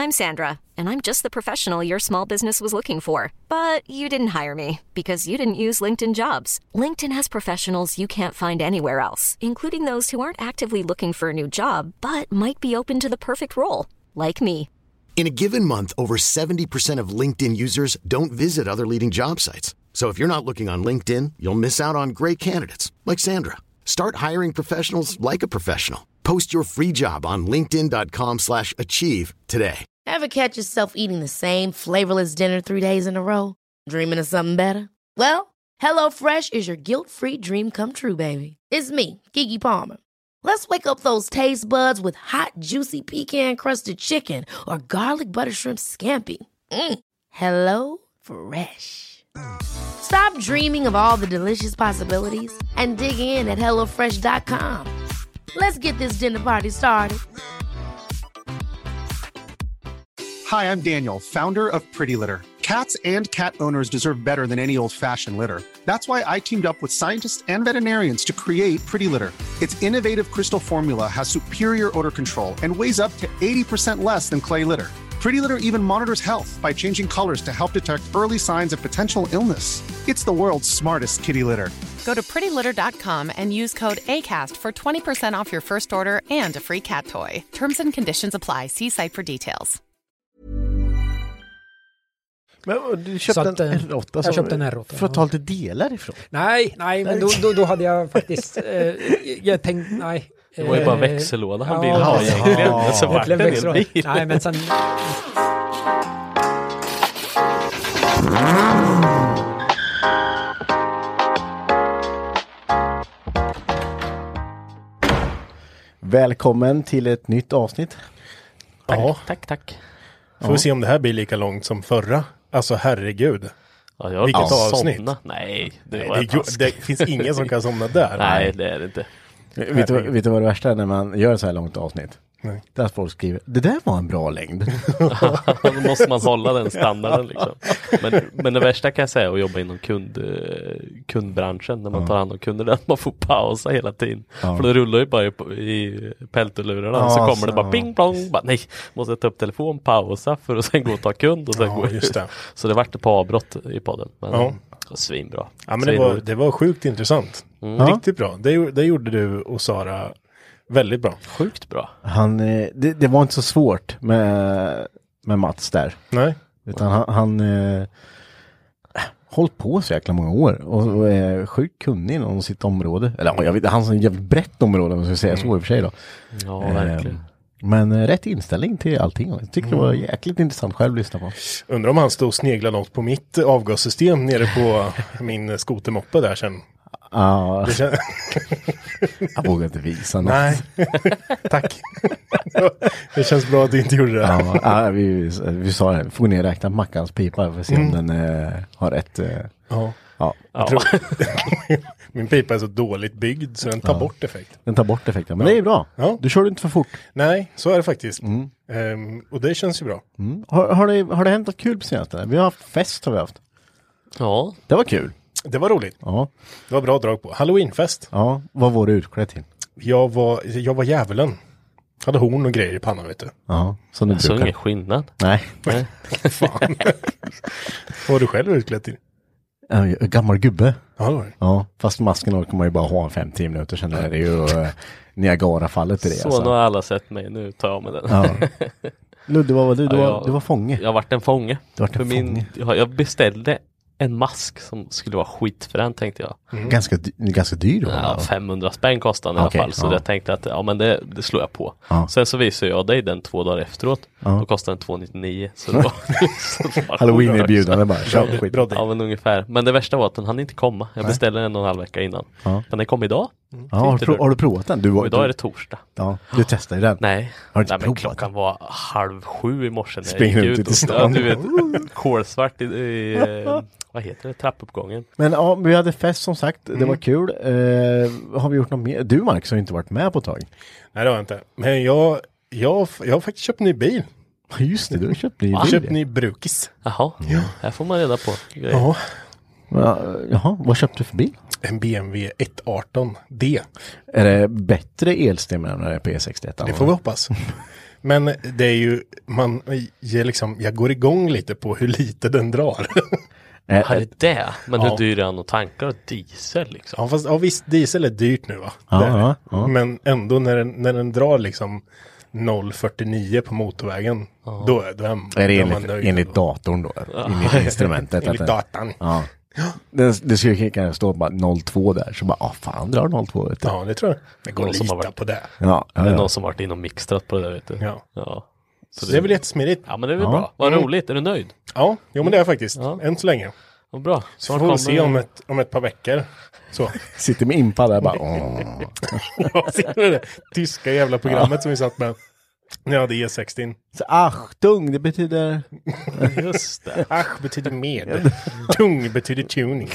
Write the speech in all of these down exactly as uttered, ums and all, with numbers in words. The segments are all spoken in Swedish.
I'm Sandra, and I'm just the professional your small business was looking for. But you didn't hire me because you didn't use LinkedIn Jobs. LinkedIn has professionals you can't find anywhere else, including those who aren't actively looking for a new job, but might be open to the perfect role, like me. In a given month, over seventy percent of LinkedIn users don't visit other leading job sites. So if you're not looking on LinkedIn, you'll miss out on great candidates like Sandra. Start hiring professionals like a professional. Post your free job on linkedin dot com slash achieve today. Ever catch yourself eating the same flavorless dinner three days in a row? Dreaming of something better? Well, HelloFresh is your guilt-free dream come true, baby. It's me, Keke Palmer. Let's wake up those taste buds with hot, juicy pecan-crusted chicken or garlic butter shrimp scampi. Mm. Hello Fresh. Stop dreaming of all the delicious possibilities and dig in at hello fresh dot com. Let's get this dinner party started. Hi, I'm Daniel, founder of Pretty Litter. Cats and cat owners deserve better than any old-fashioned litter. That's why I teamed up with scientists and veterinarians to create Pretty Litter. Its innovative crystal formula has superior odor control and weighs up to eighty percent less than clay litter. Pretty Litter even monitors health by changing colors to help detect early signs of potential illness. It's the world's smartest kitty litter. Go to pretty litter dot com and use code ACAST for twenty percent off your first order and a free cat toy. Terms and conditions apply. See site for details. Men du köpte att, en R åtta? Jag köpte en R åtta. För att ta lite delar ifrån? Nej, nej, men då, då, då hade jag faktiskt... Eh, jag tänkte, nej. Det var ju bara växellåda han ville ha egentligen. Ja, så vart det en bil. Nej, men sen... Välkommen till ett nytt avsnitt. Tack, ja. tack, tack. Får vi se om det här blir lika långt som förra. Alltså herregud. Ja, jag Vilket ja, avsnitt. Somna. Nej, det, Nej, var det, det finns ingen som kan somna där. Nej, det är det inte. Vet du, vet du vad det värsta är när man gör så här långt avsnitt? Nej. Där folk skriver, det där var en bra längd. Då måste man hålla den standarden liksom. Men, men det värsta kan jag säga att jobba inom kund, kundbranschen när man ja. tar hand om kunder, att man får pausa hela tiden. Ja. För då rullar ju bara i, i peltolurarna ja, så kommer så, det bara ping plong. Bara, nej, måste jag ta upp telefon, pausa för att sen gå och ta kund och sen ja, gå just det. Så det vart ett par avbrott i podden. Men ja. Svinbra. Ja, men det var, det var sjukt intressant. Mm. Riktigt bra. Det, det gjorde du och Sara väldigt bra. Sjukt bra. Han, det, det var inte så svårt med, med Mats där. Nej. Utan han, han eh, hållit på så jäkla många år och, och är sjukt kunnig inom sitt område. Eller jag vet, han har ett jävligt brett område om man ska säga mm. så i och för sig då. Ja, verkligen. Eh, men eh, rätt inställning till allting. Jag tyckte mm. det var jäkligt intressant själv att lyssna på. Undrar om han stod och sneglade något på mitt avgassystem nere på min skotermoppe där sen. Ja, kän... jag vågar inte visa något. Nej, tack. Det känns bra att du inte gjorde det. Ja, ja, vi, vi sa det, får ner räkna Mackans pipa för att se mm. om den eh, har rätt. Eh, ja. Ja. Jag tror... Min pipa är så dåligt byggd så den tar ja. bort effekt. Den tar bort effekten, men ja. det är bra. Ja. Du kör inte för fort. Nej, så är det faktiskt. Mm. Um, och det känns ju bra. Mm. Har, har, det, har det hänt något kul på senaste? Vi har haft fest har vi haft. Ja. Det var kul. Det var roligt. Ja. Det var bra drag på. Halloweenfest. Ja, vad var du utklädd till? Jag var, jag var djävulen. Hade horn och grejer i pannan, vet du. Ja, som du brukar. Så ingen skillnad. Nej. Nej. Fan. Vad var du själv utklädd till? Ja, gammal gubbe. Ja, det var det. Ja, fast masken orkar man ju bara ha fem tio minuter sedan. Är det ju uh, Niagara-fallet i det. Så alltså. nu har alla sett mig. Nu tar jag med den. Ja. Ludde, vad var du? Du, ja, jag, var, du var fånge. Jag har varit en fånge. Du har varit en För fånge. Min, jag, jag beställde en mask som skulle vara skitfrän, tänkte jag. Mm. Ganska, ganska dyr då? Ja, femhundra spänn kostade i okay, alla fall. Så ja. jag tänkte att ja, men det, det slår jag på. Ja. Sen så visade jag dig den två dagar efteråt. Ja. Då kostade den två nittionio. Så det var, så det var Halloween är bjudande bara. Kör skit. Ja, men ungefär. Men det värsta var att den hann inte komma. Jag beställde den en och en halv vecka innan. Ja. Men den kom idag. Mm. Ja, har, du prov, har du provat den? Du var, idag du... är det torsdag. Ja, du testade den? Nej. Har du inte Nej, provat men klockan den? var halv sju i morse. Springer ut ut i stan. Ja, du vet, kolsvart i, i vad heter det? Trappuppgången. Men ja, vi hade fest som sagt. Mm. Det var kul. Eh, har vi gjort något mer? Du, Marcus, har inte varit med på ett tag. Nej, det har jag inte. Men jag, jag, jag har faktiskt köpt en ny bil. Just det, du har köpt ny bil. Jag har köpt ny brukis. Jaha, ja. Här får man reda på grejer. Ja. Ja, jaha, vad köpte du för bil? En B M W ett arton D. Är det bättre elstem än det P sextioett? Det får vi hoppas. Men det är ju, man ger liksom, jag går igång lite på hur lite den drar. Ja, det är det. Men Ja. hur dyr är han att tanka och diesel liksom? Ja, fast ja, visst, diesel är dyrt nu va? Ja, Det är det. ja, ja. Men ändå när den, när den drar liksom noll komma fyrtionio på motorvägen, då, är- då är, Är det då är man enligt, nöjd enligt då. datorn då? Enligt instrumentet? Enligt att det- datan. Ja. Det, det skulle kanske stå bara noll komma två där. Så bara, ah fan, drar noll komma två. Vet du. Ja, det tror jag. Det går Någon att som har lita varit- på det. Ja, ja, Det är ja. någon som varit in och mixtrat på det där, vet du. Ja. Ja. Så det är väl jättesmidigt. Ja, men det är väl Ja. bra. Vad Mm. roligt. Är du nöjd? Ja, jo men det är jag faktiskt. Ja. Än så länge. Vad bra. Så får vi se om ett, om ett par veckor. Så. Sitter med impa där bara, åh. Ja, ser du det? Tyska jävla programmet som vi satt med. Ja, det är E sexton. Så Achtung, det betyder... Just det. Ach betyder med. Tung betyder tuning.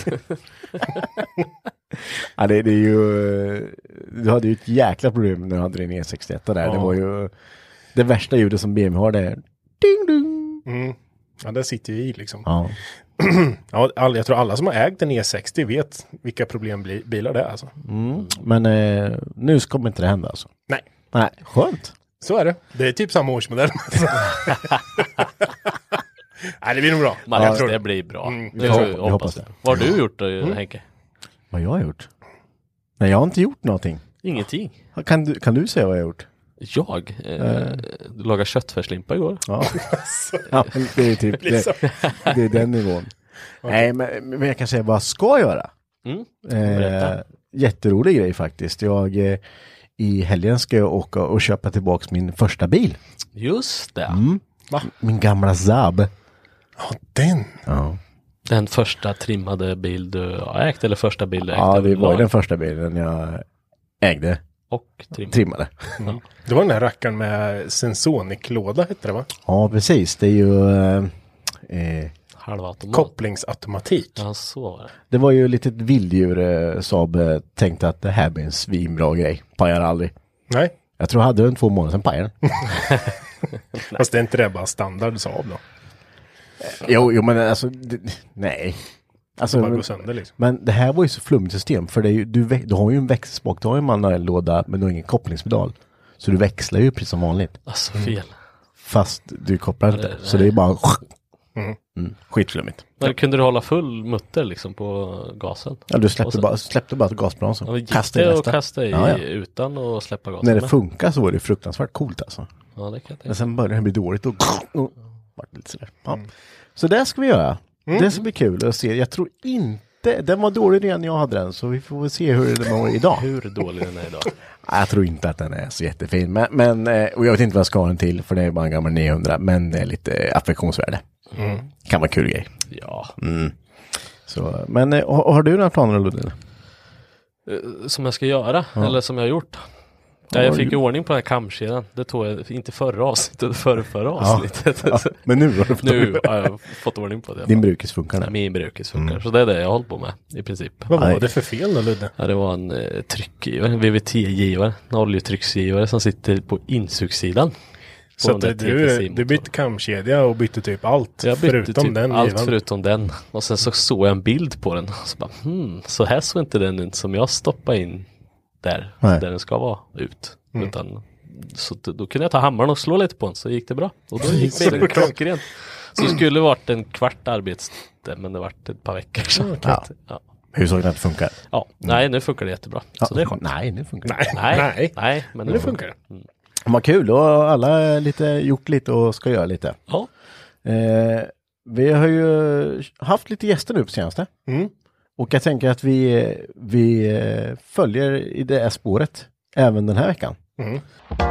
Ja, det, det är ju... Du hade ju ett jäkla problem när du hade din E sextioett där. Ja. Det var ju... Det värsta ljudet som B M W har, det är... Ding, ding. Mm. Ja, det sitter ju i liksom. Ja. Ja, all, jag tror alla som har ägt en E sextio vet vilka problem bli, bilar det är alltså. Mm. Men eh, nu kommer inte det hända alltså. Nej, Nej, skönt. så är det. Det är typ samma årsmodell. Nej, det blir nog bra. Men jag tror det det. blir bra. Mm. Det Ja, får vi vi hoppas hoppas det. det. Vad har du gjort då, Henke? Vad jag har gjort? Nej, jag har inte gjort någonting. Ingenting. Kan du, kan du säga vad jag har gjort? Jag? Eh, du lagade köttfärslimpa igår. Ja. Ja, men det är typ det, Liksom. det är den nivån. Nej, men, men jag kan säga vad jag ska göra. Mm. Eh, Berätta. jätterolig grej faktiskt. Jag, eh, i helgen ska jag åka och köpa tillbaka min första bil. Just det. Mm. Va? Min gamla Saab. Ja, den. Ja, Den första trimmade bil du har ägt eller första bil du ägde? ja det var ju överlag? den första bilen jag ägde. Och trimmade. Trimmade. Det var den här rackaren med Sensonic-låda hette det va? Ja, precis. Det är ju... Eh, eh, Halvautomat. Kopplingsautomatik. Ja, så var det. det var ju lite vilddjur eh, Saab eh, tänkte att det här blir en svinbra grej. Pajar aldrig. Nej, Jag tror jag hade den två månader sedan pajade den. fast det är inte det bara standard Saab då. Jo, jo, men alltså, det, nej. Alltså, Bara men, gå sönder liksom. men det här var ju så flummigt system. För det är ju, du, vä- du har ju en växelspak, du har ju en manuell låda, men du har ingen kopplingspedal. Så du växlar ju precis som vanligt. Alltså fel. Fast du kopplar inte. det- Så det är bara... Mm. Mm, skitflummigt. Men kunde du hålla full mutter liksom på gasen? Ja, du släppte, Och sen- bara, släppte bara gasbromsen. Ja, gick Kasta i det och nästa. kasta i Ja, ja. utan att släppa gasen? När det med? funkar så var det fruktansvärt coolt alltså. Ja, det kan jag Men tänka. sen började det bli dåligt och... och vart det lite sådär. Ja. Så det ska vi göra. Det ska bli kul att se. Jag tror inte... Den var dålig redan när jag hade den. Så vi får väl se hur den var idag. Hur dålig den är idag? Jag tror inte att den är så jättefin. Men, men, eh, och jag vet inte vad jag ska ha den till. För det är bara en gammal niohundra. Men det är lite affektionsvärde. Kan vara kul grej. Ja. Mm. Så, men eh, har, har du några planer Ludde? Eh, Som jag ska göra, eller som jag har gjort. Ja, jag fick ju ordning på den här kamkedjan. Det tog jag inte förra avsnittet, förra, förra avsnittet. Ja, men nu har du fått Nu har jag fått ordning på det. Din brukis funkar Ja, nu. min brukis funkar. Så det är det jag har hållit på med i princip. Vad var Nej. det för fel då Ludde? Ja, det var en eh, tryckgivare, en V V T-givare, en oljetrycksgivare som sitter på insugssidan. Så på att den du, där du, T F du C-motorn. bytte kamkedja och bytte typ allt. Jag bytte förutom typ den allt givan. förutom den. Och sen så såg jag en bild på den. Och så bara, hmm, så här såg inte den ut som jag stoppade in där, Nej. där den ska vara ut. Utan, så då, då kunde jag ta hammaren och slå lite på den, så gick det bra. Och då gick bilen klockrent. Så det skulle varit en kvart arbete, men det vart ett par veckor. Så. Ja. Ja. Huvudsaken att det funkar. Ja, nej nu funkar det jättebra. Så det är skönt. Nej, nu funkar det. Nej, Nej, nej. nej, men Men det funkar det. Mm. Vad kul, då har alla lite, gjort lite och ska göra lite. Ja, Eh, vi har ju haft lite gäster nu på senaste. Mm. Och jag tänker att vi, vi eh, följer i det här spåret även den här veckan. Mm.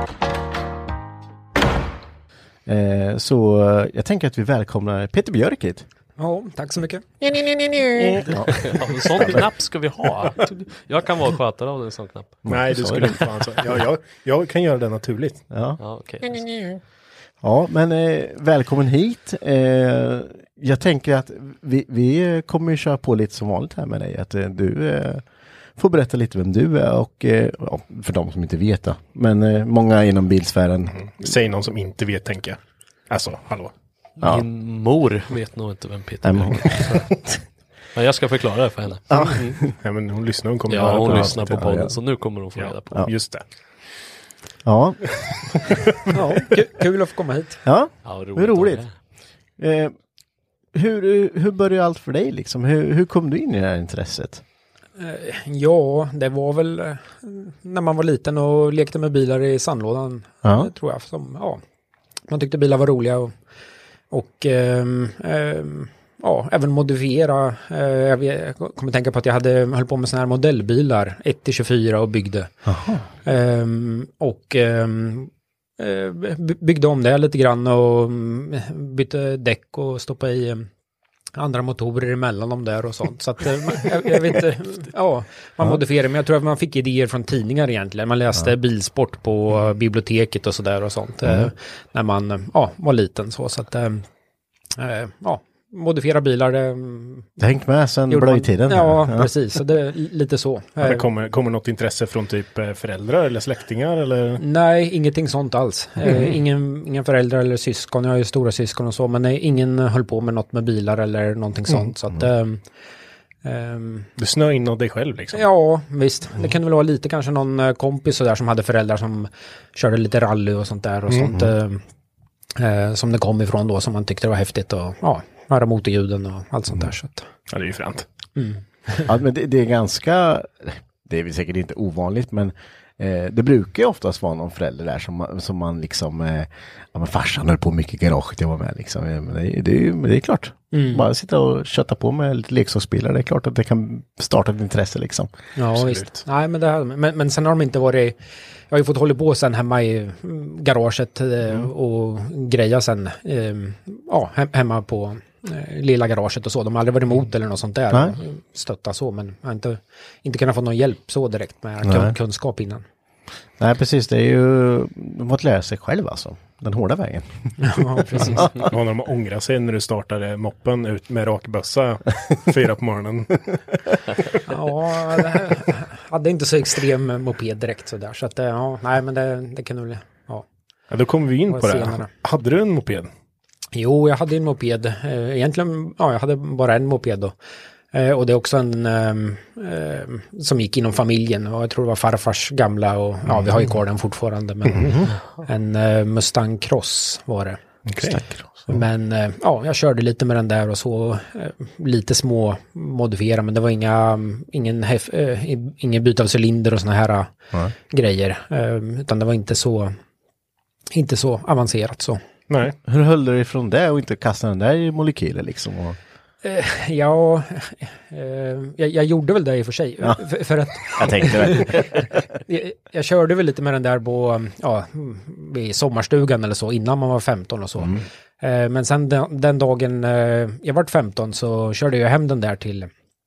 Eh, så eh, jag tänker att vi välkomnar Peter Björk hit. Ja, tack så mycket. Ja. ja, en sån knapp ska vi ha. Jag kan vara skötare av en sån knapp. Nej, du sa skulle det. inte fan så. Ja, jag, jag kan göra det naturligt. Ja. Ja, okej. Ja, men eh, välkommen hit. Eh, jag tänker att vi, vi kommer ju köra på lite som vanligt här med dig. Att eh, du eh, får berätta lite vem du är och eh, ja, för de som inte vet det. Men eh, många inom bilsfären. Säg någon som inte vet, tänker jag. Alltså, hallå. Ja. Min mor vet nog inte vem Peter Nej, men Björk är. Men jag ska förklara det för henne. Ja, men hon lyssnar, hon kommer Ja, höra hon det här lyssnar på avsnittet. podden, ja. så nu kommer hon få reda på. Ja, just det. Ja. Ja, kul, kul att få komma hit. Ja, Ja, roligt. det är roligt. Eh, hur, hur började allt för dig liksom? Hur, hur kom du in i det här intresset? Eh, Ja, det var väl eh, när man var liten och lekte med bilar i sandlådan. Ja. Det tror jag. Som, ja, man tyckte bilar var roliga och, och ehm, ehm, ja, även modifiera. Eh, jag vet- jag kommer tänka på att jag hade höll på med såna här modellbilar ett till tjugofyra och byggde. Ehm, och ehm, eh, by- byggde om det lite grann och mm, bytte däck och stoppade i em, andra motorer emellan dem där och sånt. Så att, eh, man- jag, jag vet inte, ja, man modifierade, men jag tror att man fick idéer från tidningar egentligen. Man läste bilsport på eh, biblioteket och sådär och sånt. eh, När man eh, ja, var liten så. Så att, eh, eh, ja, modifiera bilar. eh, Det har hängt med sedan gjorde man- blöjtiden. Ja, precis. Så det är lite så. Ja, det Eh, kommer, kommer något intresse från typ eh, föräldrar eller släktingar eller? Nej, ingenting sånt alls. Eh, ingen, ingen föräldrar eller syskon. Jag har ju stora syskon och så, men nej, ingen höll på med något med bilar eller någonting sånt. Så att, ehm, ehm, Du snöade in av dig själv liksom? ja, visst. Det kunde väl vara lite kanske någon eh, kompis så där som hade föräldrar som körde lite rally och sånt där och sånt. ehm, eh, som det kom ifrån då, som man tyckte var häftigt och ja, höra motorljuden och allt sånt där. Så att, Ja, det är ju fränt. Ja, men det, det är ganska, det är väl säkert inte ovanligt, men eh, det brukar ju oftast vara någon förälder där som, man- som man liksom, eh, ja men farsan höll på mycket i garaget, jag var med liksom. Ja, men det, det, är ju- men det är klart, bara sitta och köta på med lite leksaksbilar, det är klart att det kan starta ett intresse liksom. ja, Absolut. visst. Nej, men, det här, men, men sen har de inte varit... Jag har ju fått hålla på sen hemma i mm, garaget eh, och greja sen eh, ja, hem, hemma på eh, lilla garaget och så. De har aldrig varit emot eller något sånt där. Nej. Och stötta så, men jag har inte, inte kunnat få någon hjälp så direkt med Nej. kun, kunskap innan. Nej precis, det är ju, de får lära sig själv alltså, den hårda vägen. Ja, precis. Det var när de ångrade sig när du startade moppen ut med rakbössa fyra på morgonen. Ja, det här, hade inte så extrem moped direkt så där. Så att, eh, ja, nej, men det, det kan väl, ja. Ja, då kommer vi in Vad på det. senare. Hade du en moped? Jo, jag hade en moped. Eh, Egentligen, ja, jag hade bara en moped då. Eh, Och det är också en ehm, ehm, som gick inom familjen. Och jag tror det var farfars gamla och ja, vi har ju kvar den fortfarande. Men en eh, Mustang Cross var det. Okej. Men eh, ja, jag körde lite med den där och så eh, lite små modifiera, men det var inga ingen hef, eh, ingen byte av cylinder och såna här eh, grejer. Eh, utan det var inte så inte så avancerat så. Nej. Hur höll du dig från det och inte kasta den där i molekyler liksom? Och... Eh, ja, eh, jag, jag gjorde väl det i och för sig. Ja. För, för att Jag tänkte väl. jag, jag körde väl lite med den där på ja, i sommarstugan eller så innan man var femton och så. Eh, men sen den, den dagen eh, jag var femton så körde jag hem den där till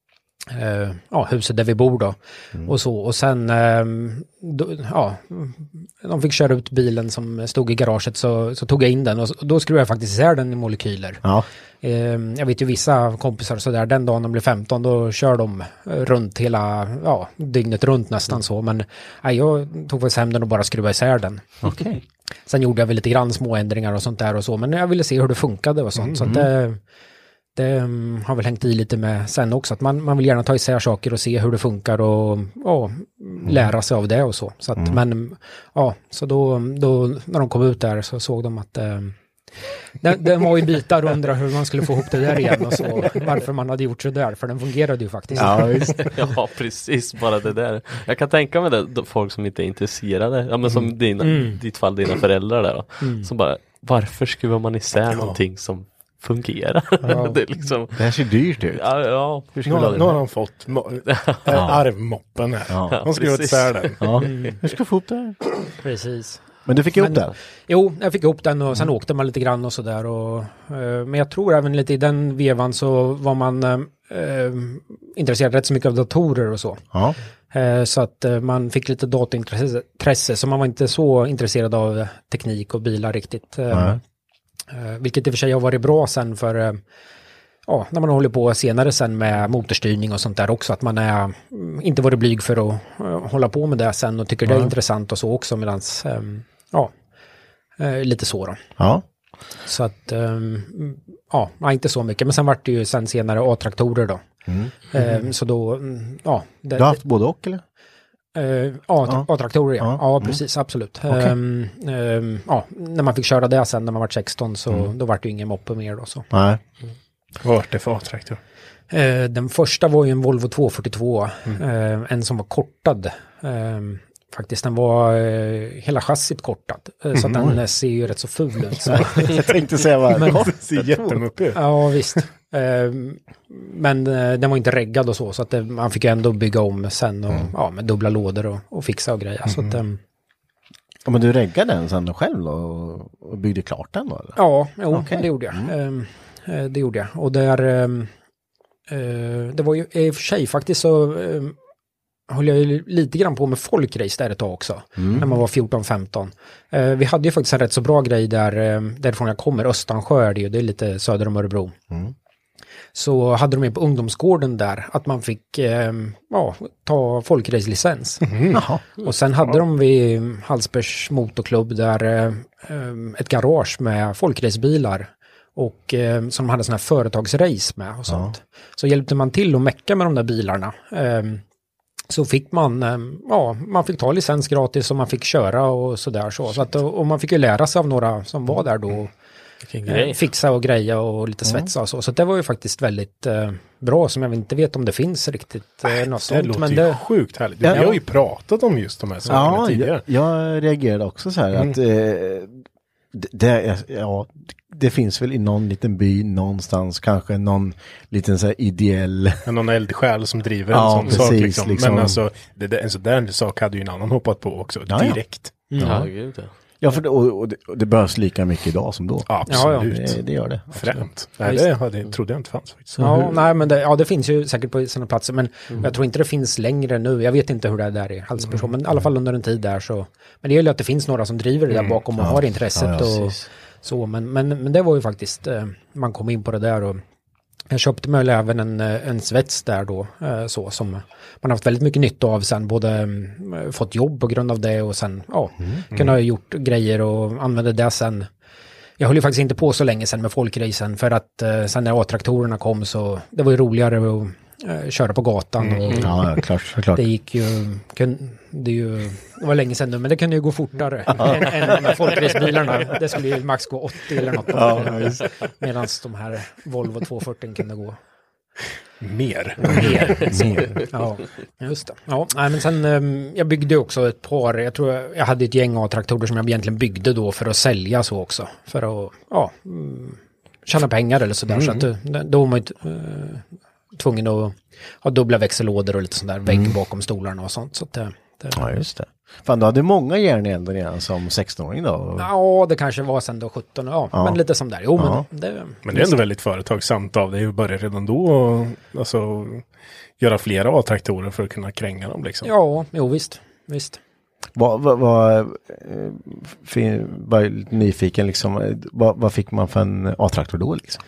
eh, ja, huset där vi bor då. Och så. Och sen eh, då, ja, de fick köra ut bilen som stod i garaget så, så tog jag in den och, så, och då skruvade jag faktiskt isär den i molekyler. Ja. Eh, jag vet ju vissa kompisar så där, den dagen de blir femton då kör de eh, runt hela, ja, dygnet runt nästan så. Men nej, jag tog faktiskt hem den och bara skruvade isär den. Okej. Sen gjorde jag väl lite grann små ändringar och sånt där och så. Men jag ville se hur det funkade och sånt. Så att det, det um, har väl hängt i lite med sen också. Att man, man vill gärna ta isär saker och se hur det funkar och ja, lära sig av det och så. Så att, men ja, så då, då när de kom ut där så såg de att um, den, den var i bitar och undrade hur man skulle få ihop det där igen och så. Varför man hade gjort så där, för den fungerade ju faktiskt. Ja, visst. Ja, precis. Bara det där. Jag kan tänka mig det, de- folk som inte är intresserade. Ja, men som dina, ditt fall, dina föräldrar där. Då, som bara, varför skruvar man isär någonting som fungerar? Det är liksom, Det här ser dyrt ut. ja, ja. Hur Nu skulle har, jag nu har de fått mo- äh, arvmoppen här. Ja. De skruvat precis. isär den. Ja. Hur ska jag få ihop det här? Precis. Men du fick ihop Men- det? Jo, jag fick ihop den och sen åkte man lite grann och sådär. Och, eh, men jag tror även lite i den vevan så var man eh, eh, intresserad rätt så mycket av datorer och så. Ja. Eh, så att eh, man fick lite dataintresse, intresse, så man var inte så intresserad av teknik och bilar riktigt. Eh, Nej. eh, vilket i och för sig har varit bra sen för eh, ja, när man håller på senare sen med motorstyrning och sånt där också, att man är mm, inte varit blyg för att eh, hålla på med det sen och tycker det är intressant och så också, medans eh, ja, eh, lite så då. Ja. Så att, um, ja, inte så mycket. Men sen vart det ju sen senare A-traktorer då. Mm. Ehm, så då, mm, ja. Det, Du har haft både och eller? Uh, A- A-traktorer, ja. Ja, Mm. precis, absolut. Okay. Um, um, ja, när man fick köra det sen när man var sexton så Mm. då var det ju ingen moppe mer då så. Nej. Vad var det för A-traktor? Uh, den första var ju en Volvo tvåhundrafyrtiotvå, Mm. uh, en som var kortad. Um, faktiskt, den var uh, hela chassit kortad. Uh, så att den uh, ser ju rätt så ful ut. Så. Jag tänkte säga vad Men- Det ser jättemuppig ut. Ja, visst. Um, men uh, den var inte reggad och så, så att det, man fick ju ändå bygga om sen och, ja, med dubbla lådor och, och fixa och grejer. Så att, um, Ja, men du reggade den sen själv då, och, och byggde klart den då? Eller? Ja, jo, Okej. det gjorde jag. Ehm, eh, det gjorde jag. Och där, ehm, eh, det var ju i och för sig faktiskt så um, höll jag ju lite grann på med folkrace där ett tag också. När man var fjorton femton. Eh, vi hade ju faktiskt en rätt så bra grej där, eh, därifrån jag kommer, Östansjö är det ju, det är lite söder om Örebro. Mm. Så hade de ju på ungdomsgården där att man fick eh, ja, ta folkrace-licens. Jaha. Och sen hade de vid Hallsbergs motorklubb där eh, ett garage med folkracebilar och eh, som de hade sådana här företagsrace med och sånt. Så hjälpte man till att mecka med de där bilarna. Eh, så fick man, eh, ja, man fick ta licens gratis och man fick köra och sådär så. så att, och man fick ju lära sig av några som var där då. Eh, fixa och greja och lite svetsa och så. Så det var ju faktiskt väldigt eh, bra som jag inte vet om det finns riktigt eh, något Det sånt. låter Men ju det, sjukt härligt. Ja. Vi har ju pratat om just de här sakerna Ja, tidigare. jag, jag reagerade också så här att eh, det, det, är- ja, det finns väl i någon liten by någonstans, kanske någon liten så här ideell. Men någon eldsjäl som driver Ja, en sån sak precis, liksom. liksom. Men alltså, det, det, en sån där sak hade ju en annan hoppat på också, Ja, ja. direkt. Ja, gud ja. Ja, för det, och, och, det, och det behövs lika mycket idag som då. Absolut. Det, det gör det. Främt. Ja, Nej, visst. det hade, trodde jag inte fanns faktiskt. ja, nej, men det, ja, det finns ju säkert på sina platser, men jag tror inte det finns längre nu. Jag vet inte hur det är där i Hallsberg, men i alla fall under en tid där så. Men det gäller att det finns några som driver det där bakom och har intresset Ja, ja, och precis. så. Men, men, men det var ju faktiskt, eh, man kom in på det där och jag köpte mig även en, eh, en svets där då, eh, så som man har haft väldigt mycket nytta av sen, både mm, fått jobb på grund av det och sen, ja, kunde ha gjort grejer och använde det sen. Jag höll ju faktiskt inte på så länge sen med folkracen för att eh, sen när A-traktorerna kom så, det var ju roligare att eh, köra på gatan och Ja, ja, klart, klart. det gick ju, kun, det, är ju, det var länge sedan nu, men det kunde ju gå fortare än, än de här folkracebilarna. Det skulle ju max gå åttio eller något. Ja, Medan de här Volvo tvåhundrafyrtio kunde gå Mer. mer. Mer. Ja, just det. Ja, nej, men sen um, jag byggde också ett par, jag tror jag, jag hade ett gäng A-traktorer som jag egentligen byggde då för att sälja så också. För att, ja, mm, tjäna pengar eller sådär. Så att då, då var man ju uh, tvungen att ha dubbla växellådor och lite sån där vägg bakom stolarna och sånt. Så att det, det, Ja, just det. Fan, du hade många järn i elden redan som sexton-åring då. ja, det kanske var sen då sjutton, ja, Ja. men lite som där. Jo, Ja. men det, Men det är ändå väldigt företagsamt av dig att börja redan då och alltså, göra flera A-traktorer för att kunna kränga dem liksom. ja, jo visst, visst. Vad, vad, vad, eh, fin, bara lite nyfiken liksom, eh, vad, vad fick man för en A-traktor då liksom?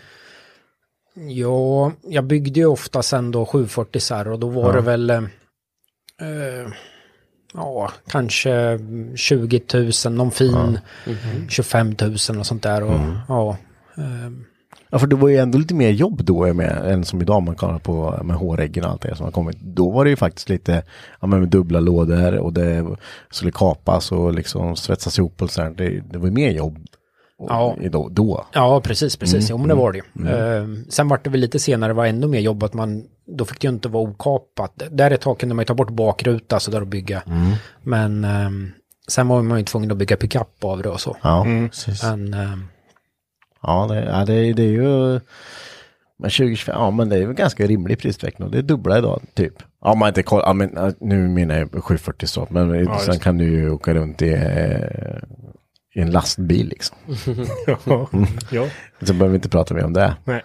Ja, jag byggde ju ofta sen då sjuhundrafyrtio så här och då var Ja. det väl eh, eh, ja, kanske tjugo tusen, någon fin tjugofem tusen och sånt där och ja. Eh, Ja, för det var ju ändå lite mer jobb då med, än som idag man kollar på med hårreggen och allt det som har kommit. Då var det ju faktiskt lite, ja, men med dubbla lådor och det skulle kapas och liksom svetsas ihop och sådär. Det, det var ju mer jobb Ja. i då, då. ja, precis, precis. Mm, Jo, men det var det ju. mm. Eh, sen var det väl lite senare, var ännu mer jobb att man, då fick det ju inte vara okapat. Där ett tag kunde man ju ta bort bakruta så där och bygga. Mm. Men ehm, sen var man ju tvungen att bygga pickup av det och så. Ja, precis. Men ehm, Ja, det, ja det, det är ju men tjugo tjugofem, ja men det är ju ganska rimlig prisutveckling och det är dubbla idag typ. Ja, man inte koll, ja, men, ja, nu menar jag sjuhundrafyrtio så, men Ja, sen just. kan du ju åka runt i, eh, i en lastbil liksom. Ja. Ja. Så behöver vi inte prata mer om det. Nej.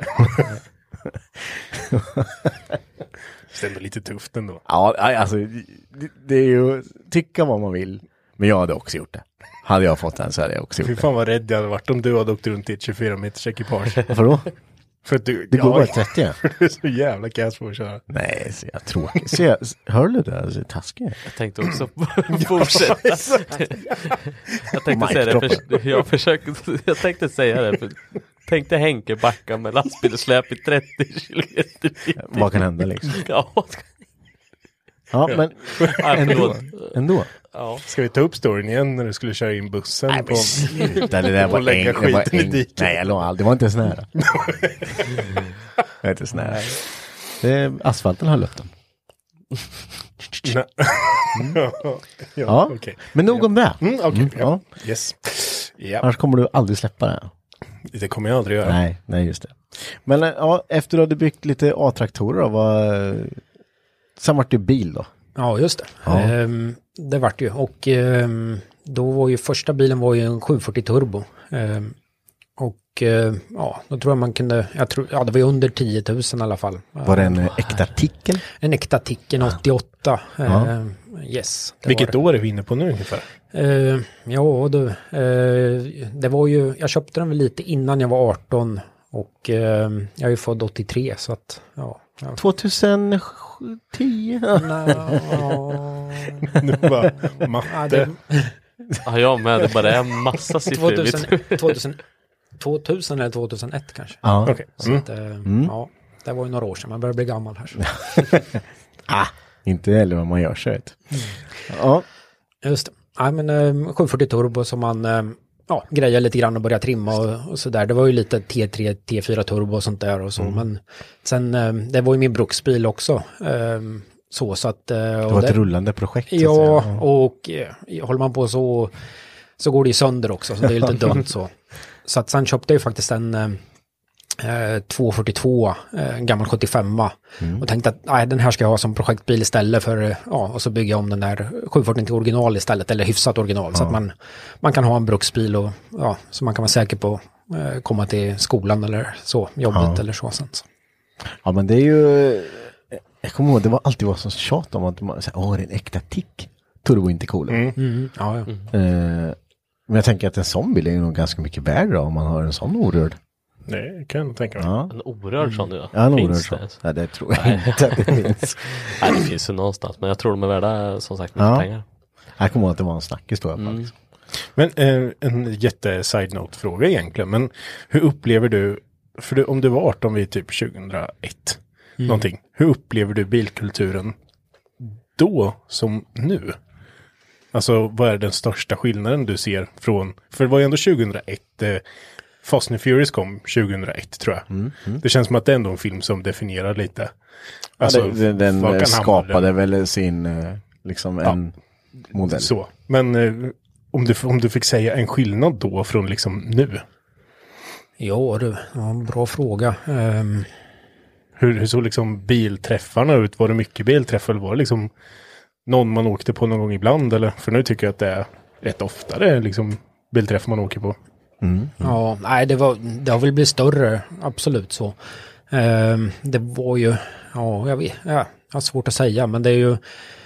Det är ändå lite tufft ändå. Ja, alltså det, det är ju tycka vad man vill, men jag hade också gjort det. Hade jag fått den så hade jag också Fy gjort det. fan vad rädd jag hade varit om du hade åkt runt i ett tjugofyra meters ekipage. Varför då? För att du, Det går ja, bara trettio. du är så jävla kass på att köra. Nej, så jag tråkig. Så jag, hör du det? Alltså, taskig. Jag tänkte också fortsätta. Jag tänkte säga det, för, jag försökte, jag tänkte säga det, för, tänkte Henke backa med lastbil och släp i trettio kilometer. Vad kan hända liksom? Ja, Ja, men ändå. ändå. Ja. Ska vi ta upp storyn igen när du skulle köra in bussen? Nej, på... men sluta, det där var lägga en, det var skiten i en, diket. nej, jag låg aldrig, det var inte så nära. Det var inte så nära. Det, asfalten har luften. Nej. Mm. ja, Ja, okay. men nog om det. Mm, okay, Mm, ja. ja. Yes. Ja. Annars kommer du aldrig släppa det. Det kommer jag aldrig göra. Nej, nej just det. Men ja, efter du hade byggt lite A-traktorer då, vad... sen vart det bil då? Ja, just det. Ja. Ehm, det vart ju. Och ehm, då var ju första bilen var ju en sjuhundrafyrtio turbo. Ehm, och eh, ja, då tror jag man kunde, jag tror, ja det var ju under tio tusen i alla fall. Var det en äkta artikel? En äkta artikel åttioåtta. Ja. Ehm, yes. Vilket var år är vi inne på nu ungefär? Uh, ja, du, uh, det var ju, jag köpte den väl lite innan jag var arton och uh, jag är ju född åttiotre så att, ja. ja. tjugohundratio? Nu bara Ja, matte. det, Ja, jag med. Det bara är en massa siffror. tvåtusen, tvåtusen, tvåtusen eller tvåtusenett kanske. Ja. Okej. Så Mm. att, uh, ja, det var ju några år sedan, man börjar bli gammal här. Så. Ah, inte heller vad man gör så vet. Mm. Ja. Just det. Ja, men um, sjuhundrafyrtio turbo som man um, ja, grejer lite grann och börjar trimma och, och sådär. Det var ju lite T tre, T fyra turbo och sånt där och så. Mm. Men sen, um, det var ju min bruksbil också. Um, så, så att... Uh, det var ett det, rullande projekt. Ja, och uh, håller man på så, så går det ju sönder också. Så det är lite dumt så. Så att sen köpte jag ju faktiskt en... Uh, Eh, tvåhundrafyrtiotvå, eh, en gammal sjuttiofem mm. och tänkte att nej, den här ska jag ha som projektbil istället för, ja, och så bygger jag om den där sjuhundrafyrtio till original istället, eller hyfsat original, ja. Så att man, man kan ha en bruksbil och ja, så man kan vara säker på eh, komma till skolan eller så, jobbet ja. Eller så sen. Så. Ja, men det är ju, jag kommer ihåg, det var alltid vad som tjat om att man säger, åh, det är en äkta tick, turbo inte cool. Mm. Mm. Ja, ja. Mm. Eh, men jag tänker att en sån bil är nog ganska mycket värre om man har en sån orörd. Nej, kan jag tänka mig. Ja. En orörd sån, ja. Ja, en finns orörd sån. Det? Ja, det tror jag Nej. inte att det finns. Nej, det finns ju någonstans. Men jag tror de är värda, som sagt, mycket ja. pengar. Jag kommer ihåg att det var en snackis då. Mm. Men eh, en jätte-side-note-fråga egentligen. Men hur upplever du, för du, om du var arton vid typ tjugohundraett, mm. någonting. Hur upplever du bilkulturen då som nu? Alltså, vad är den största skillnaden du ser från, för det var ju ändå tjugohundraett, eh, Fast and Furious kom tjugohundraett tror jag. Mm, mm. Det känns som att det är ändå en film som definierar lite. Alltså, ja, det, den den skapade väl sin, liksom en ja, modell. Så. Men eh, om, du, om du fick säga en skillnad då från liksom nu? Ja, du, ja, bra fråga. Um... Hur, hur såg liksom bilträffarna ut? Var det mycket bilträffar eller var det liksom någon man åkte på någon gång ibland? Eller? För nu tycker jag att det är rätt ofta det är liksom bilträffar man åker på. Mm, mm. Ja, nej, det, var, det har väl blivit större, absolut så. Um, det var ju, ja, jag vet, ja, jag har svårt att säga, men det är ju,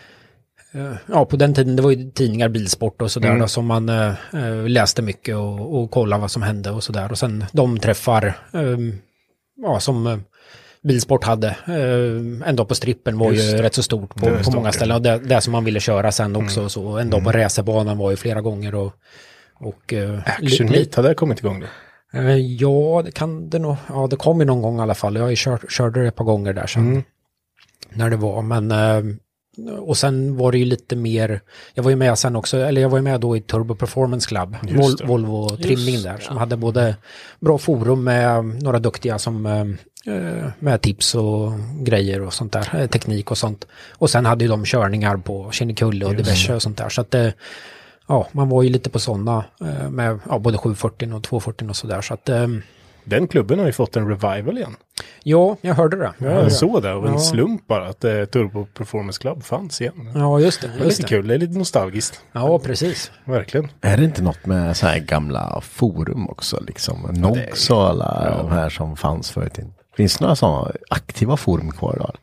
uh, ja, på den tiden, det var ju tidningar, bilsport och sådär, mm. då, som man uh, läste mycket och, och kollade vad som hände och sådär. Och sen de träffar, um, ja, som uh, bilsport hade, uh, en dag på strippen var Just ju det. Rätt så stort på, på många ställen. Och det, det som man ville köra sen också, mm. så en dag mm. på racerbanan var ju flera gånger och Och, uh, Action Meet hade kommit igång då? Uh, ja, det kan det nog. Ja, det kom ju någon gång i alla fall. Jag har ju kört, körde det ett par gånger där sen. Mm. När det var, men uh, och sen var det ju lite mer, jag var ju med sen också, eller jag var ju med då i Turbo Performance Club, Vol, Volvo Trimning där, som ja. hade både bra forum med några duktiga som uh, med tips och grejer och sånt där, teknik och sånt. Och sen hade ju de körningar på Kinnekulle och diverse och sånt där, så att det ja, man var ju lite på sådana eh, med ja, både sjuhundrafyrtio och tvåhundrafyrtio och sådär. Så att, eh, den klubben har ju fått en revival igen. Ja, jag hörde det. Jag, jag hörde såg det och en ja. slump bara att eh, Turbo Performance Club fanns igen. Ja, just det. det är just lite det. kul, det är lite nostalgiskt. Ja, precis. Verkligen. Är det inte något med så här gamla forum också? Liksom? Nogs och alla ja. de här som fanns förut. Finns det några sådana aktiva forum kvar då?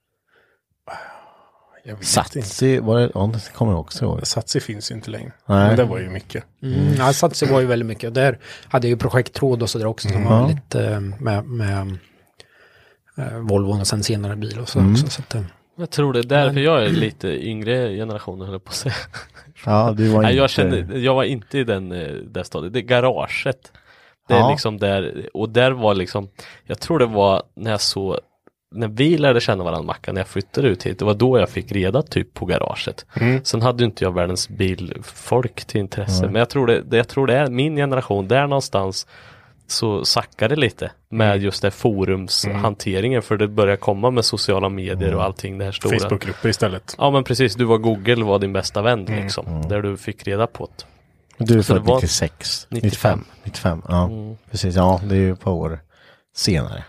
Satsi, var det, ja, det kommer jag också ihåg. Satsi finns ju inte längre. Nej. Men det var ju mycket. Mm. Mm. Ja, Satsi var ju väldigt mycket. Där hade jag ju projekttråd och så där också. Som mm. var lite med, med äh, Volvo och sen senare bil och så mm. också. Så att, äh, jag tror det är därför men... jag är lite yngre generationen, höll jag på att säga. Ja, du var Nej, inte... jag, kände, jag var inte i den där stadiet. Det är garaget. Det är ja. liksom där, och där var liksom, jag tror det var när jag såg när vi lärde känna varandra, Mackan, när jag flyttade ut hit, det var då jag fick reda typ på garaget. Mm. Sen hade ju inte jag världens bilfolk till intresse. Mm. Men jag tror det, det, jag tror det är min generation, där någonstans så sackar det lite med just det forumshanteringen, mm. för det börjar komma med sociala medier och allting det här stora. Facebookgrupper istället. Ja, men precis, du var Google var din bästa vän mm. liksom, mm. där du fick reda på det. Du är född nittiosex, nittiofem, nittiofem, ja, mm. precis, ja, det är ju ett par år senare.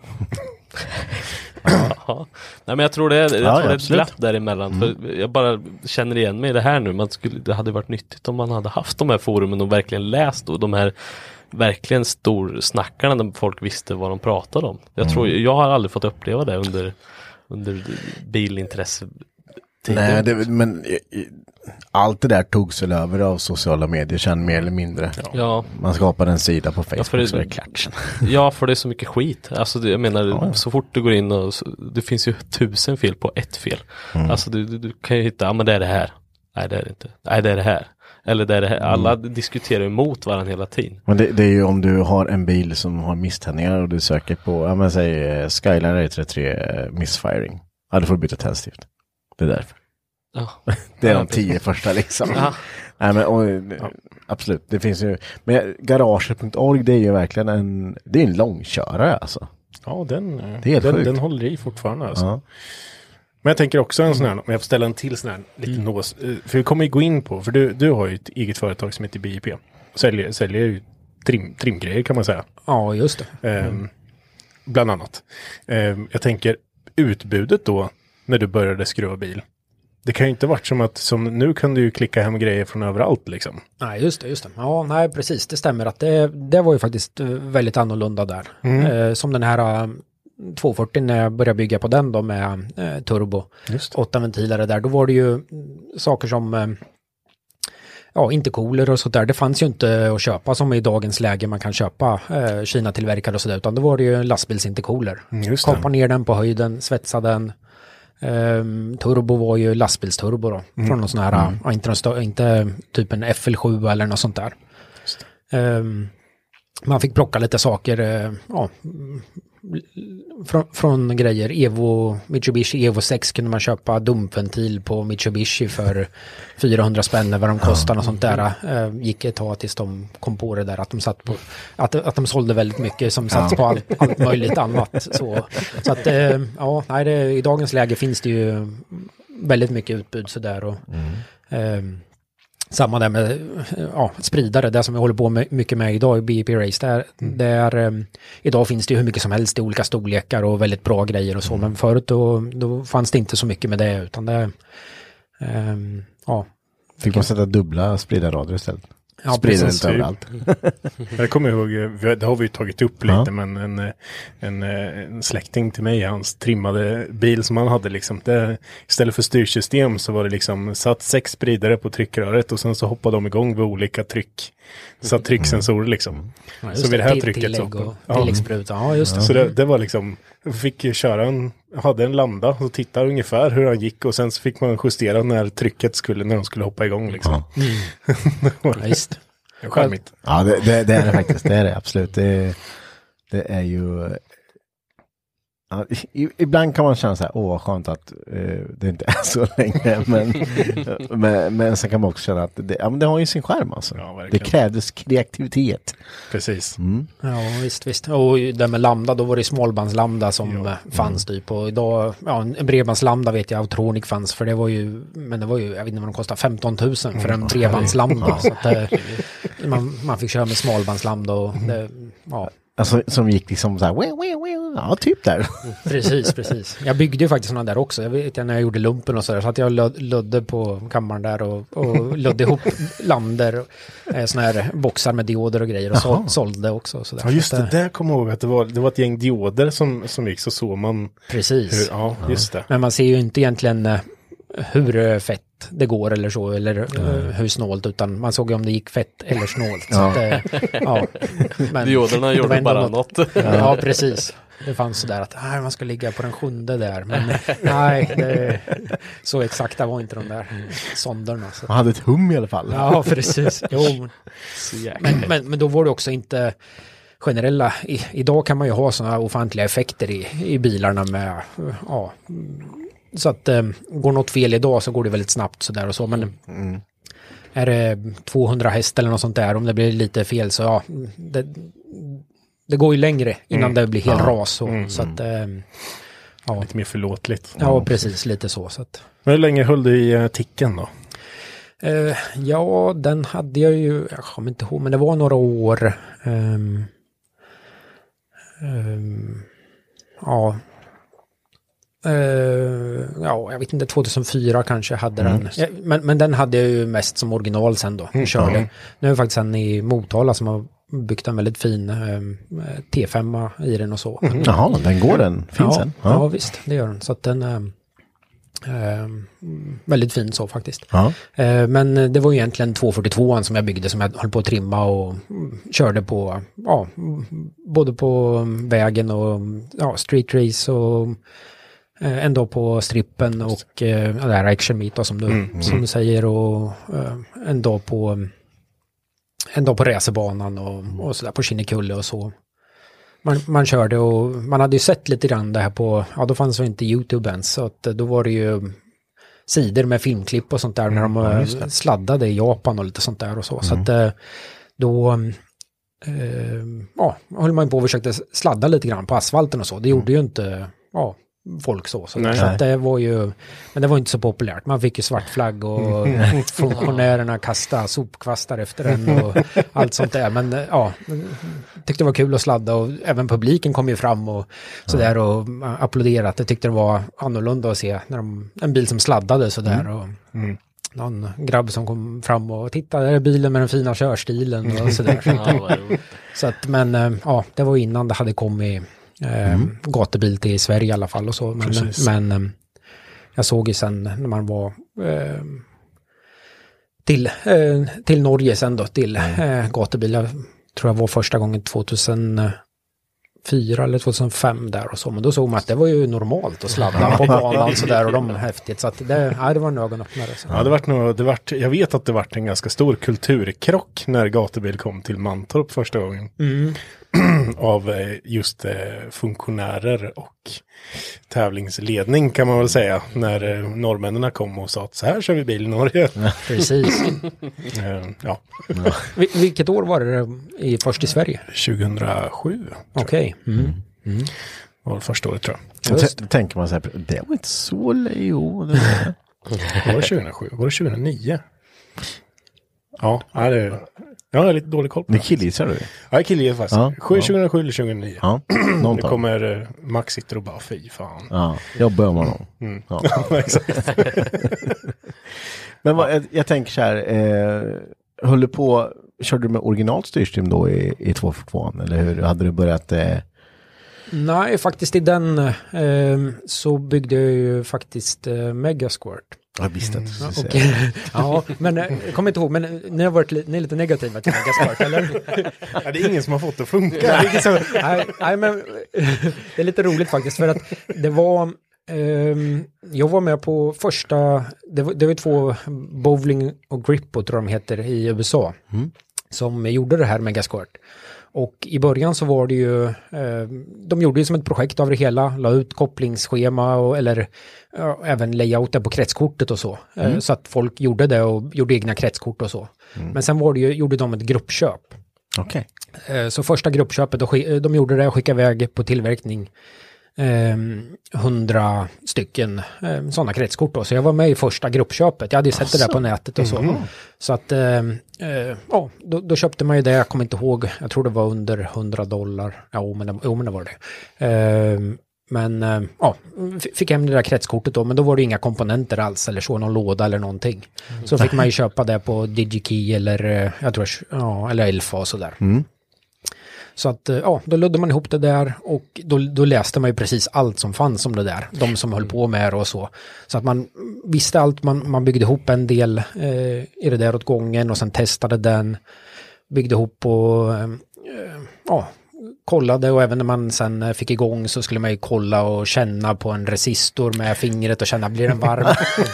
Ja. Nej, men jag tror det är, jag ja, tror ja, det är ett glapp däremellan. Mm. För jag bara känner igen mig i det här nu. Man skulle, det hade varit nyttigt om man hade haft de här forumen och verkligen läst och de här verkligen stor snackarna där folk visste vad de pratade om. Jag tror, jag har aldrig fått uppleva det under, under bilintresse. Nej, det, men allt det där togs väl över av sociala medier sen mer eller mindre. Ja. Man skapade en sida på Facebook, ja, det, så är det klart. Ja, för det är så mycket skit. Alltså det, jag menar, ja, ja. så fort du går in och så, det finns ju tusen fel på ett fel. Mm. Alltså du, du, du kan ju hitta, ja men det är det här. Nej, det är det inte. Nej, det är det här. Eller det är det här. Alla mm. diskuterar emot varandra hela tiden. Men det, det är ju om du har en bil som har misständningar och du söker på, ja men säg Skyline trettiotre misfiring. Ja, då får du byta tändstift. Det är därför. Ja. Det är de tio första liksom. Ja. Nej, men, och, ja. Absolut, det finns ju. Men garage punkt org, det är ju verkligen en, det är en långkörare alltså. Ja, den, det är den, den håller i fortfarande alltså. Ja. Men jag tänker också en sån här, om jag får ställa en till sån här liten mm. nås. För vi kommer ju gå in på, för du, du har ju ett eget företag som heter B I P. Säljer, säljer ju trim, trimgrejer kan man säga. Ja, just det. Mm. Um, bland annat. Um, jag tänker, utbudet då, när du började skruva bil. Det kan ju inte varit som att, som nu kan du ju klicka hem grejer från överallt liksom. Nej, just det, just det. Ja, nej, precis. Det stämmer att det, det var ju faktiskt väldigt annorlunda där. Mm. Eh, som den här tvåhundrafyrtio, när jag började bygga på den då med eh, turbo. Åtta ventiler där. Då var det ju saker som, eh, ja, intercooler och sånt där. Det fanns ju inte att köpa som i dagens läge man kan köpa eh, Kina-tillverkade och sådär. Utan då var det ju lastbilsintercooler. Mm, Kapa ner den på höjden, svetsa den. Um, turbo var ju lastbilsturbo då. Mm. Från någon sån här, mm. uh, inte, stö- inte typ en F L sju eller något sånt där. Um, man fick plocka lite saker uh, ja, från, från grejer. Evo, Mitsubishi Evo sex kunde man köpa dumpventil på Mitsubishi för fyrahundra spänn vad de kostar och sånt där. Uh, gick ett tag tills de kom på det där att de satt på, att, att de sålde väldigt mycket som satt på allt, allt möjligt annat. Så, så att uh, ja, nej, det, i dagens läge finns det ju väldigt mycket utbud sådär och mm. uh, samma där med ja, spridare, det som vi håller på med mycket med idag i B I P Race. Där, mm. där, um, idag finns det ju hur mycket som helst i olika storlekar och väldigt bra grejer och så. Mm. Men förut då, då fanns det inte så mycket med det, utan det... Um, ja. Fick man sätta dubbla spridarrader istället? Ja, sprider inte överallt. Jag kommer ihåg, det har vi ju tagit upp lite, ja. men en, en, en släkting till mig, hans trimmade bil som han hade liksom, det, istället för styrsystem så var det liksom satt sex spridare på tryckröret och sen så hoppade de igång vid olika tryck. Så trycksensorer liksom. Ja, så vid det här trycket så. Ja. ja, just det. Så det, det var liksom, fick köra en, hade en lambda och tittade ungefär hur han gick och sen så fick man justera när trycket skulle, när de skulle hoppa igång liksom. Ja. Mm. Ja, visst. Charmigt. Ja, det, det, det är det faktiskt. Det är det absolut. Det, det är ju... Ja, i, ibland kan man känna så här, åh vad skönt att uh, det inte är så länge. Men, men, men sen kan man också känna att det, ja, men det har ju sin skärm alltså. Ja, det krävdes kreativitet. Precis. Mm. Ja, visst, visst. Och det med lambda, då var det smålbandslambda som ja. fanns mm. typ. Och idag, ja, en bredbandslambda vet jag, Autronic fanns, för det var ju, men det var ju, jag vet inte vad de kostade, femton tusen för en bredbandslambda. Ja. Så att det, man, man fick köra med smalbandslambda och det, ja. Alltså som gick liksom så här, wee, wee, wee. Ja, typ där. Precis, precis. Jag byggde ju faktiskt sådana där också. Jag vet när jag gjorde lumpen och så där, så att jag löd, lödde på kammaren där och, och lödde ihop lander, sådana här boxar med dioder och grejer och så, sålde också. Så där. Ja, just det, där kom jag ihåg att det var, det var ett gäng dioder som, som gick, så såg man. Precis. Hur, ja, just det. Men man ser ju inte egentligen hur fett det går eller så, eller mm. hur snålt, utan man såg ju om det gick fett eller snålt. Ja. Så att, äh, ja. Men dioderna gjorde bara något. något. Ja, precis. Det fanns sådär att äh, man ska ligga på den sjunde där, men nej, det, så exakta var inte de där sonderna. Så. Man hade ett hum i alla fall. Ja, precis. Jo. Men, men, men då var det också inte generella, i, idag kan man ju ha sådana ofantliga effekter i, i bilarna med, ja, så att eh, går något fel idag så går det väldigt snabbt sådär och så, men mm. är det tvåhundra häst eller något sånt där, om det blir lite fel så ja, det, det går ju längre innan mm. det blir helt ja. ras och, mm. så att eh, ja. Lite mer förlåtligt. Ja, ja precis, lite så, så att. Men hur länge höll du i uh, ticken då? Uh, ja, den hade jag ju, jag kommer inte ihåg, men det var några år. Um, um, ja. Uh, ja, jag vet inte, tjugohundrafyra kanske hade mm. den. Ja, men, men den hade jag ju mest som original sen då. Mm. Körde. Mm. Nu är det faktiskt en i Motala som har byggt en väldigt fin um, T fem i den och så. Mm. Jaha, den går den? Finns ja, den? Ja. ja, visst, det gör den. Så att den um, Uh, väldigt fin så faktiskt. Uh, men det var ju egentligen tvåhundrafyrtiotvåan som jag byggde, som jag höll på att trimma och mm, körde på, ja, både på vägen och ja, street race och uh, ändå på strippen och uh, det här action meet då, som du, mm, som mm. du säger, och uh, ändå på ändå på racerbanan och, och sådär på Kinnekulle och så. Man, man körde och man hade ju sett lite grann det här på, ja då fanns det inte YouTube ens, så att då var det ju sidor med filmklipp och sånt där, mm, när de ja, sladdade i Japan och lite sånt där och så. Mm. Så att då eh, ja, höll man på och försökte sladda lite grann på asfalten och så. Det gjorde mm. ju inte ja, folk så. Så, så att det var ju, men det var inte så populärt. Man fick ju svart flagg och mm. funktionärerna kastade sopkvastar efter den och allt sånt där. Men ja, tyckte det var kul att sladda och även publiken kom ju fram och sådär och applåderade. Jag tyckte det var annorlunda att se när de, en bil som sladdade sådär mm. och mm. någon grabb som kom fram och tittade, där är bilen med den fina körstilen och sådär. Så, så att, men ja, det var innan det hade kommit Eh, mm. gatubil till Sverige i alla fall och så, men, men eh, jag såg ju sen när man var eh, till, eh, till Norge sen då, till eh, gatubil, jag tror jag var första gången tjugohundrafyra eller tjugohundrafem där och så, men då såg man att det var ju normalt att sladda på banan så där och de häftigt, så att det, ja, det var en ögonöppnare. Så. Ja, det vart nog, det vart, jag vet att det vart en ganska stor kulturkrock när gatubil kom till Mantorp första gången. Mm. Av just eh, funktionärer och tävlingsledning kan man väl säga, när eh, norrmännen kom och sa att så här kör vi bil i Norge. Precis. eh, ja. Vil- vilket år var det i, först i Sverige? tjugohundrasju. Okej. Okay. Mm. Mm. Det var det första året, tror jag. Just. Då tänker man så här, det var inte så lejt. Var det tjugohundrasju? Var det tjugohundranio? Ja, det är... Ja, jag har lite dålig koll på det. Det killgissar du? Ja, jag killgissar faktiskt. Ja, ja. tjugohundrasju eller tjugohundranio. Ja, Mm. Det kommer uh, Max sitter och bara, fy fan. Ja, jag bör med honom. Mm. Ja. Ja, exakt. Men vad, jag, jag tänker så här, eh, höll du på, körde du med originalt styrstream då i, i tvåhundrafyrtiotvåan? Eller hur hade du börjat? Eh... Nej, faktiskt i den eh, så byggde jag ju faktiskt eh, Megasquirt. Jag visste att du skulle mm, säga. Okay. Ja, men jag kommer inte ihåg, men ni har varit li- ni är lite negativa till Megasquirt, eller? Ja, det är ingen som har fått det att funka. Nej, det är, så, nej, nej, men det är lite roligt faktiskt, för att det var eh, jag var med på första, det var, det var två Bowling och Grippo tror de heter i U S A mm. som gjorde det här Megasquirt. Och i början så var det ju, eh, de gjorde ju som ett projekt av det hela, la ut kopplingsschema och, eller ja, även layouten på kretskortet och så. Mm. Eh, så att folk gjorde det och gjorde egna kretskort och så. Mm. Men sen var det ju, gjorde de ett gruppköp. Okej. Okay. Eh, så första gruppköpet, då, de gjorde det och skickade iväg på tillverkning hundra eh, stycken eh, sådana kretskort då. Så jag var med i första gruppköpet. Jag hade ju sett alltså. det där på nätet och så. Mm. Så att eh, eh, ja, då, då köpte man ju det. Jag kommer inte ihåg. Jag tror det var under hundra dollar. Ja, men det, jo, men det var det. Eh, men eh, ja, fick hem det där kretskortet då. Men då var det inga komponenter alls eller så, någon låda eller någonting. Mm. Så fick man ju köpa det på DigiKey eller jag tror ja, eller Elfa och sådär. Mm. Så att, ja, då lödde man ihop det där och då, då läste man ju precis allt som fanns om det där. De som höll på med det och så. Så att man visste allt, man, man byggde ihop en del eh, i det där åt gången och sen testade den. Byggde ihop och eh, ja, kollade och även när man sen fick igång så skulle man ju kolla och känna på en resistor med fingret och känna, blir den varm?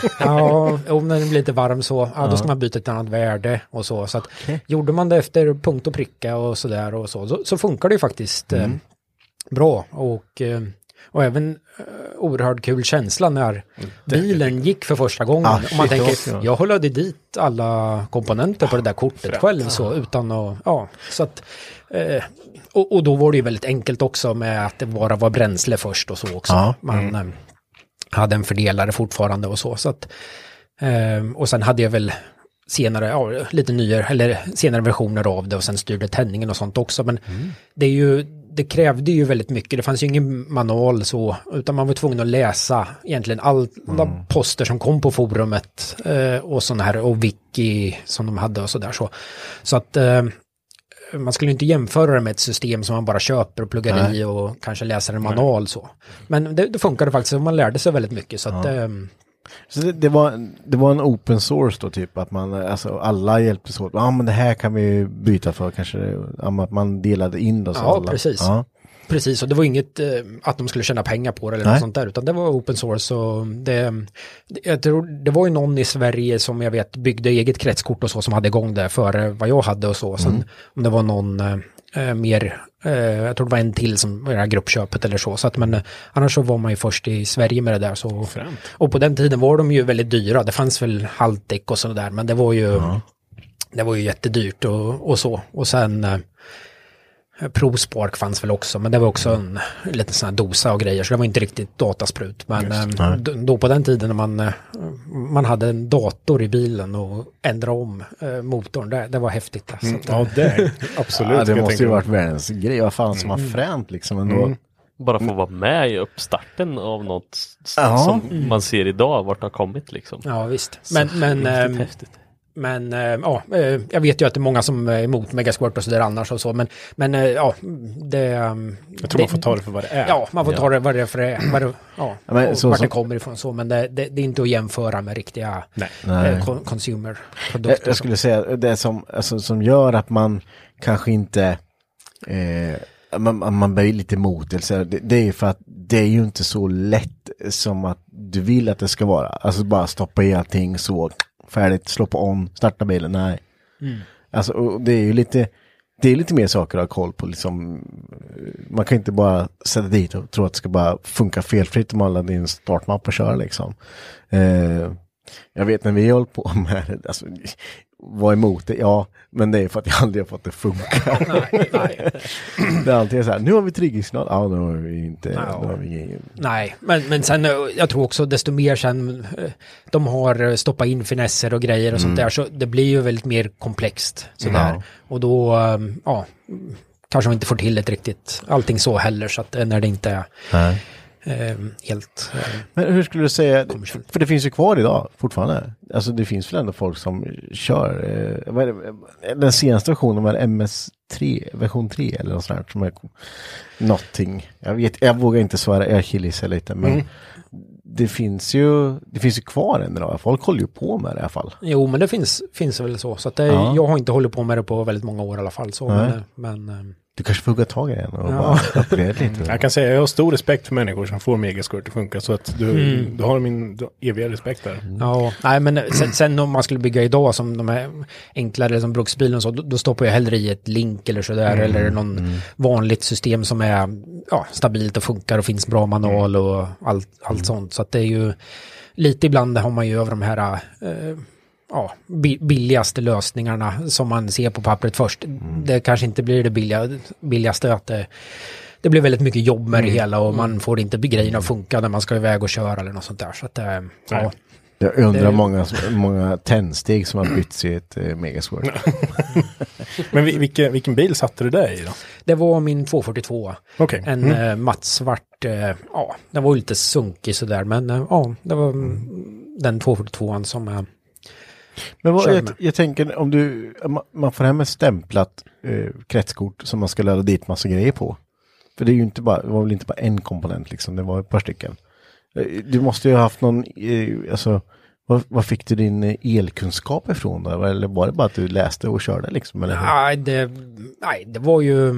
Ja, om den blir lite varm så, ja, då ska man byta ett annat värde och så. Så att okay. Gjorde man det efter punkt och pricka och sådär och så, så, så funkar det ju faktiskt mm. eh, bra. Och, eh, och även eh, oerhört kul känsla när bilen gick för första gången. Ah, och man tänker, också. Jag hållade dit alla komponenter på det där kortet ah, själv så utan att, ja, så att eh, och, och då var det ju väldigt enkelt också med att det bara var bränsle först och så också. Ah, man mm. eh, hade en fördelare fortfarande och så. så att, eh, och sen hade jag väl senare, ja, lite nyare, eller senare versioner av det och sen styrde tändningen och sånt också. Men mm. det är ju, det krävde ju väldigt mycket. Det fanns ju ingen manual så, utan man var tvungen att läsa egentligen alla mm. poster som kom på forumet eh, och sådana här, och wiki som de hade och sådär så. Så att eh, man skulle inte jämföra det med ett system som man bara köper och pluggar Nej. i och kanske läser en manual så. Men det, det funkade faktiskt och man lärde sig väldigt mycket så att ja. eh, Så det, det, var, det var en open source då typ, att man, alltså alla hjälptes åt. Ja ah, men det här kan vi byta för kanske, att man delade in det. Så ja, alla. precis. Ja, precis. Och det var inget eh, att de skulle tjäna pengar på det eller Nej. något sånt där, utan det var open source. Och det, jag tror, det var ju någon i Sverige som jag vet byggde eget kretskort och så som hade igång det före vad jag hade och så. Sen mm. om det var någon eh, mer... Uh, jag tror det var en till som var gruppköpet eller så. så att, men uh, annars så var man ju först i Sverige med det där. Så, och på den tiden var de ju väldigt dyra. Det fanns väl halvdäck och sådär. Men det var ju, uh-huh. det var ju jättedyrt och, och så. Och sen uh, Provspark fanns väl också. Men det var också en liten sån här dosa och grejer. Så det var inte riktigt datasprut. Men uh, då, då på den tiden när man, uh, man hade en dator i bilen och ändrade om uh, motorn. Det, det var häftigt. Alltså. Mm, ja, det absolut. Ja, det måste ju varit världens grej. Vad fan som mm. har fränt liksom ändå. Mm. Bara få vara med i uppstarten av något ja. som mm. man ser idag vart det har kommit liksom. Ja, visst. Men, men ähm, häftigt. Men äh, ja, äh, jag vet ju att det är många som är emot Megasquirt och sådär annars och så, men, men äh, ja, det... Jag tror det, man får ta det för vad det är. Ja, man får ta det vad det är för det är, vad det, ja, ja, men, så, vart så, det kommer ifrån så, men det, det, det är inte att jämföra med riktiga äh, consumer-produkter. Jag, jag skulle säga, det som, alltså, som gör att man kanske inte... Eh, man, man blir lite emot det, det är för att det är ju inte så lätt som att du vill att det ska vara. Alltså bara stoppa i allting så... färdigt, slå på on, starta bilen, nej. Mm. Alltså, och det är ju lite, det är lite mer saker att ha koll på, liksom, man kan inte bara sätta dit och tro att det ska bara funka felfritt om man laddar in startmapp och kör, liksom. Eh, jag vet när vi håller på med, alltså, var emot det, ja, men det är för att jag aldrig har fått det funka. nej, nej. Det är alltid så här, nu har vi trygghetssignal, ja, nu har vi inte, ja. nu har vi ingen... Nej, men, men sen, jag tror också desto mer sen de har stoppat in finesser och grejer och mm. sånt där, så det blir ju väldigt mer komplext sådär. Ja. Och då, ja, kanske man inte får till ett riktigt, allting så heller, så att när det inte är... Nej. Eh, helt eh, men hur skulle du säga, för det finns ju kvar idag fortfarande, alltså det finns väl ändå folk som kör eh, vad är det, den senaste versionen var M S tre, version tre eller något sånt som är någonting, jag vet, jag vågar inte svara, jag killisar lite, men mm. det finns ju det finns ju kvar än idag, folk håller ju på med det i alla fall. Jo, men det finns, finns väl så, så att det, ja. jag har inte hållit på med det på väldigt många år i alla fall så, men, men du kanske får hugga tag i den och ja. bara uppleva lite. Jag kan säga jag har stor respekt för människor som får Megasquirt att funka, så att du, mm. du har min du har eviga respekt där. Mm. Ja, nej, men sen, sen om man skulle bygga idag som de är enklare som bruksbilen och så, då, då stoppar jag hellre i ett link eller sådär, mm. eller någon mm. vanligt system som är ja, stabilt och funkar och finns bra manual och allt, allt mm. sånt. Så att det är ju lite ibland har man ju över de här eh, ja, billigaste lösningarna som man ser på pappret först. Mm. Det kanske inte blir det billiga, billigaste, att det, det blir väldigt mycket jobb med mm. det hela och man får inte grejerna att funka när man ska iväg och köra eller något sånt där. Så att, ja. Jag undrar det... många, många tändsteg som har bytts i ett eh, Megasquirt. Men vilken, vilken bil satte du där i då? Det var min tvåhundrafyrtiotvå. Okay. En mm. eh, mattsvart, eh, ja, det var lite sunkig sådär, men eh, ja, det var mm. den tvåhundrafyrtiotvåan som är eh, men vad, jag, jag tänker, om du man får hem ett stämplat eh, kretskort som man ska ladda dit massa grejer på. För det är ju inte bara, det var väl inte bara en komponent liksom, det var ett par stycken. Du måste ju ha haft någon, eh, alltså, vad, vad fick du din elkunskap ifrån då? Eller var det bara att du läste och körde liksom? Eller nej, det, nej, det var ju,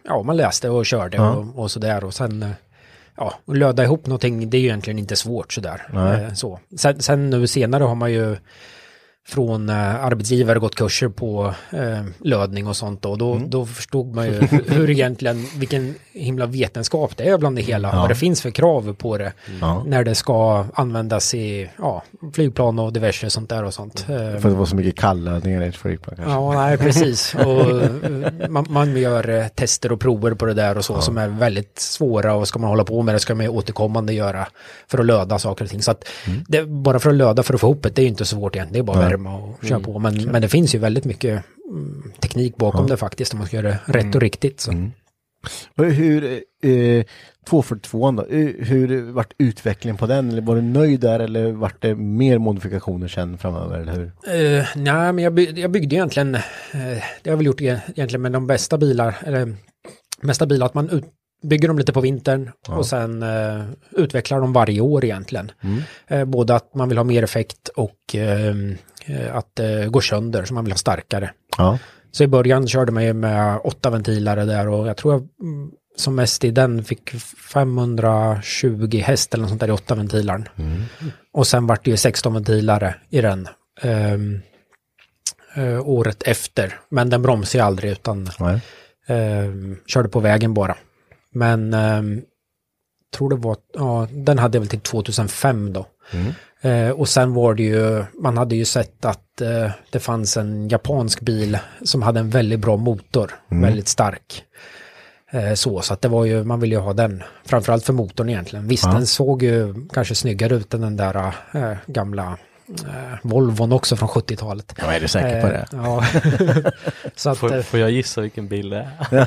ja, man läste och körde Ja. och, och sådär. Och sen, eh, ja, och löda ihop någonting, det är ju egentligen inte svårt sådär. Eh, så. Sen, sen nu senare har man ju från eh, arbetsgivare gått kurser på eh, lödning och sånt och då, mm. då förstod man ju hur, hur egentligen, vilken himla vetenskap det är bland det hela, ja. Vad det finns för krav på det ja. När det ska användas i ja, flygplan och diverse sånt där och sånt. För att det var så mycket kallödningar i ett flygplan kanske. Ja, nej precis. Och man, man gör eh, tester och prover på det där och så ja. Som är väldigt svåra och ska man hålla på med det ska man ju återkommande göra för att löda saker och ting. Så att mm. det, bara för att löda för att få ihop det, det är ju inte så svårt igen, det är bara ja. Värma och köra på. Men, mm. men det finns ju väldigt mycket mm, teknik bakom ja. Det faktiskt om man ska göra det rätt och riktigt. Så. Mm. Hur, eh, tvåhundrafyrtiotvå då, hur vart utvecklingen på den? Eller var du nöjd där eller vart det mer modifikationer sen framöver? Eller hur? Uh, nej, men jag, byg, jag byggde egentligen, uh, det har jag väl gjort egentligen med de bästa bilar, eller mesta bilar, att man ut, bygger dem lite på vintern ja. Och sen uh, utvecklar dem varje år egentligen. Mm. Uh, både att man vill ha mer effekt och uh, att det uh, går sönder så man vill ha starkare. Ja. Så i början körde man ju med åtta ventilare där och jag tror jag som mest i den fick femhundratjugo häst eller något sånt där i åtta ventilaren. Mm. Och sen var det ju sexton ventilare i den um, uh, året efter. Men den bromsade ju aldrig utan uh, körde på vägen bara. Men um, tror det var, ja, den hade jag väl till tvåtusenfem då. Mm. Eh, och sen var det ju, man hade ju sett att eh, det fanns en japansk bil som hade en väldigt bra motor, mm. väldigt stark. Eh, så, så att det var ju, man ville ju ha den, framförallt för motorn egentligen. Visst, ja. Den såg ju kanske snyggare ut än den där eh, gamla eh, Volvon också från sjuttiotalet. Ja, är du säker eh, på det? Ja. Så att, får, får jag gissa vilken bil det är?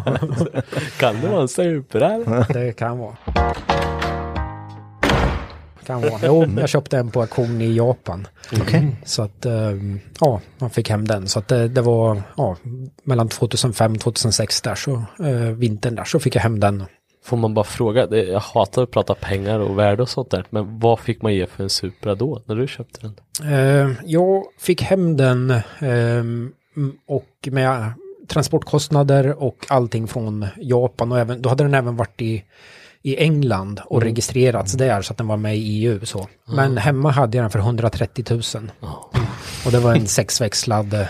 Kan det vara en Supra? Det kan vara. Kan vara. Jo, jag köpte en på auktion i Japan. Okay. Så att, ja, man fick hem den. Så att det, det var, ja, mellan tvåtusenfem och tvåtusensex där så, äh, vintern där, så fick jag hem den. Får man bara fråga, det, jag hatar att prata pengar och värde och sånt där, men vad fick man ge för en Supra då, när du köpte den? Uh, jag fick hem den uh, och med transportkostnader och allting från Japan och även, då hade den även varit i i England och mm. registrerats mm. där så att den var med i E U så. Mm. Men hemma hade jag den för hundratrettio tusen. Mm. Och det var en sexväxlad eh,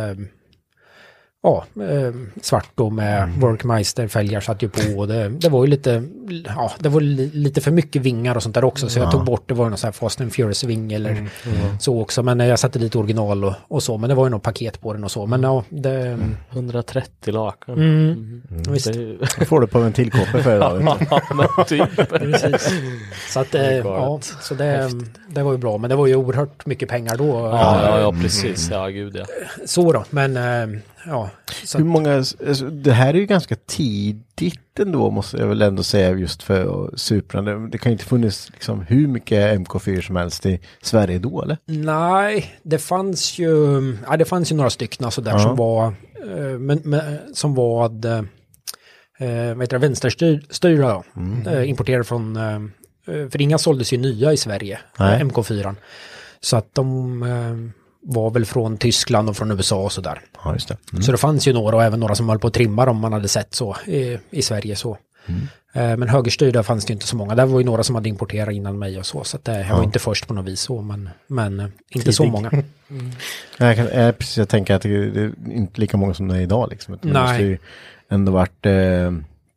ja, eh, svart då med mm. Workmeister fälgar satt ju på och det, det var ju lite ja, det var li, lite för mycket vingar och sånt där också så jag tog bort, det var ju någon sån här Fast and Furious ving eller mm. Mm. så också, men jag satte lite original och, och så, men det var ju något paket på den och så, men ja, det mm. hundratrettio lakan. Mm. Mm. Mm. Visst. Det får du på ventilkoppor för idag. Ja, men typ. Precis. Så att eh, ja, så det, det var ju bra, men det var ju oerhört mycket pengar då. Ja, ja, ja precis. Ja, gud ja. Så då, men eh, ja. Så hur många, alltså, det här är ju ganska tidigt ändå måste jag väl ändå säga just för Supra. Det, det kan ju inte funnits liksom hur mycket M K fyra som helst i Sverige då, eller? Nej, det fanns ju, ja, det fanns ju några stycken alltså där ja. Som var, eh, men, men, som var eh, vad heter det, vänsterstyrda då, mm. eh, importerade från, eh, för inga såldes ju nya i Sverige, eh, M K fyra. Så att de eh, var väl från Tyskland och från U S A och sådär. Ja, just det. Mm. Så det fanns ju några och även några som höll på att trimma dem man hade sett så i, i Sverige så. Mm. Eh, men högerstyrda fanns det inte så många. Det var ju några som hade importerat innan mig och så. Så att, eh, jag ja. Var inte först på något vis så, men, men eh, inte Tidig. Så många. Mm. Jag, kan, jag, precis, jag tänker att det, det är inte lika många som det är idag. Liksom. Det måste ju ändå varit eh,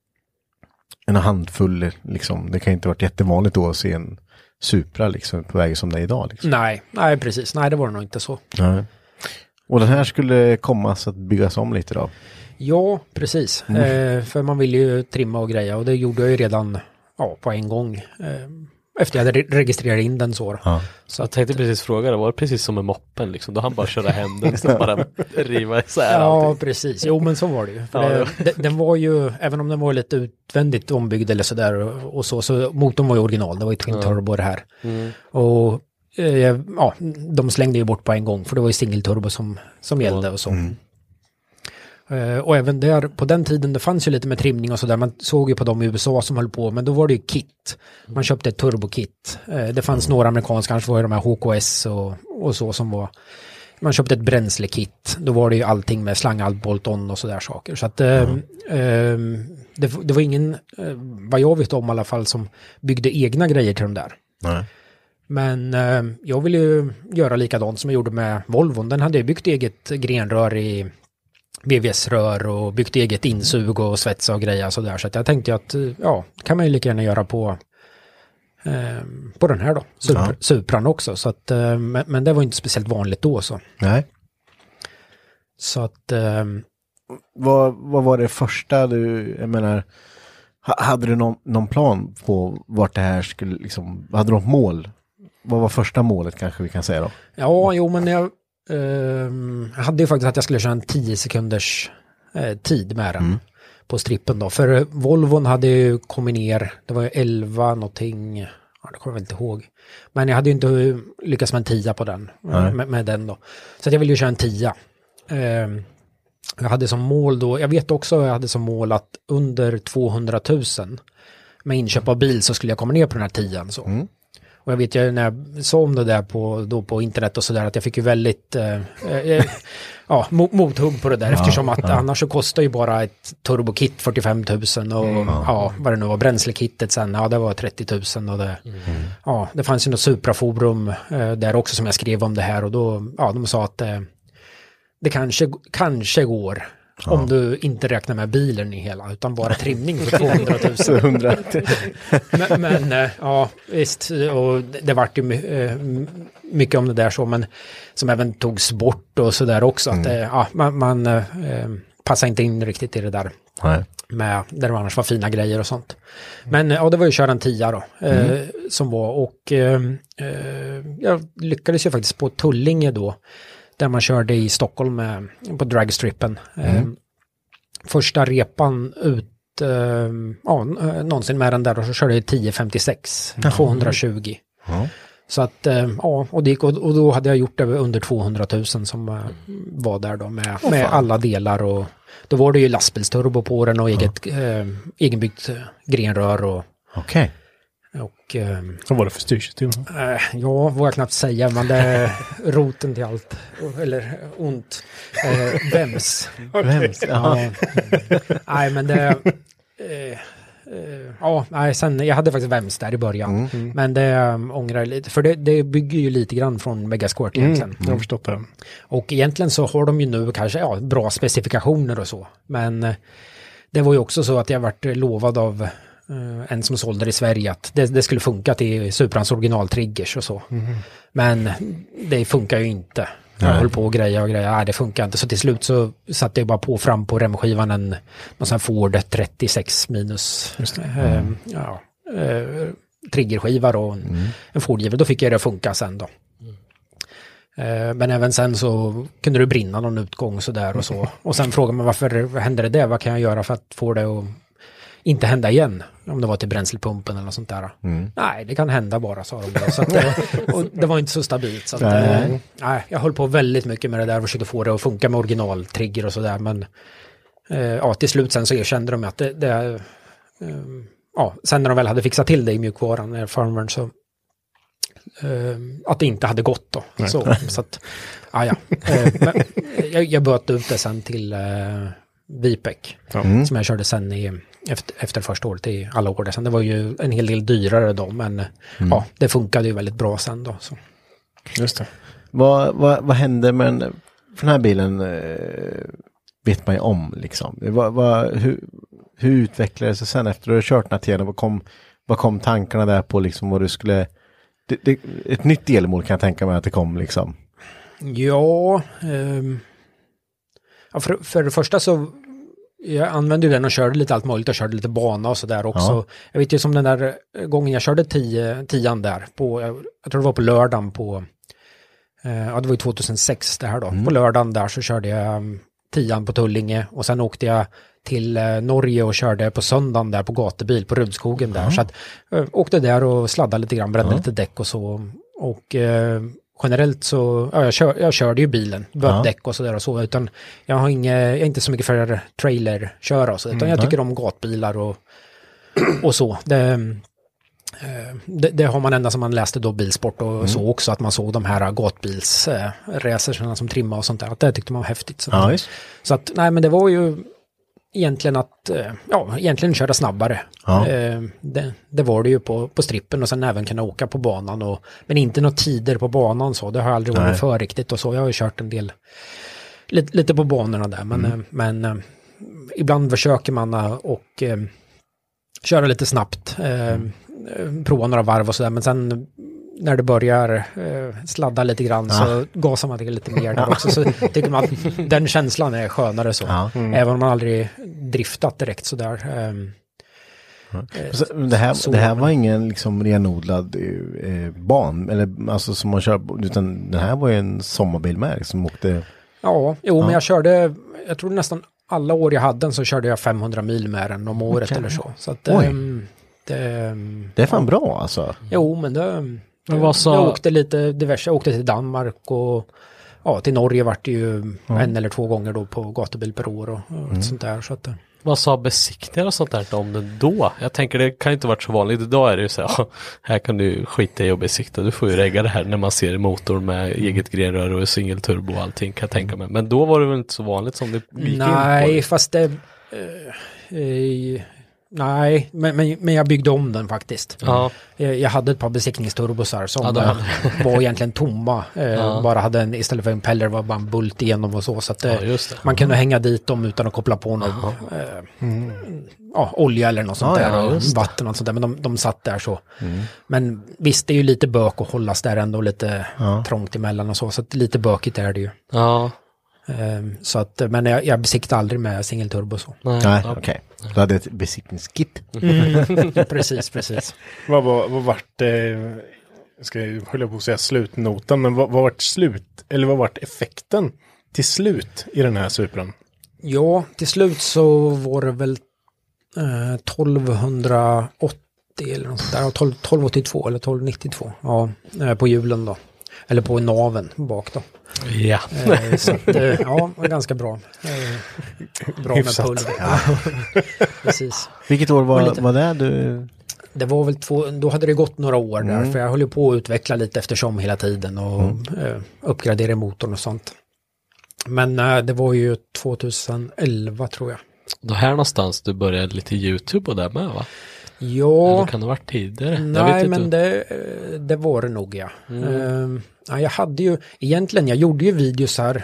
en handfull, liksom. Det kan inte varit jättevanligt då att se en Supra liksom på väg som det är idag. Liksom. Nej, nej, precis. Nej, det var det nog inte så. Nej. Och den här skulle komma så att byggas om lite då? Ja, precis. Mm. Eh, för man vill ju trimma och greja och det gjorde jag ju redan ja, på en gång. Eh, efter jag hade re- registrerat in den så. Ja. Så jag tänkte precis fråga, det var precis som med moppen liksom. Då han bara köra händen så bara riva isär Ja, allting. Precis. Jo, men så var det ju. För ja, det, det, den var ju, även om den var lite utvändigt ombyggd eller sådär och, och så, så motorn var ju original. Det var ju Twin Turbo det här. Mm. Och eh, ja, de slängde ju bort på en gång för det var ju single turbo som, som gällde och så. Mm. Uh, och även där, på den tiden, det fanns ju lite med trimning och sådär. Man såg ju på dem i U S A som höll på, men då var det ju kit. Man köpte ett turbokit. Uh, det fanns några amerikanska, kanske var det de här H K S och, och så som var man köpte ett bränslekit. Då var det ju allting med slanghalt, bolt-on och sådär saker. Så att mm. eh, det, det var ingen, eh, vad jag vet om i alla fall, som byggde egna grejer till de där. Nej. Men eh, jag ville ju göra likadant som jag gjorde med Volvon. Den hade ju byggt eget grenrör i B V S-rör och byggt eget insug och svetsa och grejer så där. Så att jag tänkte att ja, kan man ju lika gärna göra på eh, på den här då. Super, ja. Supran också. Så att, eh, men, men det var inte speciellt vanligt då så. Nej. Så att... Eh, vad, vad var det första du, jag menar, hade du någon, någon plan på vart det här skulle liksom, hade du något mål? Vad var första målet kanske vi kan säga då? Ja, jo men jag eh, hade ju faktiskt att jag skulle köra en tio sekunders eh, tid med den mm. på strippen då. För Volvon hade ju kommit ner, det var ju elva någonting, ja, det kommer jag väl inte ihåg. Men jag hade ju inte lyckats med en tia på den, med, med den då. Så att jag ville ju köra en tia. Eh, jag hade som mål då, jag vet också jag hade som mål att under tvåhundratusen med inköp av bil så skulle jag komma ner på den här tian så. Mm. Och jag vet ju när jag såg om det där på, då på internet och sådär att jag fick ju väldigt eh, eh, ja, mothugg på det där ja, eftersom att ja. Annars så kostar ju bara ett turbokit fyrtiofem tusen och mm. ja, vad det nu var, bränslekittet sen, ja det var trettio tusen och det, mm. ja, det fanns ju något Supra-forum eh, där också som jag skrev om det här och då, ja de sa att eh, det kanske, kanske går. Ja. Om du inte räknar med bilen i hela, utan bara trimning för tvåhundratusen. men, men ja, visst, och det vart ju mycket om det där så, men som även togs bort och så där också. Mm. Att ja, man, man eh, passar inte in riktigt i det där. Nej. Med, där det annars var fina grejer och sånt. Men ja, det var ju köra en tia då, mm. eh, som var, och eh, jag lyckades ju faktiskt på Tullinge då, där man körde i Stockholm med, på dragstrippen. Mm. Eh, första repan ut eh, ja, någonsin med den där och så körde jag tio femtiosex, mm. tvåhundratjugo. Mm. Så att, eh, ja, och, det gick, och, och då hade jag gjort det under tvåhundratusen som eh, var där då med, oh, med alla delar och då var det ju lastbilsturbo på den och eget, mm. eh, egenbyggt grenrör och okej. Okay. Och, eh, vad var det för styrsystem? Eh, ja, vågar jag knappt säga, men det är roten till allt. Eller ont. Eh, vems. Okay. Vems, ja. ja. Nej, men det... Eh, eh, ja, nej, sen, jag hade faktiskt vems där i början. Mm. Men det um, ångrar jag lite. För det, det bygger ju lite grann från Megasquirt egentligen. Mm, jag har förstått det. Och egentligen så har de ju nu kanske ja, bra specifikationer och så. Men eh, det var ju också så att jag varit lovad av... Uh, en som sålde det i Sverige att det, det skulle funka till Suprans originaltriggers och så. Mm. Men det funkar ju inte. Jag höll på och grejer och grejer. Nej, det funkar inte. Så till slut så satte jag bara på fram på remskivan en någon sån här Ford trettiosex minus uh, mm. ja, uh, triggerskiva och en, mm. en Ford-giver. Då fick jag det att funka sen då. Mm. Uh, men även sen så kunde det brinna någon utgång så där och så. Och sen frågar man varför hände det där? Vad kan jag göra för att få det att inte hända igen, om det var till bränslepumpen eller något sånt där. Mm. Nej, det kan hända bara, sa de då. Så att, och det var inte så stabilt. Så att, nej. nej, jag höll på väldigt mycket med det där och försökte få det att funka med originaltrigger och sådär. Men eh, ja, till slut sen så erkände de att det, det eh, ja, sen när de väl hade fixat till det i mjukvaran, eh, firmwaren, så eh, att det inte hade gått då. Så, så att, ah, ja. eh, men, jag, jag böt ut det sen till eh, Vipec, mm. som jag körde sen i Efter, efter första året i alla år där. Sen det var ju en hel del dyrare då, men mm. ja, det funkade ju väldigt bra sen då. Så. Just det. Vad, vad, vad hände med den, för den här bilen eh, vet man ju om liksom. Vad, vad, hur, hur utvecklades det sen efter att du hade kört den här tiden? Vad kom, vad kom tankarna där på liksom vad du skulle, det, det, ett nytt delmål kan jag tänka mig att det kom liksom. Ja, um, ja för, för det första så jag använde den och körde lite allt möjligt. Jag körde lite bana och sådär också. Ja. Jag vet ju som den där gången jag körde tio, tian där. På, jag, jag tror det var på lördagen på... Eh, ja, det var ju tjugohundrasex det här då. Mm. På lördagen där så körde jag um, tian på Tullinge. Och sen åkte jag till eh, Norge och körde på söndagen där på gatubil på Rudskogen där. Mm. Så att eh, åkte där och sladdade lite grann, brände mm. lite däck och så. Och... Eh, generellt så, ja, jag, kör, jag körde ju bilen, bötdäck ja. och sådär och så, utan jag har inga, jag är inte så mycket för trailer köra och så, utan mm, jag tycker om gatbilar och, och så. Det, Det, det har man ända som man läste då bilsport och mm. så också, att man såg de här gatbilsracerserna som trimma och sånt där, att det tyckte man var häftigt. Så, ja, så att, nej men det var ju egentligen att, ja, egentligen köra snabbare. Ja. Det, det var det ju på, på strippen och sen även kunna åka på banan. Och, men inte några tider på banan så, det har aldrig varit nej. för riktigt och så. Jag har ju kört en del, lite, lite på banorna där, men, mm. men ibland försöker man och eh, köra lite snabbt. Eh, mm. prova några varv och sådär, men sen när det börjar eh, sladda lite grann ja. så gasar man det lite mer där också, så tycker man att den känslan är skönare så. Ja. Mm. Även om man aldrig driftat direkt sådär. Eh, så, det, här, så, det här var ingen liksom renodlad eh, ban, eller alltså som man kör, utan det här var ju en sommarbil med som åkte... Ja, jo, ja. men jag körde, jag tror nästan alla år jag hade den så körde jag femhundra mil med den om året okay. eller så. Så att, eh, det, det är fan ja. bra alltså. Jo, men det... Men vad så... Jag åkte lite diverse, jag åkte till Danmark och ja, till Norge vart det ju mm. en eller två gånger då på gatubil per år och, och mm. sånt där. Så att, vad sa besiktningar och sånt där om den då? Jag tänker det kan inte varit så vanligt. Idag är det ju så här, här kan du skita i och besikta. Du får ju regga det här när man ser motor med eget grenrör och singelturbo och allting, kan jag tänka mig. Men då var det väl inte så vanligt som det gick Nej, in på? Nej, fast det... Eh, eh, Nej, men, men, men jag byggde om den faktiskt. Ja. Jag, jag hade ett par besiktningsturbosar som ja, var egentligen tomma. Eh, ja. Bara hade en, istället för en peller var bara en bult igenom och så. Så att, ja, man kunde hänga dit dem utan att koppla på någon eh, mm. ja, olja eller något sånt ja, där. Ja, och vatten och sånt där. Men de, de satt där så. Mm. Men visst, det är ju lite bök att hållas där ändå lite ja. trångt emellan och så. Så att lite bökigt är det ju. Ja. Så att, men jag, jag besiktade aldrig med singelturbo så. Nej, Nej okej. Okay. Du hade ett besiktningskit. Mm. precis, precis. Vad var vad vart det, ska jag hålla på att säga slutnotan, men vad, vad vart slut, eller vad vart effekten till slut i den här Supran? Ja, till slut så var det väl eh, tolvhundraåttio eller något sånt där, tolv, tolvhundraåttiotvå eller tolvhundranittiotvå, ja, eh, på hjulen då. Eller på naven bak då. Ja. Eh, så att, eh, ja, ganska bra. Eh, bra Hyfsat. med pulver. Ja. Precis. Vilket år var, lite, var det du? Det var väl två, då hade det gått några år där. Mm. För jag höll ju på att utveckla lite eftersom hela tiden. Och mm. eh, uppgradera motorn och sånt. Men eh, det var ju tjugoelva tror jag. Då här någonstans du började lite YouTube och där med va? Ja. Eller kan det ha varit tidigare? Nej, men det, det var det nog, ja. Mm. Uh, ja. Jag hade ju, egentligen, jag gjorde ju videos här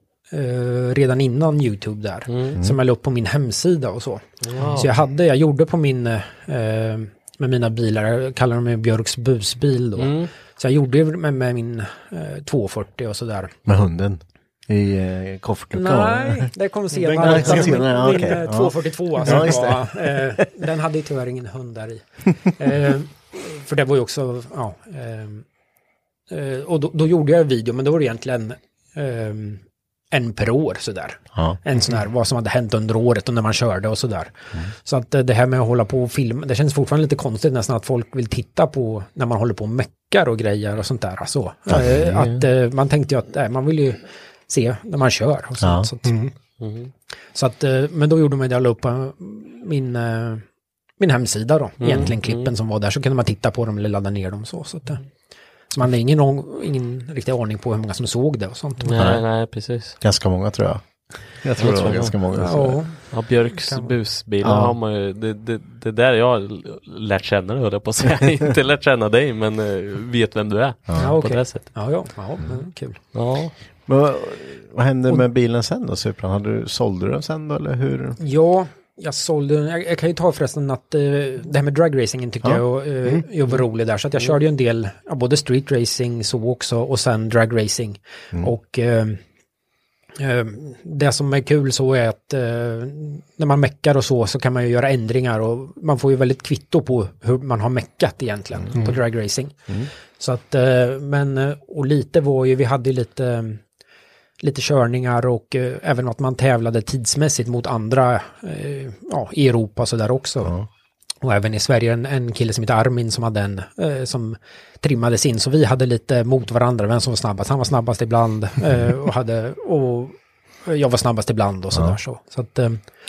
uh, redan innan YouTube där. Mm. Som jag la upp på min hemsida och så. Wow. Så jag hade, jag gjorde på min, uh, med mina bilar, jag kallar dem Björks busbil då. Mm. Så jag gjorde med, med min uh, tvåhundrafyrtio och sådär. Med hunden? I eh, koffertluckan? Nej, det kom senare. Den kom senare, ja, min okay. min tvåhundrafyrtiotvå alltså, ja, var, eh, den hade ju tyvärr ingen hund där i. Eh, för det var ju också, ja. Eh, och då, då gjorde jag en video, men då var det egentligen eh, en per år sådär. Ja. En sån här, vad som hade hänt under året och när man körde och sådär. Mm. Så att det här med att hålla på och filma, det känns fortfarande lite konstigt nästan att folk vill titta på när man håller på och meckar och grejer och sånt där. Alltså, ja, eh, att eh, man tänkte ju att eh, man vill ju se när man kör och sånt. Ja. Så, att, mm. Mm. så att, men då gjorde man det, jag la upp min, min hemsida då, mm. egentligen klippen mm. som var där, så kunde man titta på dem eller ladda ner dem så. Så, att, så man hade ingen, ingen riktig aning på hur många som såg det och sånt. Nej, nej, precis. Ganska många tror jag. Jag tror jag det var ganska många. Ja, ja Björks busbilar ja. har man ju, det, det, det där jag lärt känna dig, höll jag på att säga. Inte lärt känna dig, men uh, vet vem du är. Ja, ja på okay. det sättet. Ja, ja, ja mm, kul. Ja. Men vad, vad hände med bilen sen då, Supran? Hade du, sålde du den sen då, eller hur? Ja, jag sålde den. Jag, jag kan ju ta förresten att uh, det här med dragracingen tyckte ja. jag uh, mm. jag var rolig där. Så att jag körde ju en del, ja, både street racing så också, och sen dragracing. Mm. Och uh, uh, det som är kul så är att uh, när man meckar och så, så kan man ju göra ändringar. Och man får ju väldigt kvitto på hur man har meckat egentligen mm. på dragracing. Mm. Så att, uh, men, och lite var ju, vi hade lite... lite körningar och eh, även att man tävlade tidsmässigt mot andra eh, ja, i Europa så där också. Ja. Och även i Sverige en, en kille som heter Armin som hade en eh, som trimmades in, så vi hade lite mot varandra, vem som var snabbast. Han var snabbast ibland eh, och hade och jag var snabbast ibland och så ja. där så. Så att, eh,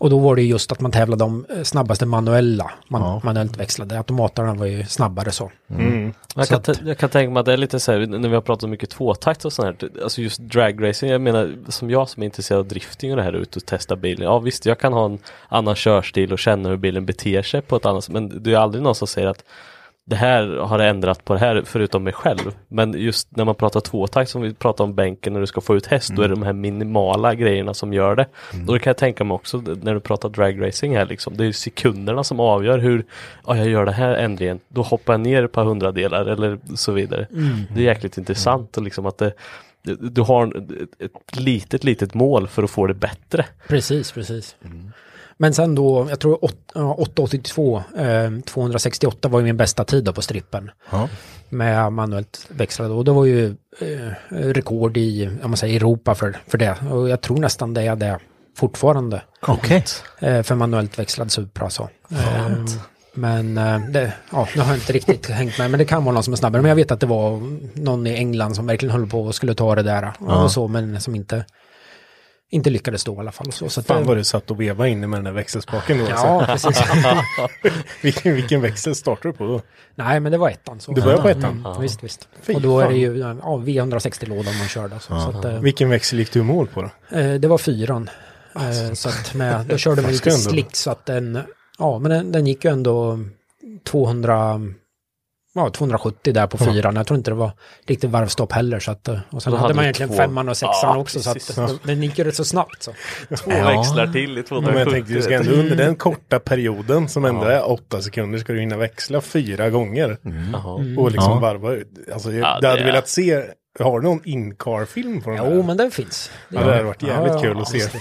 Och då var det just att man tävlade om snabbaste manuella, man, Ja. manuellt växlade. Automaterna var ju snabbare så. Mm. Jag Så kan, att- t- jag kan tänka mig att det är lite så här, när vi har pratat mycket tvåtakt och sånt här, alltså just dragracing, jag menar som jag som är intresserad av drifting och det här ut och testa bilen, ja visst jag kan ha en annan körstil och känna hur bilen beter sig på ett annat sätt, men det är aldrig någon som säger att det här har ändrat på det här förutom mig själv. Men just när man pratar tvåtakt, som vi pratar om bänken när du ska få ut häst, mm. då är det de här minimala grejerna som gör det. Mm. Och det kan jag tänka mig också när du pratar dragracing här liksom. Det är ju sekunderna som avgör hur ja, jag gör det här ändringen. Då hoppar jag ner ett par hundradelar eller så vidare. Mm. Det är jäkligt intressant och liksom att det, du har ett litet, litet mål för att få det bättre. Precis, precis. Mm. Men sen då, jag tror åtta åttiotvå, eh, tvåhundrasextioåtta var ju min bästa tid då på strippen. Ja. Med manuellt växlade. Och det var ju eh, rekord i, om man säger, Europa för, för det. Och jag tror nästan det är det fortfarande. Okej. Okay. Eh, för manuellt växlad Supra så. Eh, men eh, det, ja, nu har jag inte riktigt hängt med. Men det kan vara någon som är snabbare. Men jag vet att det var någon i England som verkligen höll på och skulle ta det där. Ja. Och så, men som inte... Inte lyckades då i alla fall. Så, så Fan det... vad du satt och veva inne med den där växelspaken då. Ja, alltså. precis. vilken, vilken växel startar du på då? Nej, men det var ettan. Så. Du började på ettan? Mm, ja. Visst, visst. Fy och då är fan. det ju ja, V hundrasextio-lådan man körde. Så, så att, eh, vilken växel gick du i mål på då? Eh, det var fyran. Alltså, eh, så att med, då körde man lite slick så att den, ja men den, den gick ju ändå tvåhundra... Ja, tvåhundrasjuttio där på ja. fyran. Jag tror inte det var riktigt varvstopp heller. Så att, och sen hade, hade man egentligen två... femman och sexan ja, också. Precis. Så att ja. den gick ju rätt så snabbt. Så. Två ja. växlar till i tvåhundrasjuttio. Men jag tänkte, du ska ändå under den korta perioden som ändå är åtta sekunder ska du hinna växla fyra gånger. Mm. Mm. Och liksom ja. varva ut. Alltså, jag, ja, det hade är... velat se... Har du någon in-car-film på den Jo, där? Men den finns. Det, ja, det hade varit jävligt ja, kul ja, att se.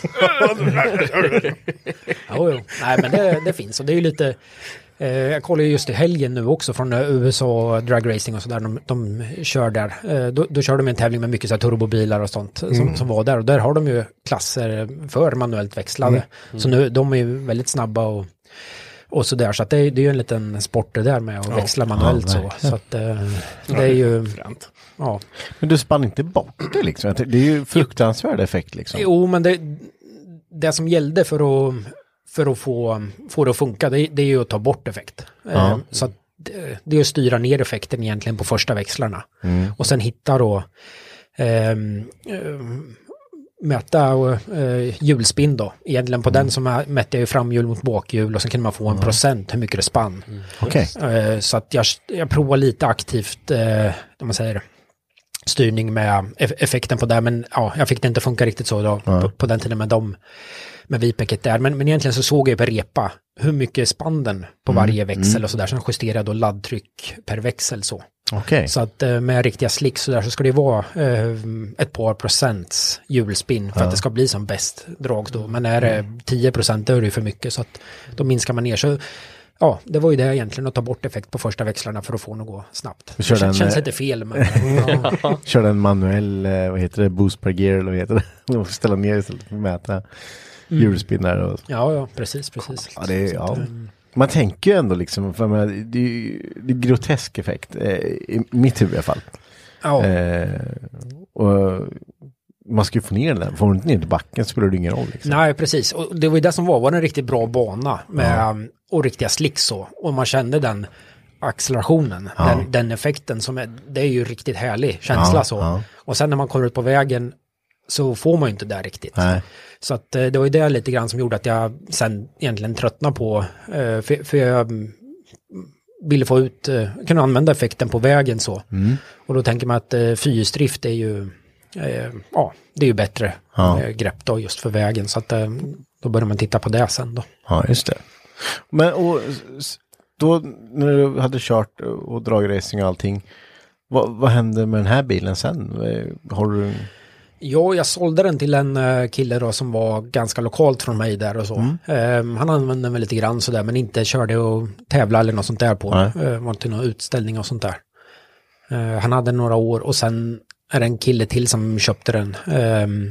jo, jo. Nej, men det, det finns. Och det är ju lite... Eh, jag kollar just i helgen nu också från eh, U S A dragracing och sådär. De, de kör där. Eh, då, då kör de en tävling med mycket så här turbobilar och sånt mm. som, som var där. Och där har de ju klasser för manuellt växlade. Mm. Mm. Så nu, de är ju väldigt snabba och, och sådär. Så att det, det är ju en liten sport det där med att ja. växla manuellt ja, så. Så att eh, det är ju... Ja. Men du spann inte bort det liksom? Det är ju fruktansvärd effekt liksom. Jo, men det, det som gällde för att... för att få, få det att funka, det, det är ju att ta bort effekt. Ja. Eh, så att det, det är att styra ner effekten egentligen på första växlarna. Mm. Och sen hitta då eh, mäta eh, hjulspinn då. Egentligen på mm. den som mätte jag ju framhjul mot bakhjul och så kan man få en mm. procent hur mycket det spann. Mm. Okay. Eh, så att jag, jag provar lite aktivt, eh, om man säger styrning med effekten på det, men ja, jag fick det inte funka riktigt så då mm. på, på den tiden med dem. Med V-packet där, men, men egentligen så såg jag på repa hur mycket spann den på mm. varje växel mm. och sådär, sen justerade jag då laddtryck per växel så. Okay. Så att med riktiga slicks så där så ska det vara eh, ett par procents hjulspinn för ja. att det ska bli som bäst drag då, men är det mm. tio procent då är det för mycket så att då minskar man ner så ja, det var ju det egentligen att ta bort effekt på första växlarna för att få något gå snabbt. Det känns, en, känns lite fel. Men, ja. Körde en manuell, vad heter det, boost per gear eller vad heter det? Ställa ner istället för att mäta mm. hjulspinnar. Och... Ja, ja, precis, precis. Ja, det är, ja. Att, um... Man tänker ju ändå liksom, för man, det, är, det är grotesk effekt, eh, i mitt huvud i alla fall. Ja. Eh, och man ska ju få ner den. Får du inte ner till backen så spelar det ingen roll. Liksom. Nej, precis. Och det var ju det som var, var en riktigt bra bana med, ja. och riktiga slicks så. Och man kände den accelerationen, ja. den, den effekten som är, det är ju riktigt härlig känsla ja, så. Ja. Och sen när man kommer ut på vägen så får man ju inte det riktigt. Nej. Så att det var ju det lite grann som gjorde att jag sen egentligen tröttnade på, för, för jag ville få ut, kunna använda effekten på vägen så. Mm. Och då tänker man att fyrhjulsdrift är ju Eh, ja, det är ju bättre ja. eh, grepp då just för vägen så att eh, då börjar man titta på det sen då. Ja, just det. Men och då när du hade kört och dragracing och allting, vad, vad hände med den här bilen sen? Har du... Ja, jag sålde den till en uh, kille då som var ganska lokalt från mig där och så. Mm. Uh, han använde den väl lite grann sådär men inte körde och tävla eller något sånt där på. Uh, var inte någon utställning och sånt där. Uh, han hade några år och sen är det en kille till som köpte den um,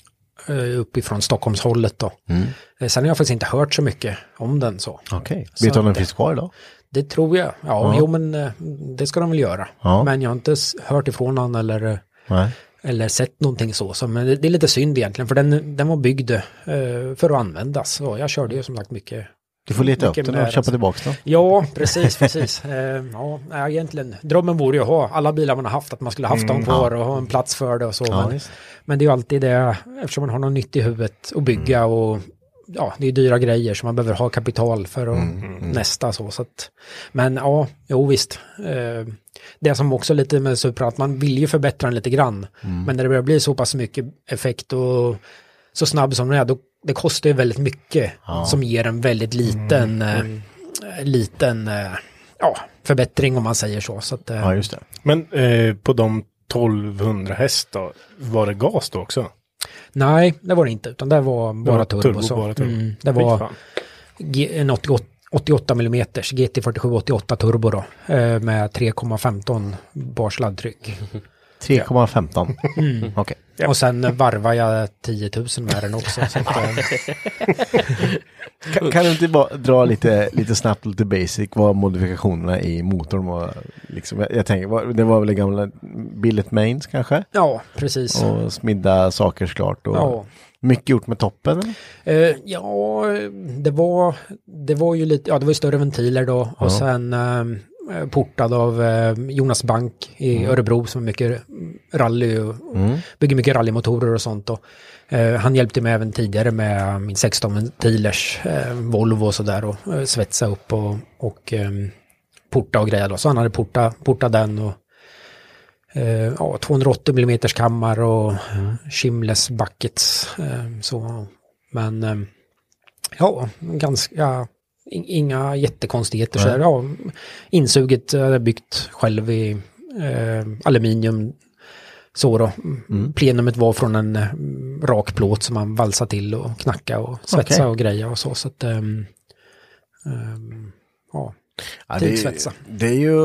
uh, uppifrån Stockholmshållet då. Mm. Uh, sen har jag faktiskt inte hört så mycket om den så. Okej, okay. Vet du om den finns kvar idag? Det tror jag. Ja, ja. Jo men uh, det ska de väl göra. Ja. Men jag har inte hört ifrån han eller uh, eller sett någonting så. så men det, det är lite synd egentligen, för den, den var byggd eh, för att användas. Så jag körde ju som sagt mycket. Du får leta upp den och köpa tillbaka den. Ja, precis, precis. Eh, ja, egentligen, drömmen vore ju att ha alla bilar man har haft, att man skulle haft mm, dem kvar ja. och ha en plats för det och så. Ja, men, men det är ju alltid det, eftersom man har något nytt i huvudet att bygga mm. och ja, det är dyra grejer som man behöver ha kapital för att mm, mm. nästa så. så att, men ja, jo visst. Eh, det som också lite med Supra, att man vill ju förbättra den lite grann. Mm. Men när det börjar bli så pass mycket effekt och så snabb som den är, då det kostar ju väldigt mycket ja. som ger en väldigt liten, mm. eh, liten eh, ja, förbättring om man säger så. så att, eh, ja, just det. Men eh, på de tolvhundra häst då, var det gas då också? Nej, det var det inte, utan det var bara det var turbo. turbo, så. Bara turbo. Mm, det var G- en åttioåtta millimeter G T fyrtiosju åttioåtta turbo då, eh, med tre komma femton bar sladdtryck. tre komma femton Mm. Okej. Okay. Ja. Och sen varvar jag tio tusen med den också. Så att, kan, kan du inte bara dra lite, lite snabbt, lite basic, vad modifikationerna i motorn var? Liksom, jag, jag tänker, det var väl det gamla billet mains kanske? Ja, precis. Och smidda saker såklart. Och ja. Mycket gjort med toppen? Uh, ja, det var, det var ju lite, ja det var ju större ventiler då. Ja. Och sen um, portad av uh, Jonas Bank i mm. Örebro som är mycket rally och mm. bygger mycket rallymotorer och sånt. Och, uh, han hjälpte mig även tidigare med min sexton ventilers uh, Volvo och sådär och uh, svetsa upp och, och um, porta och grejer då. Så han hade porta, porta den och uh, ja, tvåhundraåttio millimeter kammar och mm. shimless buckets. Uh, så. Men um, ja, ganska inga jättekonstigheter. Så ja, insuget är byggt själv i eh, aluminium. Så då. Mm. Plenumet var från en eh, rak plåt som man valsar till och knacka och svetsa okay. och greja och så. Så att, eh, eh, ja, ja det, är, det är ju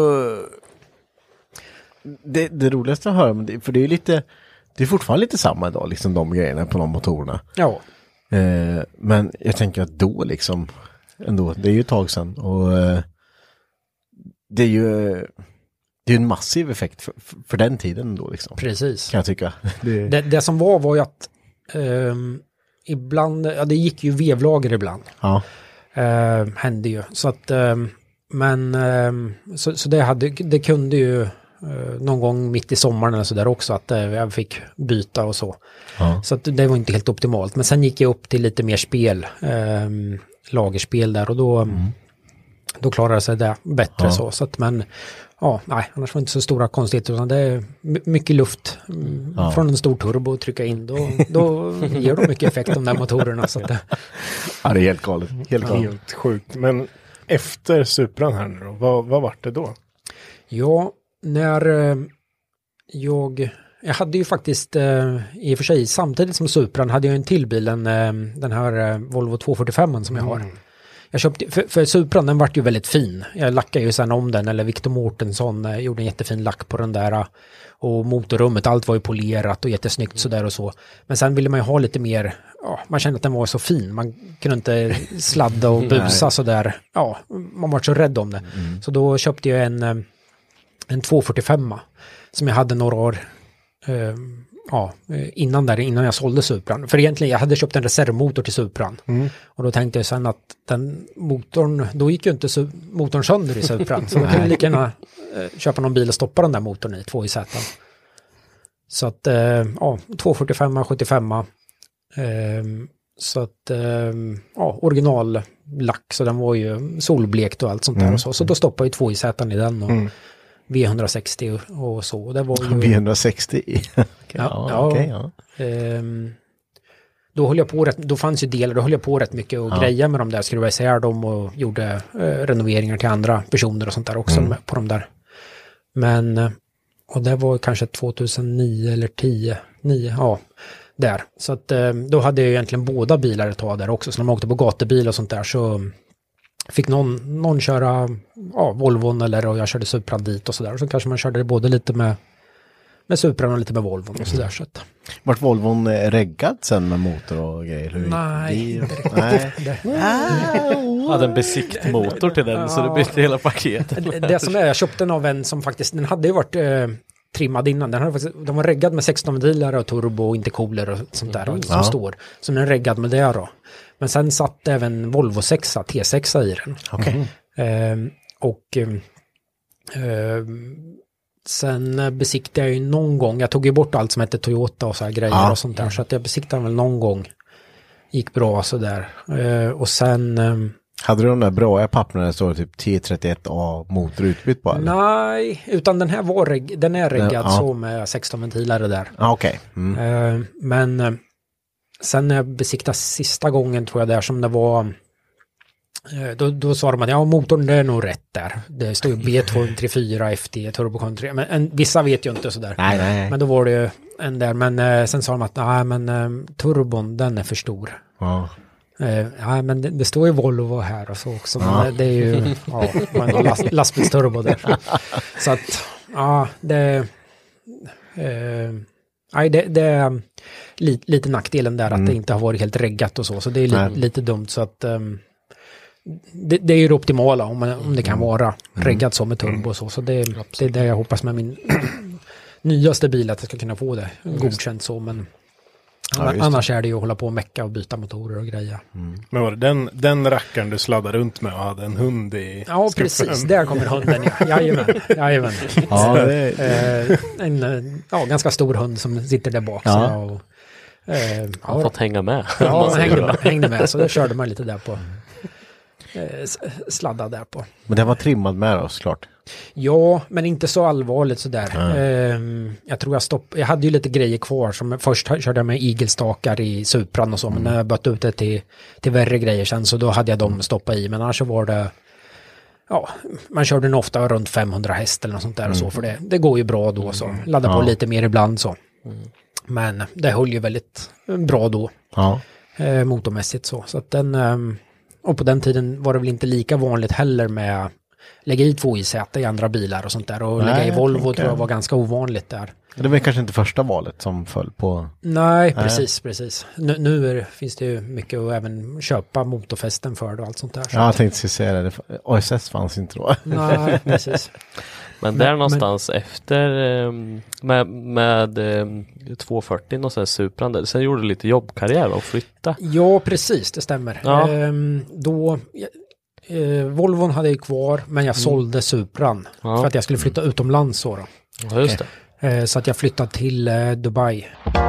det, det roligaste att höra, för det är lite, det är fortfarande lite samma idag, liksom de grejerna på de motorerna. Ja. Eh, men jag tänker att då liksom ändå, det är ju ett tag sedan och eh, det är ju det är en massiv effekt för, för den tiden då liksom. Precis. Kan jag tycka. Det, det, det som var var ju att eh, ibland, ja det gick ju vevlager ibland. Ja. Eh, hände ju. Så att, eh, men eh, så, så det, hade, det kunde ju eh, någon gång mitt i sommaren eller så där också att eh, jag fick byta och så. Ja. Så att det var inte helt optimalt. Men sen gick jag upp till lite mer spel. Eh, lagerspel där och då, mm. då klarade sig det bättre ja. så. så att, men ja, nej, annars var det inte så stora konstigheter utan det är mycket luft ja. från en stor turbo att trycka in. Då, då ger de mycket effekt de där motorerna. Så att det... Ja, det är helt galet. Helt, galet. helt sjukt. Men efter Supran här nu då, vad, vad var det då? Ja, när eh, jag... Jag hade ju faktiskt eh, i och för sig samtidigt som Supran hade jag en till bil, en, eh, den här eh, Volvo tvåhundrafyrtiofem som jag har. Mm. Jag köpte, för, för Supran den vart ju väldigt fin. Jag lackade ju sen om den, eller Victor Mårtensson eh, gjorde en jättefin lack på den där. Och motorrummet, allt var ju polerat och jättesnyggt sådär och så. Men sen ville man ju ha lite mer, ja, man kände att den var så fin. Man kunde inte sladda och busa sådär. Ja, man var så rädd om det. Mm. Så då köpte jag en, en tvåhundrafyrtiofem som jag hade några år Uh, ja, innan där, innan jag sålde Supran. För egentligen, jag hade köpt en reservmotor till Supran. Mm. Och då tänkte jag sen att den motorn, då gick ju inte su- motorn sönder i Supran. Så då kunde jag lika gärna uh, köpa någon bil och stoppa den där motorn i, två i säten. Så att, uh, ja, tvåhundrafyrtiofem, sjuttiofem. Uh, så att, uh, ja, originallack, så den var ju solblekt och allt sånt där mm. och så. Så då stoppade jag två i säten i den och mm. V hundrasextio och, och så. Det var ju... V hundrasextio? okay, ja, ja, okay, ja. Um, då höll jag på rätt, då fanns ju delar, då höll jag på rätt mycket och ja. greja med de där, skruvade isär dem och gjorde uh, renoveringar till andra personer och sånt där också mm. på de där. Men, uh, och det var kanske tjugohundranio eller tio, nio, ja, där. Så att uh, då hade jag egentligen båda bilar att ta där också, så när man åkte på gatubil och sånt där så fick någon, någon köra ja, Volvon eller och jag körde Supran dit och sådär. Och så kanske man körde både lite med, med Supran och lite med Volvon och sådär. Så att... Vart Volvon reggad sen med motor och grejer? Hur Nej. Det... Nej. Jag hade en besikt motor till den ja. så det bytte hela paketet. Det, det som är, jag köpte den av en som faktiskt, den hade ju varit eh, trimmad innan. Den, hade faktiskt, den var reggad med sexton ventiler och turbo och intercooler och sånt där mm. som ja. står. Så den är reggad med det då. Men sen satt även Volvo sex, T sex i den. Okay. Mm. Eh, och eh, sen besiktade jag ju någon gång, jag tog ju bort allt som hette Toyota och så här grejer ja. och sånt där. Så att jag besiktade väl någon gång. Gick bra så där. Eh, och sen... Eh, Hade du de där bra papperna där det står typ T trettioett A motor utbytt på? Eller? Nej, utan den här var reg- den är reggad ja. så med sexton ventiler där. Ah, okej. Okay. Mm. Eh, men eh, sen när jag besiktade sista gången tror jag där som det var eh, då, då sa de att ja, motorn det är nog rätt där. Det står ju B två tre fyra F T Turbo tre. Men en, vissa vet ju inte sådär. Nej, nej, nej. Men då var det ju en där. Men eh, sen sa de att nej, men eh, turbon den är för stor. Ja. Uh, ja, men det, det står ju Volvo här och så också. Ja. Men det är ju ja, en last, lastbilsturbo där. Så att, ja, det, uh, nej, det, det är li, lite nackdelen där mm. att det inte har varit helt reggat och så. Så det är li, lite dumt. Så att um, det, det är ju det optimala om, man, om det kan vara mm. reggat som med turbo och så. Så det, det är det jag hoppas med min nyaste bil att jag ska kunna få det godkänt så. Men ja, annars är det ju att hålla på och mecka och byta motorer och grejer. Mm. Men var det den, den rackaren du sladdade runt med och hade en hund i Ja, skuffen. Precis. Där kommer hunden, ja. Jajamän. Jajamän. Ja, det är... eh, en ja, ganska stor hund som sitter där bak. Ja. Så, och, eh, Han har fått hänga med. Ja, man hängde med, hängde med. Så då körde man lite där på eh, sladda där på. Men den var trimmad med oss, klart. Ja, men inte så allvarligt sådär. Mm. Eh, jag tror jag stopp. Jag hade ju lite grejer kvar som först körde jag med igelstakar i Supran och så, mm. men när jag bytte ut det till, till värre grejer sen så då hade jag dem stoppa i, men annars så var det ja, man körde den ofta runt femhundra häst eller något sånt där mm. och så, för det, det går ju bra då så. Ladda på ja. lite mer ibland så. Mm. Men det höll ju väldigt bra då. Ja. Eh, motormässigt så. Så att den, eh, och på den tiden var det väl inte lika vanligt heller med lägga i två i säte i andra bilar och sånt där. Och Nej, lägga i Volvo jag tror jag var ganska ovanligt där. Det var kanske inte första valet som föll på... Nej, precis, Nej. precis. Nu, nu är, finns det ju mycket att även köpa motorfästen för och allt sånt där. Så ja, jag tänkte säga det. A S S fanns inte då. Nej, precis. Men där men, någonstans men... efter med, med tvåhundrafyrtio och sen Supran där, sen gjorde du lite jobbkarriär och flytta. Ja, precis, det stämmer. Ja. Ehm, då... Eh, Volvon hade jag kvar, men jag mm. sålde Supran ja. för att jag skulle flytta utomlands så då. Ja, just det. Eh, så att jag flyttade till eh, Dubai.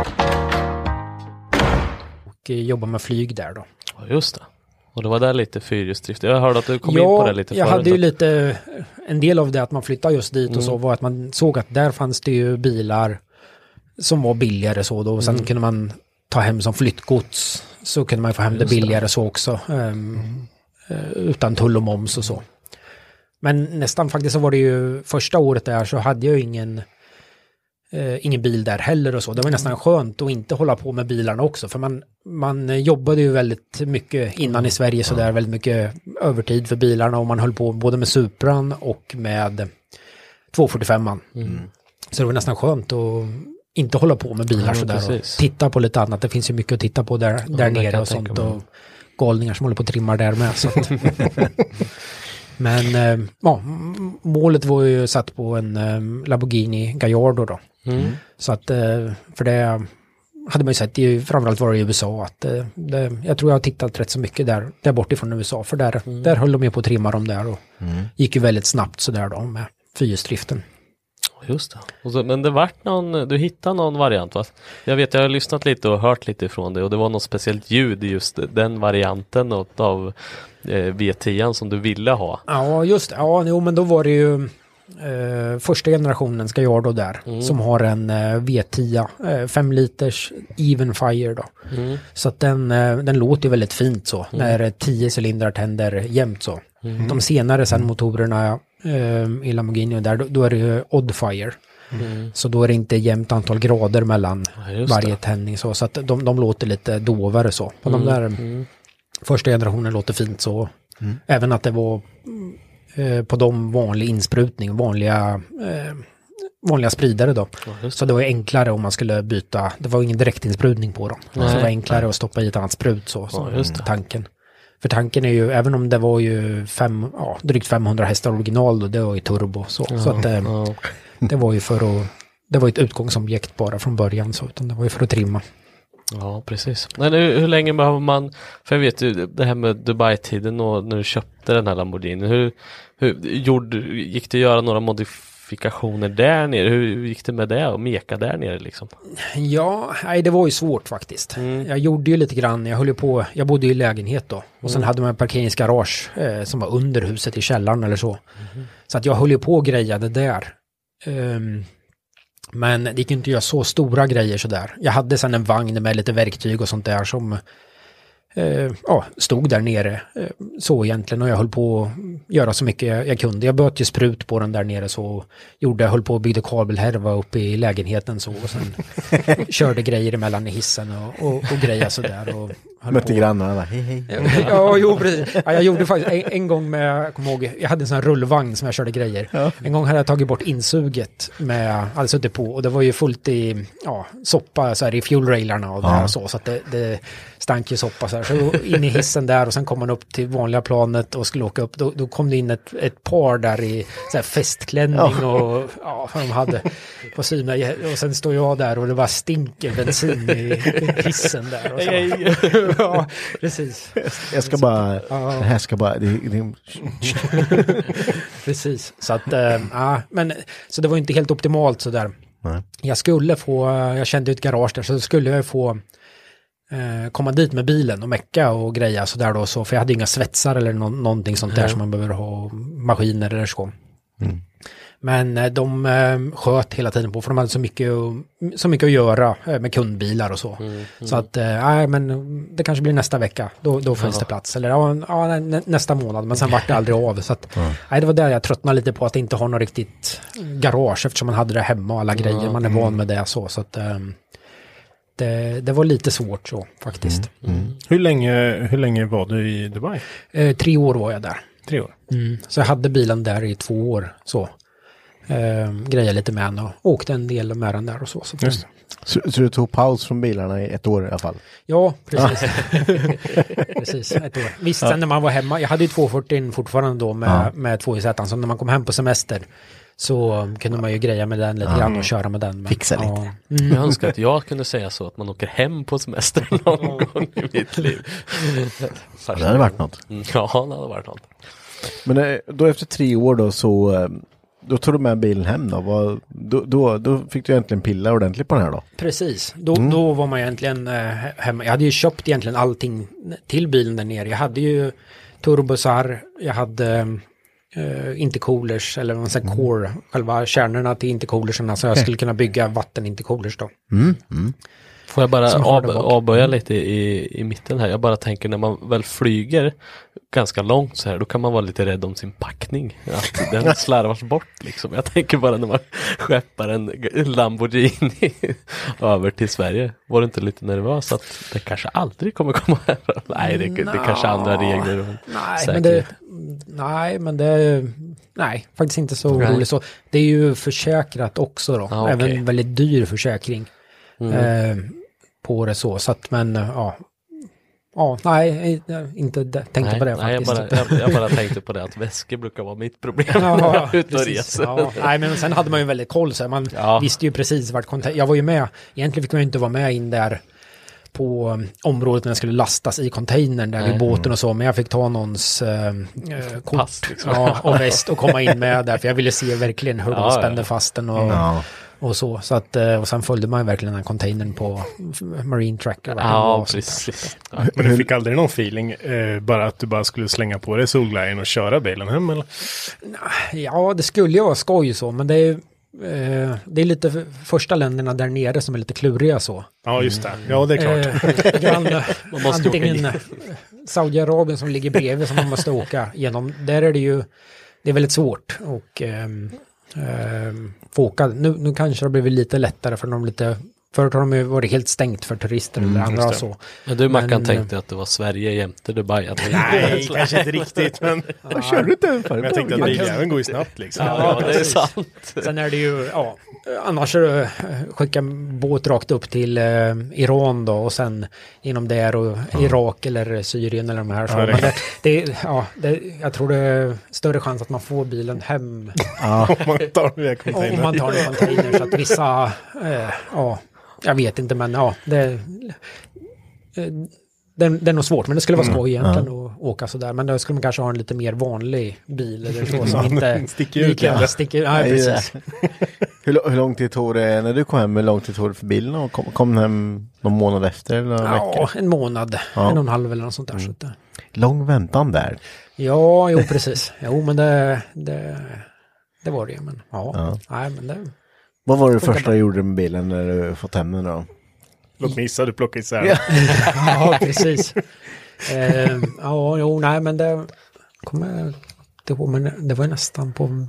Och eh, jobbade med flyg där då. Ja, just det. Och det var där lite fyrhjulsdrift. Jag hörde att du kom ja, in på det lite jag förut. hade ju lite, en del av det att man flyttade just dit mm. och så var att man såg att där fanns det ju bilar som var billigare så då. Och sen mm. kunde man ta hem som flyttgods, så kunde man få hem just det billigare det. så också. Um, mm. utan tull och moms och så. Men nästan faktiskt så var det ju första året där så hade jag ju ingen eh, ingen bil där heller och så. Det var nästan skönt att inte hålla på med bilarna också, för man, man jobbade ju väldigt mycket innan i Sverige så där, väldigt mycket övertid för bilarna, och man höll på både med Supran och med tvåhundrafyrtiofem. Mm. Så det var nästan skönt att inte hålla på med bilar ja, så där och titta på lite annat. Det finns ju mycket att titta på där, där ja, nere och sånt och galningar som håller på att trimma där med. Så att. Men äh, ja, målet var ju satt på en äh, Lamborghini Gallardo då. Mm. Så att, äh, för det hade man ju sett, i, framförallt var det i U S A, att äh, det, jag tror jag har tittat rätt så mycket där, där bort ifrån U S A, för där, mm. där höll de ju på att trimma dem där och mm. gick ju väldigt snabbt så där då med fyrhjulsdriften. Just det. Och så, men det vart någon, du hittade någon variant va? Jag vet, jag har lyssnat lite och hört lite ifrån det, och det var något speciellt ljud i just den varianten av eh, V tio som du ville ha. Ja, just det. Ja, jo, men då var det ju eh, första generationen ska jag då där, mm. som har en eh, V tio, eh, fem liters even fire då. Mm. Så att den, eh, den låter ju väldigt fint så, mm. när tio cylindrar tänder jämnt så. Mm. De senare sen motorerna i Lamborghini där, då, då är det ju odd fire. Mm. Så då är det inte jämnt antal grader mellan ja, varje tändning så, så att de, de låter lite dovare så. På mm. de där mm. första generationen låter fint så. Mm. Även att det var eh, på de vanlig insprutning, vanliga eh, vanliga spridare då. Ja, så det var enklare om man skulle byta, det var ingen direktinsprutning på dem. Nej. Så det var enklare Nej. att stoppa i ett annat sprut så, så ja, tanken. För tanken är ju, även om det var ju fem, ja, drygt femhundra hästar original då, det var ju turbo så. Ja, så att det, ja. det var ju för att det var ett utgångsobjekt bara från början så, utan det var ju för att trimma. Ja, precis. Men hur, hur länge behöver man, för jag vet ju det här med Dubai-tiden och när du köpte den här Lamborghini, hur, hur gjorde, gick det att göra några modifikationer där nere? Hur gick det med det och meka där nere liksom? Ja, nej, det var ju svårt faktiskt. Mm. Jag gjorde ju lite grann, jag höll ju på, jag bodde i lägenhet då. Och sen mm. hade man en parkeringsgarage eh, som var under huset i källaren eller så. Mm. Så att jag höll ju på och grejade där. Um, Men det gick inte att göra så stora grejer sådär. Jag hade sedan en vagn med lite verktyg och sånt där som eh, ja, stod där nere. Eh, så egentligen. Och jag höll på att göra så mycket jag, jag kunde. Jag böt ju sprut på den där nere så gjorde jag. Höll på och byggde kabelhärva uppe i lägenheten så. Och sen körde grejer emellan i hissen och, och, och grejer sådär. Och mötte grannarna, hej hej. Ja, jo, precis. Ja, jag gjorde faktiskt en, en gång med, jag kommer ihåg, jag hade en sån här rullvagn som jag körde grejer. Ja. En gång hade jag tagit bort insuget med, hade suttit på och det var ju fullt i ja, soppa så här, i fuelrailarna och, ja. och så, så att det, det stank ju soppa så här. Så in i hissen där och sen kom man upp till vanliga planet och skulle åka upp. Då, då kom det in ett, ett par där i så här, festklänning ja. och ja, de hade på syna. Och sen står jag där och det bara stinker bensin i hissen där. Och så. Ja, precis. Jag ska bara, ja. det här ska bara, det, det... precis. Så att, äh, ja, men så det var inte helt optimalt så där. Nej. Jag skulle få, jag kände ett garage där så skulle jag få eh, komma dit med bilen och mecka och greja så där då så, för jag hade inga svetsar eller no- någonting sånt där mm. som man behöver ha maskiner eller så. Mm. Men de eh, sköt hela tiden på för de hade så mycket, så mycket att göra eh, med kundbilar och så. Mm, mm. Så att, nej eh, men det kanske blir nästa vecka. Då, då finns ja. det plats. Eller ja, ja, nä, nästa månad. Men sen vart det aldrig av. Så att, mm. nej, det var där jag tröttnade lite på att inte ha något riktigt garage eftersom man hade det hemma och alla grejer. Mm. Man är van med det så. Så att eh, det, det var lite svårt så faktiskt. Mm. Mm. Hur, länge, hur länge var du i Dubai? Eh, tre år var jag där. Tre år? Mm. Så jag hade bilen där i två år så. Uh, grejer lite med den och åkte en del med den där och så. Så, Just. så, så du tog paus från bilarna i ett år i alla fall? Ja, precis. precis, ett år. Visst, ja. sen när man var hemma, jag hade ju tvåhundrafyrtio fortfarande då med, ja. med två i Z, så när man kom hem på semester så kunde man ju greja med den lite ja. grann och köra med den. Men, fixa lite. Ja. Mm. Jag önskar att jag kunde säga så att man åker hem på semester någon gång i mitt liv. Ja, det hade varit något. Ja, det hade varit något. Men då efter tre år då så... Då tog du med bilen hem då? Vad, då, då? Då fick du egentligen pilla ordentligt på den här då? Precis. Då, mm. då var man egentligen eh, hemma. Jag hade ju köpt egentligen allting till bilen där nere. Jag hade ju turbosar, jag hade eh, intercoolers eller vad säger, mm. core, själva kärnorna till intercoolersarna så jag skulle kunna bygga vattenintercoolers då. Mm. Mm. Får jag bara av, avböja lite i, i mitten här. Jag bara tänker när man väl flyger ganska långt så här, då kan man vara lite rädd om sin packning. Att den slarvas bort liksom. Jag tänker bara när man skeppar en Lamborghini över till Sverige. Var du inte lite nervös att det kanske aldrig kommer komma här? Nej, det, det är kanske andra regler. Nej, men det, nej, men det nej, faktiskt inte så roligt så. Det är ju försäkrat också då. Ah, okay. Även en väldigt dyr försäkring. Mm. Eh, på det så, så att men ja ja, nej, inte de, tänkte nej, på det nej, faktiskt. Jag bara, jag, jag bara tänkte på det att väskor brukar vara mitt problem ja, ut och resa. Ja, nej, men sen hade man ju väldigt koll så man ja. visste ju precis vart konten- jag var ju med, egentligen fick man ju inte vara med in där på området när det skulle lastas i containern där vid båten och så, men jag fick ta någons eh, kort Pass, liksom. ja, och väst och komma in med där, för jag ville se verkligen hur ja, de spände ja. fast den och ja. och så, så att, och sen följde man ju verkligen den här containern på Marine Tracker. Ja, precis. Ja. Men du fick aldrig någon feeling, eh, bara att du bara skulle slänga på dig solglajjorna och köra bilen hem, eller? Ja, det skulle ju vara skoj så, men det är eh, det är lite för, första länderna där nere som är lite kluriga så. Ja, just det. Ja, det är klart. Eh, grann, man måste antingen Saudiarabien som ligger bredvid som man måste åka genom. Där är det ju, det är väldigt svårt och eh, Uh, få åka. Nu, nu kanske det har blivit lite lättare för de lite Förut har de ju varit helt stängt för turister eller Mm, andra just och det. så. Men du Mackan Men, tänkte att det var Sverige jämte Dubai. Att Nej, kanske inte riktigt, men Vad kör du inte för? men jag tänkte att biljäveln går ju snabbt liksom. Ja, det är precis. sant. Sen är det ju, ja, annars är det skicka en båt rakt upp till eh, Iran då och sen inom där och Irak eller Syrien eller de här. Så. Ja, det- Men det, det, ja, det, jag tror det är större chans att man får bilen hem Om man tar det via om container. man tar en container. Så att vissa, eh, ja, jag vet inte men ja, det, eh, det, det är nog svårt men det skulle vara skoj egentligen att åka sådär. Men då skulle man kanske ha en lite mer vanlig bil eller så som inte Sticker ut lika- lite. sticker, ja, Nej, precis. hur, lo- hur lång tid tog det när du kom hem? Hur lång tid tog det för bilen? Och kom, kom den hem någon månad efter eller några Ja, veckor? en månad, Ja. en och en halv eller något sånt där. Så att, det- Lång väntan där. ja, jo precis. Jo, men det, det, det var det ju. Men ja, Ja. nej men det... Vad var det Funkar första du gjorde med bilen när du fått hem den då? Låt missa, du plockar isär. Ja, precis. eh, ja, jo, nej men det kommer jag inte ihåg, men det var nästan på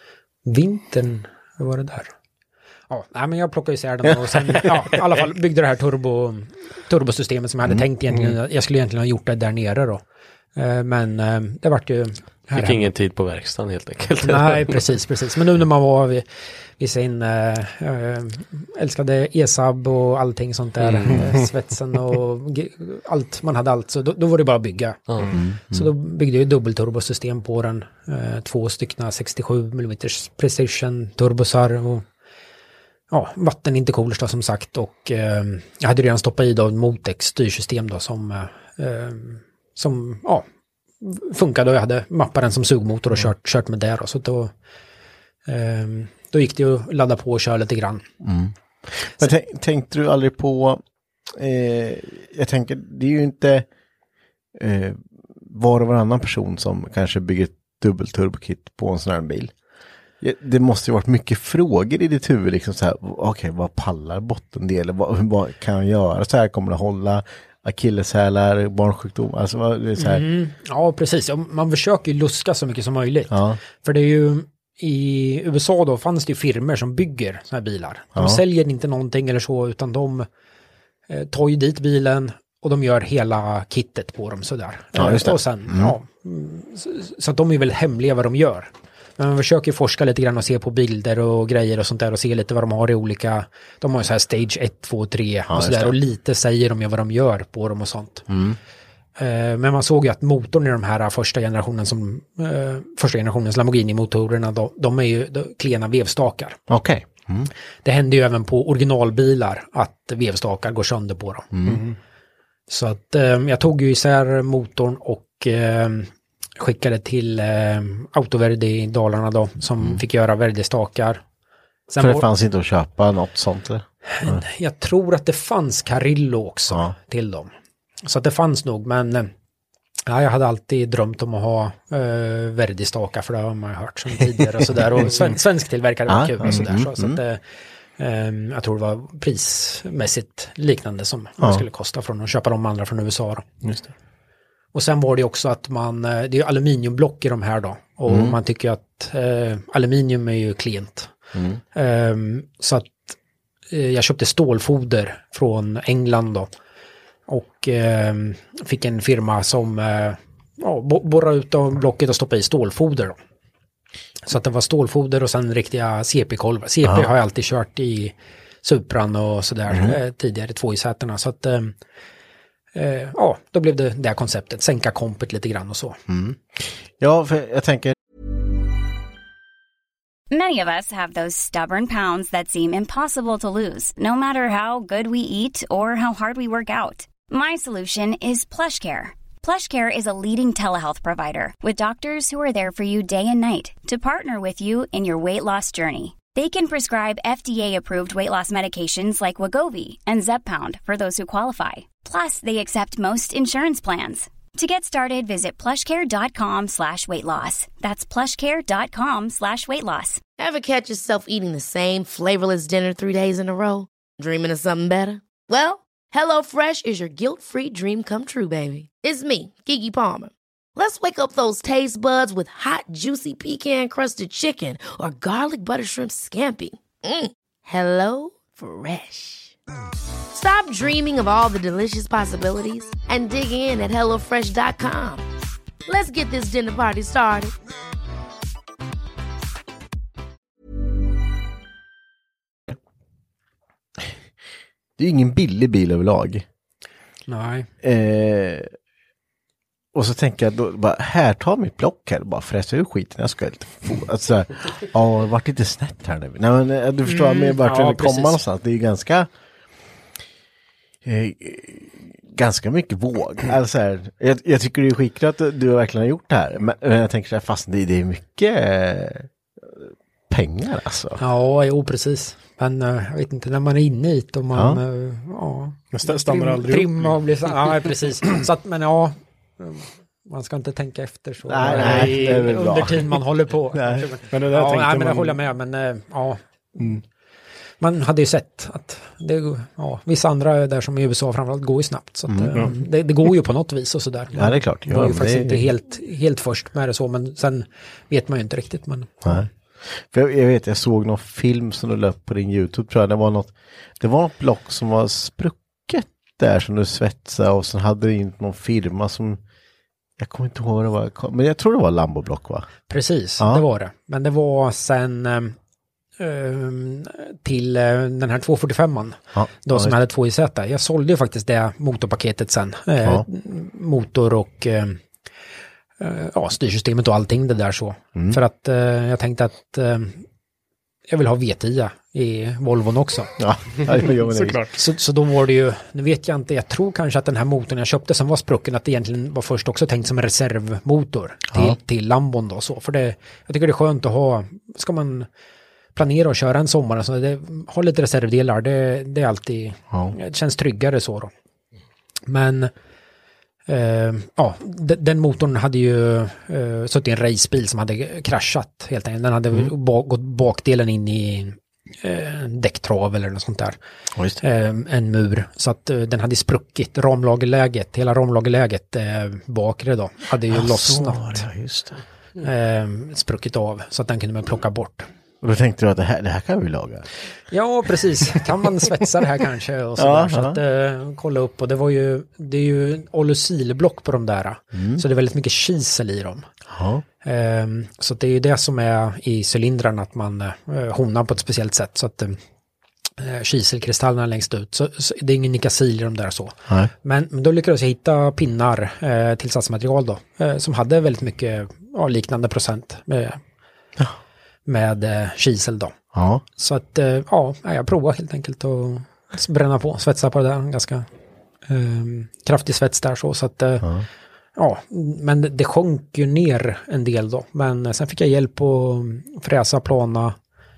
vintern, hur var det där? Ja, nej men jag plockade isär den och sen, ja, i alla fall byggde det här turbo, turbosystemet som jag hade tänkt egentligen, jag skulle egentligen ha gjort det där nere då. Eh, men eh, det vart ju... här Fick hemma. ingen tid på verkstaden helt enkelt. Nej, precis, precis. Men nu när man var vid, vid sin äh, äh, älskade E-sub och allting sånt där, äh, svetsen och g- allt, man hade allt, så då, då var det bara att bygga. Mm. Så då byggde jag dubbelturbosystem på den, äh, två stycken sextiosju millimeter precision turbosar och ja, vattenintercoolers då som sagt och äh, jag hade redan stoppat i då en Motex styrsystem då som, äh, som ja, funkade och jag hade mappat den som sugmotor och kört, kört med där. Så då, eh, då gick det ju att ladda på och köra lite grann. Mm. Men tänk, tänkte du aldrig på, eh, jag tänker, det är ju inte eh, var och varannan person som kanske bygger ett dubbelturbokit på en sån här bil. Det måste ju varit mycket frågor i ditt huvud, liksom så här, okej, okay, vad pallar bottendelen, vad, vad kan jag göra, så här kommer det hålla, akilleshälar, barnsjukdom, alltså vad, det är så här. Mm, ja, precis. Man försöker ju luska så mycket som möjligt. Ja. För det är ju, i U S A då fanns det ju firmor som bygger såna här bilar. De Ja. säljer inte någonting eller så, utan de eh, tar ju dit bilen och de gör hela kittet på dem sådär. Ja, just det. Och sen, ja, mm, så, så att de är väl hemliga vad de gör. Men man försöker forska lite grann och se på bilder och grejer och sånt där och se lite vad de har i olika, de har ju så här stage ett, två, tre Ja, och just sådär det. och lite säger de ju vad de gör på dem och sånt. Mm. Eh, Men man såg ju att motorn i de här första generationen som eh, första generationens Lamborghini-motorerna, de, de är ju de, klena vevstakar. Okej. Okay. Mm. Det händer ju även på originalbilar att vevstakar går sönder på dem. Mm. Så att eh, jag tog ju isär motorn och eh, skickade till eh, Autoverdi i Dalarna då, som Mm. fick göra värdestakar. Sen För det var- fanns inte att köpa något sånt eller? Jag tror att det fanns Carillo också Ja. till dem. Så att det fanns nog, men eh, ja, jag hade alltid drömt om att ha eh, Verdi-stakar, för det har man ju hört som tidigare och sådär. Och sven, svensk tillverkare var Ja, kul och sådär. mm, Så, så att, eh, eh, jag tror det var prismässigt liknande som Ja. det skulle kosta från att köpa de andra från U S A då. Just det. Och sen var det också att man, eh, det är ju aluminiumblock i de här då. Och Mm. man tycker att eh, aluminium är ju klent. Mm. Ehm, så att eh, jag köpte stålfoder från England då. Och ehm, fick en firma som eh, ja, bo- borrade ut av blocket och stoppade i stålfoder då. Så att det var stålfoder och sen riktiga C P-kolvar. C P Ja. har jag alltid kört i Supran och sådär Mm. eh, tidigare, två i sätena. Så att ehm, eh, ja, då blev det det här konceptet. Sänka kompet lite grann och så. Mm. Ja, för jag tänker, Many of us have those stubborn pounds that seem impossible to lose, no matter how good we eat or how hard we work out. My solution is PlushCare. PlushCare is a leading telehealth provider with doctors who are there for you day and night to partner with you in your weight loss journey. They can prescribe F D A-approved weight loss medications like Wegovy and Zepbound for those who qualify. Plus, they accept most insurance plans. To get started, visit plushcare.com slash weight loss. That's plushcare.com slash weight loss. Ever catch yourself eating the same flavorless dinner three days in a row? Dreaming of something better? Well, HelloFresh is your guilt-free dream come true, baby. It's me, Keke Palmer. Let's wake up those taste buds with hot, juicy pecan-crusted chicken or garlic butter shrimp scampi. Mm. Hello Fresh. Stop dreaming of all the delicious possibilities and dig in at hello fresh dot com. Let's get this dinner party started. Det är ingen billig bil överlag. Nej. Eh, och så tänker jag då, bara, här tar mitt block här och bara fräser ur skiten. Jag ska lite få, alltså, ja, det vart lite snett här nu. Nej, men du förstår, mm, med vart jag vill komma någonstans. Det är ju ganska eh, ganska mycket våg. Alltså här, jag, jag tycker det är skickligt att du verkligen har gjort det här. Men jag tänker så här, fast det, det är mycket eh, pengar alltså. Ja, jo precis. Men uh, jag vet inte, när man är inne i det och man ja. Uh, ja, st- stannar trim, aldrig trimma och blir så, ja, precis. Så att, men ja, man ska inte tänka efter så nej, nej, i, under tiden man håller på. Nej. Men det där ja, nej, man... men jag håller med, men uh, ja. Mm. Man hade ju sett att det, ja, vissa andra där som i U S A framförallt går ju snabbt. Så att, mm. uh, det, det går ju på något vis och sådär. Ja, det är klart. Jag var ju ja, faktiskt det... inte helt, helt först med det så, men sen vet man ju inte riktigt. Men, nej. För jag, jag vet, jag såg någon film som du löp på din YouTube, tror jag. Det var något, det var något block som var sprucket där som du svetsade och sen hade du in någon firma som, jag kommer inte ihåg vad det var, men jag tror det var Lambo-block, va? Precis, ja. Det var det. Men det var sen äh, till äh, den här tvåhundrafyrtiofemman ja, då ja, som hade två i Z. Jag sålde ju faktiskt det motorpaketet sen. Äh, ja. Motor och äh, ja, styrsystemet och allting det där så. Mm. För att eh, jag tänkte att eh, jag vill ha V tio i Volvon också. Ja, såklart. Så, så då var det ju, nu vet jag inte, jag tror kanske att den här motorn jag köpte som var sprucken, att det egentligen var först också tänkt som en reservmotor till, ja. till Lambon då så. För det, jag tycker det är skönt att ha, ska man planera och köra en sommar, så det, ha lite reservdelar, det, det är alltid, ja. Det känns tryggare så då. Men Uh, ja, d- den motorn hade ju uh, suttit i en racebil som hade kraschat helt enkelt. Den hade mm. ba- gått bakdelen in i uh, däcktrav eller något sånt där. Uh, en mur. Så att uh, den hade spruckit. Ramlagerläget, hela ramlagerläget uh, bakre då, hade ju ja, lossnat. Så, ja, just det. Uh, spruckit av så att den kunde man plocka bort. Och då tänkte du att det här, det här kan vi laga? Ja, precis. Kan man svetsa det här kanske? Och så, ja, där, så att uh, kolla upp. Och det var ju, det är ju olysilblock på de där. Mm. Så det är väldigt mycket kisel i dem. Ja. Um, så det är ju det som är i cylindrarna, att man uh, honar på ett speciellt sätt. Så att uh, kiselkristallerna längst ut. Så, så det är ingen nikasil i de där så. Men, men då lyckades jag hitta pinnar uh, till satsmaterial då. Uh, som hade väldigt mycket uh, liknande procent med... Ja. med eh, kisel då. Ja. Så att, eh, ja, jag provar helt enkelt att bränna på, svetsa på det där, ganska eh, kraftig svets där så, så att, eh, ja. ja, men det sjönk ju ner en del då, men sen fick jag hjälp att fräsa, plana,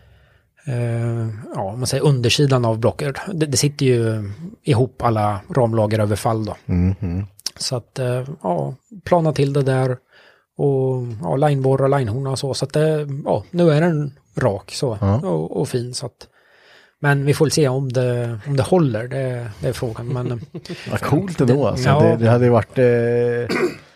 eh, ja, man säger undersidan av blocket. Det, det sitter ju ihop alla ramlageröverfall då. Mm-hmm. Så att, eh, ja, plana till det där. Och ja, lineborr och linehorna och så. Så att det, ja, nu är den rak så. Ja. Och, och fin. Så att, men vi får se om det, om det håller. Det, det är frågan. Men, vad coolt ändå. Det, alltså. ja. det, det hade ju varit... Eh,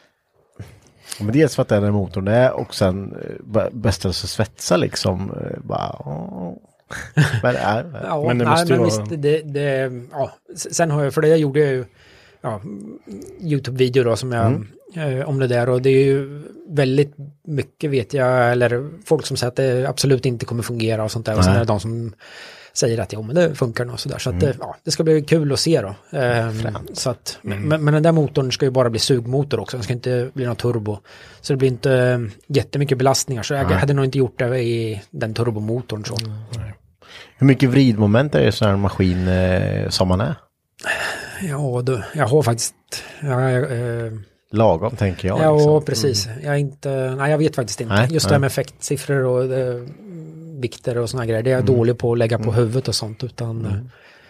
men dels för att den är motorn är och sen eh, bäst att svetsa liksom. Eh, bara, oh. men, äh, ja, men det måste nej, men vara... visst, det, det, ja. Sen har jag, för det jag gjorde jag ju ja, YouTube-video då som jag... Mm. om det där, och det är ju väldigt mycket vet jag, eller folk som säger att det absolut inte kommer fungera och sånt där, och sen är det de som säger att jo men det funkar nog sådär, så att mm. ja, det ska bli kul att se då. Ehm, så att, mm. men, men den där motorn ska ju bara bli sugmotor också, den ska inte bli någon turbo, så det blir inte jättemycket belastningar, så jag Nej. hade nog inte gjort det i den turbomotorn så. Mm. Hur mycket vridmoment är det sån här maskin eh, som man är? Ja, då, jag har faktiskt jag, eh, lagom tänker jag. Ja, liksom. precis. Mm. Jag, inte, nej, jag vet faktiskt inte. Nej, Just nej. det här med effektsiffror och eh, vikter och såna grejer. Det är jag mm. dålig på att lägga på mm. huvudet och sånt. Utan mm.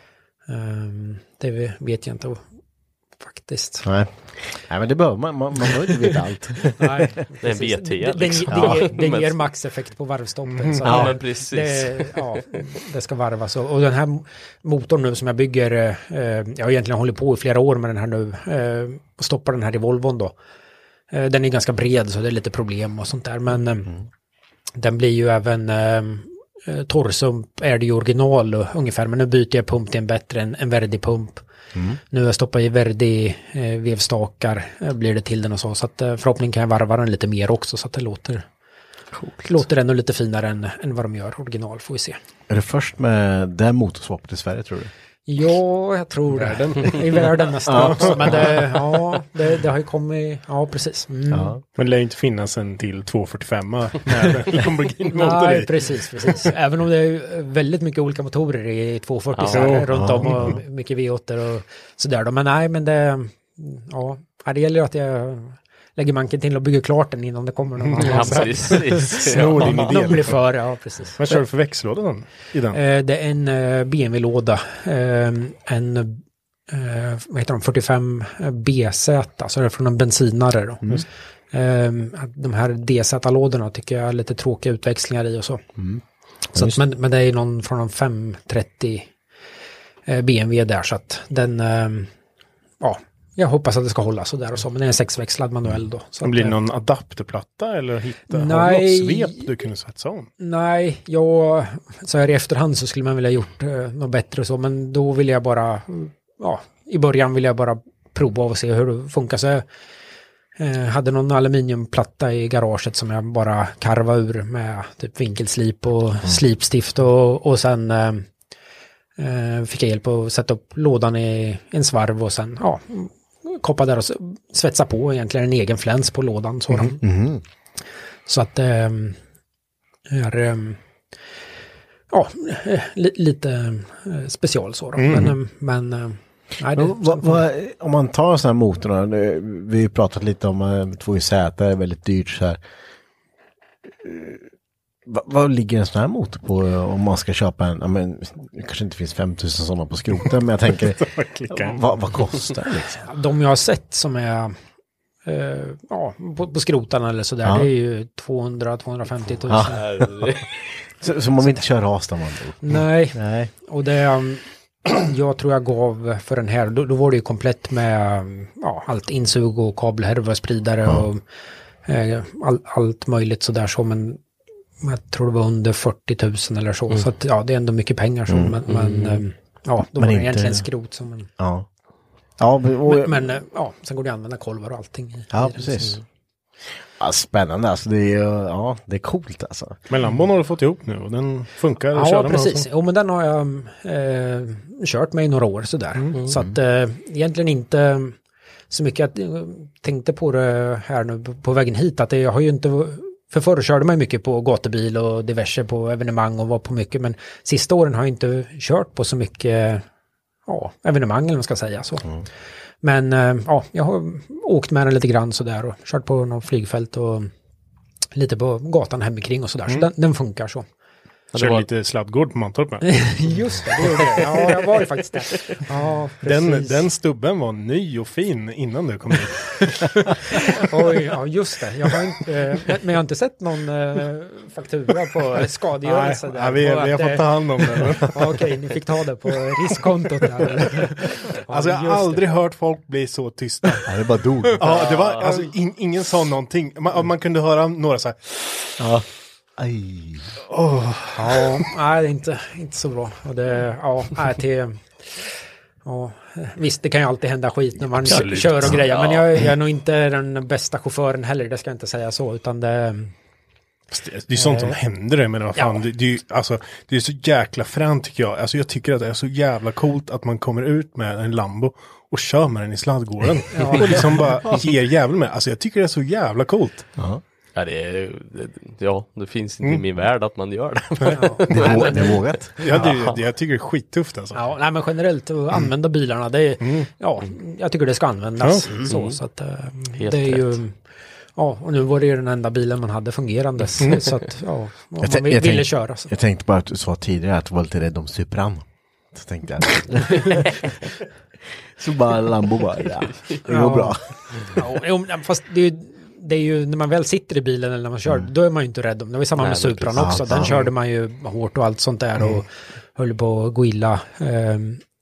eh, det vet jag inte faktiskt. Nej, nej men det bör man. Man, man bör inte veta allt. Nej, det är en V T. Det, liksom. det, det, ja, det, det ger maxeffekt på varvstoppen. Så ja, det, men precis. Det, ja, det ska varvas. Och den här motorn nu som jag bygger, eh, jag har egentligen hållit på i flera år med den här nu. Eh, och stoppar den här i Volvon då. Eh, den är ganska bred så det är lite problem och sånt där. Men eh, mm. den blir ju även eh, eh, torrsump är det ju original och, ungefär, men nu byter jag pump till en bättre, en, en Verdi-pump. Mm. Nu har jag stoppat i Verdi eh, vevstakar, eh, blir det till den och så, så att eh, förhoppningsvis kan jag varva den lite mer också så att det låter, låter ännu lite finare än, än vad de gör original, får vi se. Är det först med det motorswapet i Sverige, tror du? Ja, jag tror det. I världen nästan också. Men det, ja, det, det har ju kommit, ja precis. Mm. Ja. Men det lär ju inte finnas en till tvåhundrafyrtiofem med Lamborghini-motor. Nej, precis, precis. Även om det är väldigt mycket olika motorer i tvåhundrafyrtio ja, här, runt ja, om och ja. mycket V åtta och sådär. Men nej, men det, ja, det gäller ju att jag lägger manken till och bygger klart den innan det kommer någon annan. Ja, precis. Snor din idé. De blir för, ja, precis. Vad kör du för växellåda i den? Eh, det är en eh, B M W-låda. Eh, en, eh, vad heter de, fyrtiofem B Z, alltså det är från en bensinare då. Mm. Eh, de här D Z-lådorna tycker jag är lite tråkiga utväxlingar i och så. Mm. så att, men, men det är någon från en femhundratrettio eh, B M W där, så att den, eh, ja, jag hoppas att det ska hålla så där och så, men det är en sexväxlad manuell då. Så blir det att, någon adapterplatta eller hitta nej, något svep du kunde svetsa om? Nej, jag, så här i efterhand så skulle man vilja gjort eh, något bättre och så, men då vill jag bara, ja, i början vill jag bara prova och se hur det funkar. Så jag eh, hade någon aluminiumplatta i garaget som jag bara karvade ur med typ vinkelslip och mm. slipstift och, och sen eh, fick jag hjälp att sätta upp lådan i en svarv och sen, ja, koppa där och svetsa på egentligen en egen fläns på lådan. Så, mm. Mm. så att det äh, är äh, ja, li, lite äh, special så då. Mm. Men, äh, men äh, nej, det, va, va, om man tar sådana här motorn, vi har ju pratat lite om äh, två i Z, det är väldigt dyrt så här. Vad, vad ligger en sån här motor på om man ska köpa en, ja, men, det kanske inte finns femtusen sådana på skroten, men jag tänker, vad, vad kostar det liksom? De jag har sett som är eh, ja, på, på skrotarna eller sådär, ja. Det är ju tvåhundra till tvåhundrafemtio tusen. Ja. så, så man vill inte köra Asta man då? Nej. Nej, och det jag tror jag gav för den här, då, då var det ju komplett med ja, allt insug och kabelhärva, spridare ja. och eh, all, allt möjligt sådär så, men jag tror det var under fyrtio tusen eller så. Mm. Så att, ja, det är ändå mycket pengar så. Mm. Men, men mm. ja, då men var det inte egentligen skrot som en... Ja. Ja, men, och... men, men ja, sen går det att använda kolvar och allting. I, ja, i precis. Ja, spännande. Alltså, det är, ja, det är coolt alltså. Men Lambon har du fått ihop nu och den funkar? Ja, precis. Jo, men den har jag eh, kört med i några år sådär. Mm. Så att eh, egentligen inte så mycket. Jag tänkte på det här nu på vägen hit, att jag har ju inte... För förr körde man mycket på gatubil och diverse på evenemang och var på mycket, men sista åren har jag inte kört på så mycket ja, evenemang eller vad man ska säga så. Mm. Men ja, jag har åkt med den lite grann sådär och kört på någon flygfält och lite på gatan hemikring och sådär, mm. så den, den funkar så. Kör var... lite sladdgård på Mantorp med. Just det, det gjorde det. Ja, jag var ju faktiskt där. Ja, den, den stubben var ny och fin innan du kom hit. Oj, ja just det. Jag har inte, men jag har inte sett någon uh, faktura på skadegörelse. Nej, där, vi, vi har fått ta hand om det. Ja, okej, ni fick ta det på riskkontot där. Ja, alltså jag har aldrig det. hört folk bli så tysta. Ja, det bara dog. Ja, det var, alltså in, ingen sa någonting. Man, man kunde höra några så här. Ja. Aj. Oh. Ja, nej, det är inte, inte så bra. Och det, ja, nej, till, ja, visst, det kan ju alltid hända skit när man Absolut. kör och grejer. Men jag, jag är nog inte den bästa chauffören heller, det ska jag inte säga så. Utan det, det, det är sånt som äh, händer det, men vad fan, ja. det, det, är, alltså, det är så jäkla fränt tycker jag. Alltså jag tycker att det är så jävla coolt att man kommer ut med en Lambo och kör med den i sladdgården. Ja. Och liksom bara ger jävla med. Alltså jag tycker det är så jävla coolt. Ja. Ja, det, är, det, ja, det finns inte mm. i min värld att man gör det. Ja. det, är, det är vågat. Ja, det, det, jag tycker det är skittufft alltså. Ja, nej, men generellt att använda mm. bilarna, det är, mm. ja, jag tycker det ska användas. Mm. Så, så att, det är ju, ja, och nu var det ju den enda bilen man hade fungerande. Mm. Så att, ja, man jag ville tänk, köra. Så. Jag tänkte bara att du sa tidigare att du var lite rädd om Supran. Så tänkte jag. Så bara Lambo bara, ja, det går ja. bra. Ja, fast det är ju det är ju när man väl sitter i bilen eller när man kör, mm. då är man ju inte rädd om. Det var samma Nej, med Supran också. Den ja. körde man ju hårt och allt sånt där mm. och höll på att gå illa. Um,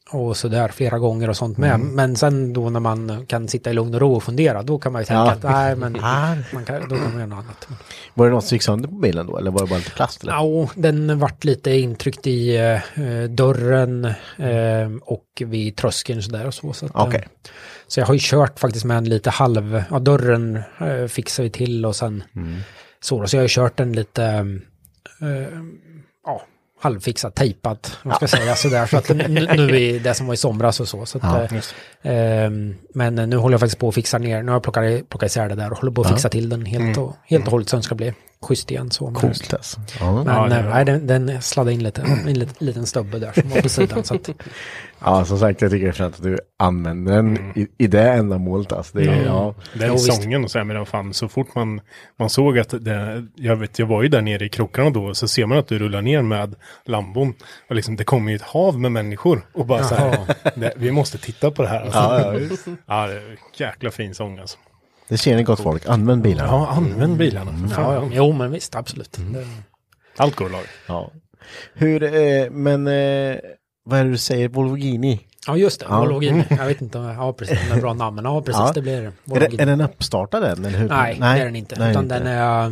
och sådär flera gånger och sånt med. Mm. Men sen då när man kan sitta i lugn och ro och fundera, då kan man ju tänka ja. att nej, men man kan, då kan man göra något annat. Var det något som gick sönder på bilen då? Eller var det bara lite plast? Eller? Ja, den vart lite intryckt i eh, dörren eh, och vid tröskeln sådär och så. Så, att, okay. eh, så jag har ju kört faktiskt med en lite halv, ja dörren eh, fixar vi till och sen mm. så. Så jag har ju kört den lite eh, ja, halvfixat, tejpat, man ska ja. säga sådär. Så att nu, nu är det som var i somras och så. så att, ja, eh, men nu håller jag faktiskt på att fixa ner, nu har jag plockat, plockat isär det där och håller på att fixa ja. till den helt och, helt och hållet så den ska bli schysst igen. Så. Coolt alltså. Ja. Men ja, nej, nej, den, den sladdade in lite, en liten, liten stubbe där som var på sidan. Så att, ja, som sagt, jag tycker det är främt att du använder den mm. i, i det ändamålet. Alltså. Det är, mm. ja. Den ja, sången och så här med den fan, så fort man, man såg att det, jag vet, jag var ju där nere i krokarna då, så ser man att du rullar ner med Lambon och liksom, det kommer ju ett hav med människor och bara så här, det, vi måste titta på det här. Alltså. Ja, ja, ja, det är jäkla fin sång alltså. Det ser ni gott folk, använd bilarna. Ja, använd bilarna. Mm. Ja, ja. Jo, men visst, absolut. Mm. Allt går lag. Ja. Hur, eh, men eh, vad är det du säger, Volvogini? Ja, just det, ja. Volvogini. Jag vet inte, ja precis, det är bra namn. Ja, precis, ja. det blir det. Är, det. är den uppstartad än? Eller hur? Nej, nej, det är den inte. Nej, utan inte. Den är,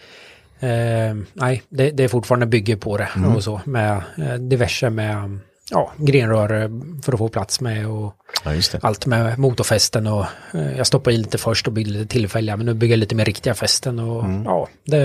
eh, nej, det, det är fortfarande bygge på det mm. och så, med eh, diverse med ja, grenrör för att få plats med och ja, just det. Allt med motorfästen och eh, jag stoppade i lite först och byggde lite tillfälliga, men nu bygger jag lite mer riktiga fästen och mm. ja, det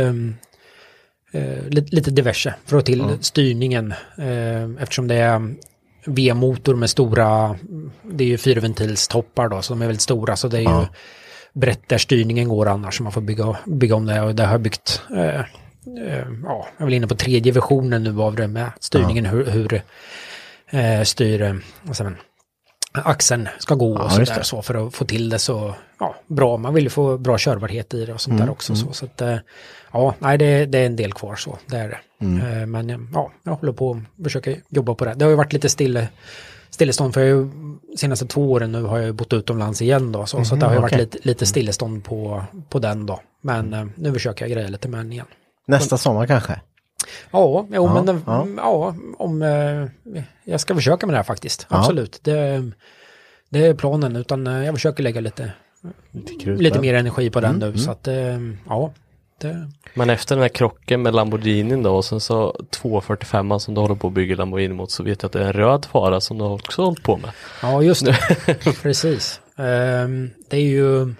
eh, lite, lite diverse för att till mm. styrningen eh, eftersom det är V-motor med stora, det är ju fyrventilstoppar då, så de är väldigt stora, så det är ju ja. brett där styrningen går annars, så man får bygga, bygga om det, och det har jag byggt eh, eh, ja, jag är väl inne på tredje versionen nu av det med styrningen, ja. hur, hur eh, styr alltså, axeln ska gå och ja, sådär, så för att få till det så ja, bra, man vill ju få bra körbarhet i det och sånt mm, där också mm. så, så att ja, nej det, det är en del kvar så, det är det. Mm. Men ja, jag håller på att försöka jobba på det. Det har ju varit lite stille, stillestånd för jag, senaste två åren nu har jag ju bott utomlands igen då, så, mm, så det har ju okay. varit lite, lite stillestånd på, på den då, men mm. nu försöker jag greja lite med den igen. Nästa sommar kanske? Ja, jo, ja, men ja. ja, om eh, jag ska försöka med det här faktiskt. Ja. Absolut. Det, det är planen, utan jag försöker lägga lite lite, lite mer energi på den mm, nu mm. så att eh, ja. Det... Men efter den här krocken med Lamborghini då, och sen så två fyrtiofem som du håller på att bygga Lamborghini mot, så vet jag att det är en röd fara som du har också hållit på med. Ja, just det. Precis. Um, det är ju um,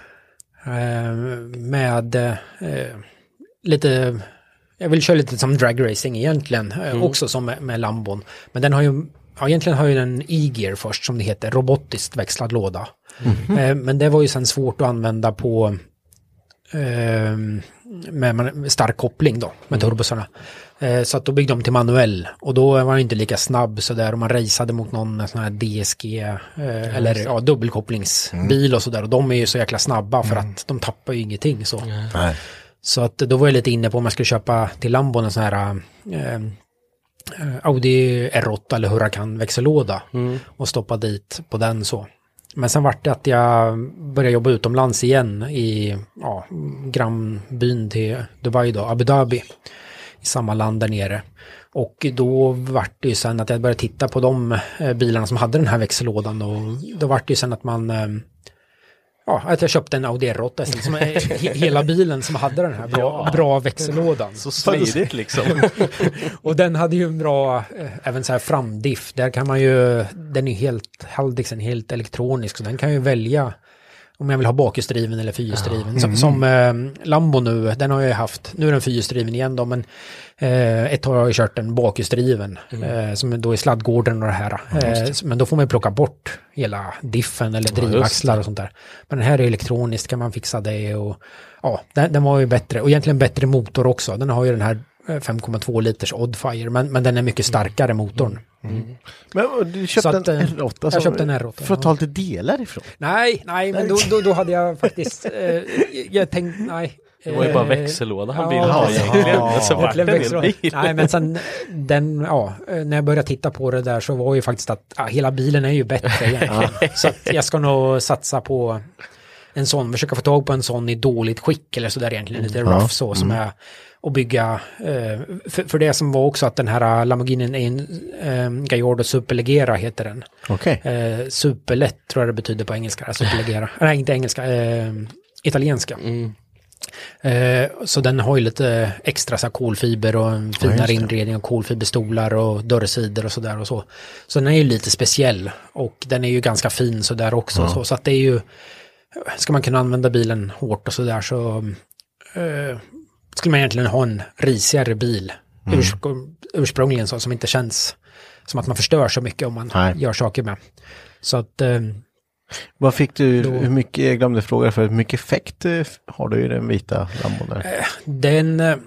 med uh, lite jag vill köra lite som dragracing egentligen, mm. också som med, med Lambon. Men den har ju, ja, egentligen har ju en e-gear först som det heter, robotiskt växlad låda. Mm. Eh, men det var ju sen svårt att använda på eh, med, med stark koppling då, med mm. turbosarna. Eh, så att då byggde de till manuell. Och då var den inte lika snabb så där, och man raceade mot någon sån här D S G eh, mm. eller ja, dubbelkopplingsbil mm. och sådär. Och de är ju så jäkla snabba för mm. att de tappar ju ingenting så. Mm. Nej. Så att då var jag lite inne på om man skulle köpa till Lambon en sån här eh, Audi R åtta eller Huracan växellåda mm. och stoppa dit på den så. Men sen vart det att jag började jobba utomlands igen i ja, grannbyn till Dubai då, Abu Dhabi, i samma land där nere. Och då vart det ju sen att jag började titta på de eh, bilarna som hade den här växellådan, och då vart det ju sen att man eh, ja, att jag köpte en Audi R åtta som är hela bilen som hade den här bra, ja. bra växellådan. Så smidigt liksom. Och den hade ju en bra, även så här framdiff. Där kan man ju, den är helt, Haldixen helt elektronisk, så den kan ju välja om jag vill ha bakhjulsdriven eller fyrhjulsdriven. Ja. Som, som eh, Lambo nu, den har jag haft, nu är den fyrhjulsdriven igen då, men eh, ett år har jag kört en bakhjulsdriven mm. eh, som då är sladdgården och det här. Eh, men då får man ju plocka bort hela diffen eller drivaxlar ja, och sånt där. Men den här är elektroniskt, kan man fixa det, och ja, den, den var ju bättre, och egentligen bättre motor också. Den har ju den här fem komma två liters Oddfire, men, men den är mycket starkare motorn. Mm. Mm. Men du köpte att, en R åtta, jag köpte en R åtta för att ta lite delar ifrån? Nej, nej, men då, då, då hade jag faktiskt eh, jag tänkte, nej. Det var ju bara växellåda han ville ha egentligen. Ja, så var det en bil. Nej, men sen den, ja, när jag började titta på det där så var ju faktiskt att ja, hela bilen är ju bättre egentligen. Så att jag ska nog satsa på en sån, försöka få tag på en sån i dåligt skick eller sådär egentligen, lite Mm. rough Ja. så, som Mm. är att bygga, eh, för, för det som var också att den här Lamborghinin är en eh, Gallardo Superleggera heter den. Okej. Eh, superlätt tror jag det betyder på engelska, Superleggera. Nej, inte engelska, eh, italienska. Mm. Eh, så den har ju lite extra så här, kolfiber och en finare just det. inredning och kolfiberstolar och dörrsidor och sådär och så. Så den är ju lite speciell och den är ju ganska fin så där också. Ja. Så, så att det är ju, ska man kunna använda bilen hårt och så där så eh, skulle man egentligen ha en risigare bil Mm. urs, ursprungligen så, som inte känns som att man förstör så mycket om man Nej. gör saker med. Så att eh, Vad fick du, Då- hur mycket, jag glömde fråga för hur mycket effekt eh, har du i den vita Lambon där? Den, eh,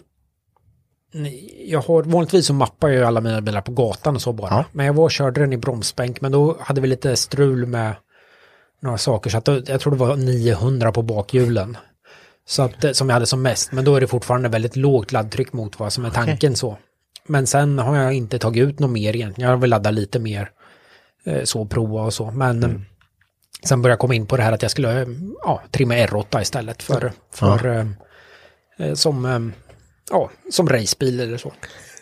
jag har, vanligtvis så mappar jag ju alla mina bilar på gatan och så bara. Ja. Men jag var och körde den i bromsbänk, men då hade vi lite strul med några saker. Så att då, jag tror det var niohundra på bakhjulen. Så att, eh, som jag hade som mest. Men då är det fortfarande väldigt lågt laddtryck mot vad som är tanken så. Men sen har jag inte tagit ut något mer egentligen. Jag har väl laddat lite mer eh, så, prova och så. Men mm. sen började jag komma in på det här att jag skulle eh, ja, trimma R åtta istället för, för Ja. eh, eh, som, eh, ja, som racebil eller så.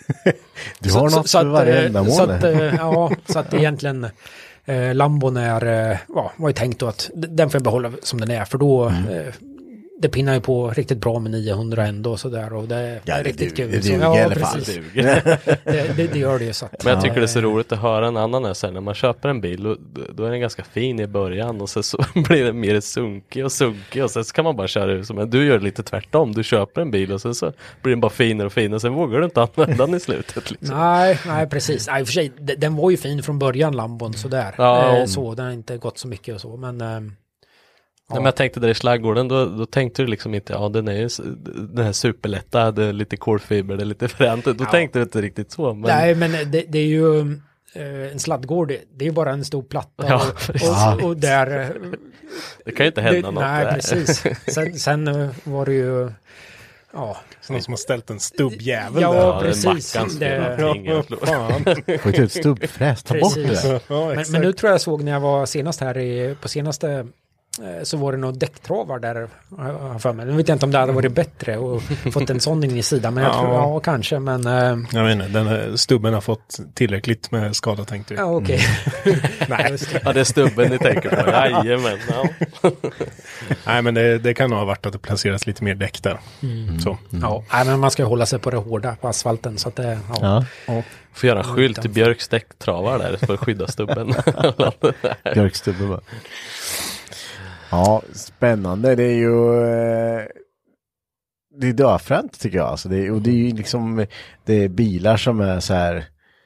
Du har något för varje eh, ändamål. så att, eh, ja, så att egentligen eh, Lambon är, eh, ja, var ju tänkt då att d- den får jag behålla som den är, för då Mm. eh, det pinnar ju på riktigt bra med niohundra ändå och sådär, och det är Ja, det riktigt duger- kul. det Så, duger i alla fall. precis. Duger. det, det, det gör det ju så att, Men jag tycker det är så eh, roligt att höra en annan är så här, när man köper en bil då, då är den ganska fin i början och sen så blir den mer sunkig och sunkig och sen så kan man bara köra ut. Men du gör lite tvärtom, du köper en bil och sen så blir den bara finare och finare och sen vågar du inte använda den i slutet liksom. Nej, nej precis. Nej, i och för sig, d- den var ju fin från början, Lambon, sådär. Ja, eh, om- så, den har inte gått så mycket och så, men eh, Ja. Men jag tänkte där i slaggården, då, då tänkte du liksom inte, ja den är ju s- den här superlätta, det är lite kolfiber, det är lite fränt. Då Ja. tänkte du inte riktigt så. Men... nej, men det, det är ju eh, en sladdgård, det, det är ju bara en stor platta Ja, och, precis. och, och där... eh, Det kan ju inte hända det, något nej, där. precis. Sen, sen eh, var det ju... Ja, Så någon som har ställt en stubbjävel Ja, där. Ja, det är precis. Mackans Det- fel, någonting, jag tror. Fan. Får inte ut stubbfräs, ta bort Precis. det. Ja, men, exakt. men nu tror jag såg när jag var senast här i, på senaste eh, så var det nog däcktravar där har jag för mig. Nu vet jag inte om det hade varit bättre och fått en sån in i sidan, men jag Ja. tror, ja kanske, men eh, Jag vet inte, den här stubben har fått tillräckligt med skada tänkte vi. ja okej. Nej. Ja, det är stubben ni tänker på. Jajamän. Ja. Nej, men det, det kan nog ha varit att det placeras lite mer däck där. Så. Ja, nej, men man ska ju hålla sig på det hårda på asfalten så att det, ja. Ja, Får göra en skylt till Björks däcktravar där för att skydda stubben. björkstubbe bara. Ja, spännande. Det är ju eh, det är döfränt tycker jag. Alltså det, är, och det är ju liksom det är bilar som är så här.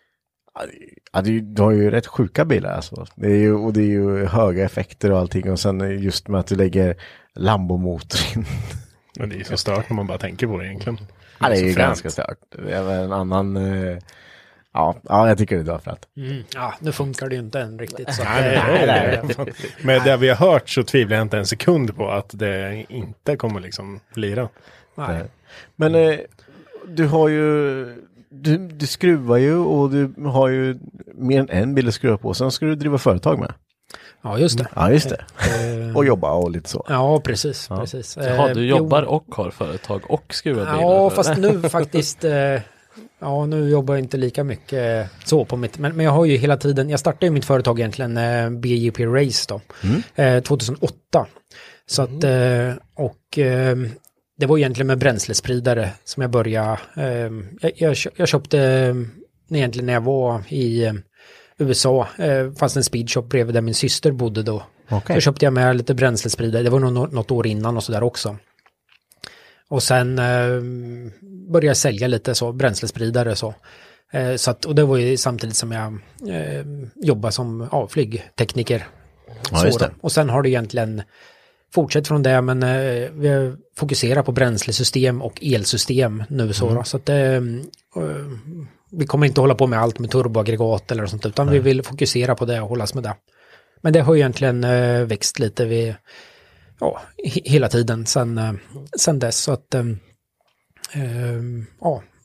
Ja, det är, du har ju rätt sjuka bilar alltså. Det är ju, och det är ju höga effekter och allting. Och sen just med att du lägger Lambo-motor in. Men det är så stört när man bara tänker på det egentligen. Ja, det är så ju fränt. ganska stört. Det är väl en annan... Eh, ja, ja, jag tycker det är döfränt. Mm, ja, nu funkar det ju inte än riktigt. Så att, Nej, eh, nej, nej, nej. Men det vi har hört så tvivlar jag inte en sekund på att det inte kommer liksom lira. nej. Men eh, du har ju... Du, du skruvar ju och du har ju mer än en bil att skruva på. Sen ska du driva företag med. Ja, just det. Ja, just det. Eh, Och jobba och lite så. Ja, precis. Ja. precis. Jaha, Eh, du jo, jobbar och har företag och skruvar bilar. Ja, fast nu faktiskt, eh, ja nu jobbar jag inte lika mycket så på mitt, men, men jag har ju hela tiden, jag startade ju mitt företag egentligen, eh, B J P Race då, eh, tjugohundraåtta. Så att, eh, och eh, det var egentligen med bränslespridare som jag började, eh, jag, jag, kö- jag köpte eh, egentligen när jag var i eh, U S A, eh, fast en speedshop bredvid där min syster bodde då. Okej. Då köpte jag med lite bränslespridare, det var nog nå- något år innan och sådär också. Och sen eh, började jag sälja lite så bränslespridare så. Eh, så att, och det var ju samtidigt som jag eh, jobbade som ja, flygtekniker. Ja, Så just det. då. Och sen har det egentligen fortsatt från det, men eh, vi fokuserar på bränslesystem och elsystem nu så. Då, så att eh, eh, vi kommer inte hålla på med allt med turboaggregat eller sånt, utan vi vill fokusera på det och hållas med det. Men det har ju egentligen eh, växt lite vid, ja, he- hela tiden sen, eh, sen dess. Så att, eh, eh, ja,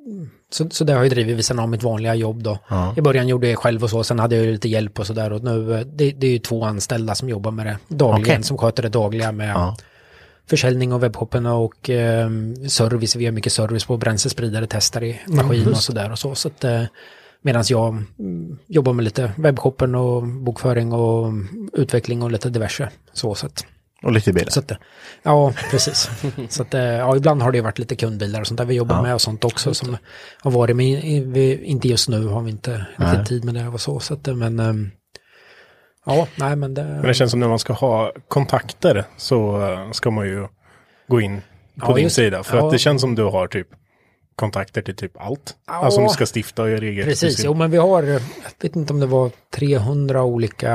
så, så det har jag drivit vid sidan av mitt vanliga jobb då. Ja. I början gjorde jag själv och så, sen hade jag lite hjälp och sådär. Och nu, det, det är ju två anställda som jobbar med det dagligen, okay. som sköter det dagliga med ja. försäljning av webbshoppen och eh, service. Vi har mycket service på bränslespridare, testar i maskin mm, och sådär och så. Så att, eh, medan jag mm, jobbar med lite webbshoppen och bokföring och utveckling och lite diverse. Så, så att, och lite bilar. Så att, ja, precis. Så att, ja, ibland har det varit lite kundbilar och sånt där vi jobbar ja. med och sånt också som har varit med. Vi, inte just nu har vi inte riktigt tid med det och så. Så att, men ja, nej men det... Men det känns som när man ska ha kontakter så ska man ju gå in på ja, din just, sida. För ja. att det känns som du har typ kontakter till typ allt. Ja, alltså om du ska stifta och göra eget. Precis, jo men vi har, jag vet inte om det var trehundra olika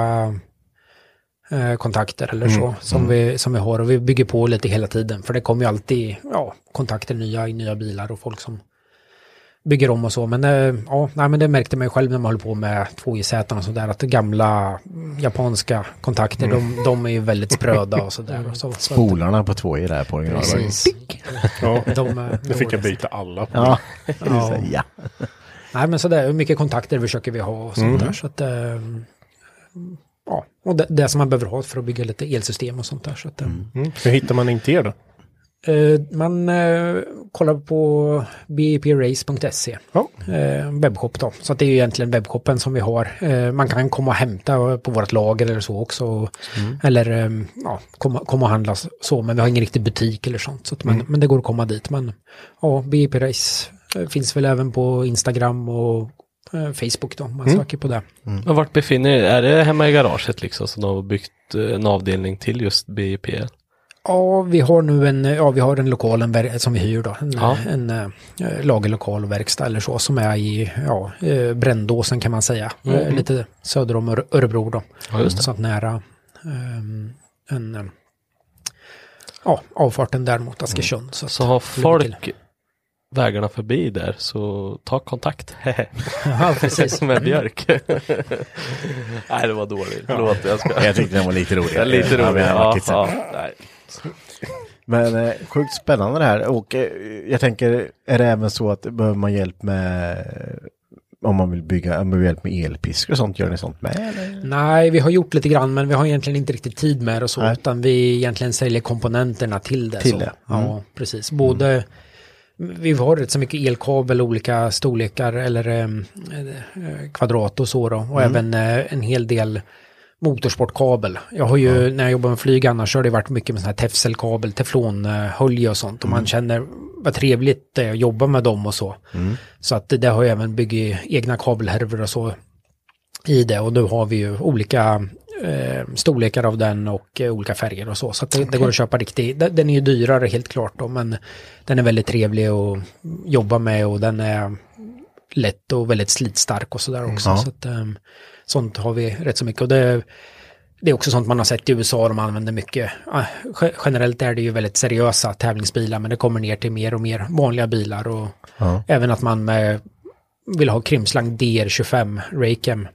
eh, kontakter eller så mm. som, mm. Vi, som vi har. Och vi bygger på lite hela tiden. För det kommer ju alltid ja, kontakter nya i nya bilar och folk som bygger om och så. Men, äh, ja, nej, men det märkte man ju själv när man höll på med två i Z och sådär. Att gamla japanska kontakter, mm. de, de är ju väldigt spröda och sådär. Och så, så Spolarna att, på två i där på original. Precis. Ja, de, det fick jag byta alla på. Ja. Ja. Ja. Nej men sådär, hur mycket kontakter försöker vi ha och sånt mm. där. Så att, äh, ja, och det, det som man behöver ha för att bygga lite elsystem och sånt där. Så att, äh, mm. Mm. Hur hittar man inte er då? Uh, man uh, kollar på b e p race punkt se ja. uh, webbshop då. Så att det är ju egentligen webbshoppen som vi har. Uh, man kan komma och hämta på vårt lager eller så också. Mm. Eller um, ja, komma, komma och handla så. Men vi har ingen riktig butik eller sånt. Så att man, mm. Men det går att komma dit. Men ja, B E P Race uh, finns väl även på Instagram och uh, Facebook då. Man mm. söker på det. Mm. Och vart befinner ni? Är det hemma i garaget liksom som har byggt uh, en avdelning till just B E P? Ja, vi har nu en, ja, vi har en lokal en, som vi hyr då, en, ja. en, en äh, lagerlokal och verkstad eller så som är i ja, äh, Brändåsen kan man säga, mm. äh, lite söder om Ör- Örebro då, ja, just det. Så att nära äh, en äh, ja, avfarten där mot Askersund. Mm. Så, så har folk vägarna förbi där så ta kontakt. Ja, precis. Med Björk. Nej, det var dåligt. Förlåt, jag, ska... jag tyckte den var lite rolig. Ja, lite rolig, ja. ja, ja nej. Men eh, sjukt spännande det här. Och eh, jag tänker, är det även så att behöver man hjälp med om man vill bygga, om man vill hjälp med elpisk och sånt, gör ni sånt med? Eller? Nej, vi har gjort lite grann men vi har egentligen inte riktigt tid med det och så, nej. Utan vi egentligen säljer komponenterna till det. Till så. det? Mm. Ja, precis. Både mm. vi har rätt så mycket elkabel, olika storlekar eller eh, kvadrat och så då. Och mm. även eh, en hel del motorsportkabel. Jag har ju, ja. när jag jobbar med flyg annars så har det varit mycket med sån här tefselkabel, teflonhölje och sånt. Och mm. man känner vad trevligt det är att jobba med dem och så. Mm. Så att det har ju även byggt egna kabelhärvor och så i det. Och nu har vi ju olika eh, storlekar av den och eh, olika färger och så. Så att det, okay. det går att köpa riktigt. Den är ju dyrare helt klart då, men den är väldigt trevlig att jobba med och den är lätt och väldigt slitstark och sådär också. Mm. Så att, eh, sånt har vi rätt så mycket. Och det, det är också sånt man har sett i U S A, de använder mycket. Generellt är det ju väldigt seriösa tävlingsbilar, men det kommer ner till mer och mer vanliga bilar. Och ja. även att man med, vill ha krimslang D R tjugofem Raycam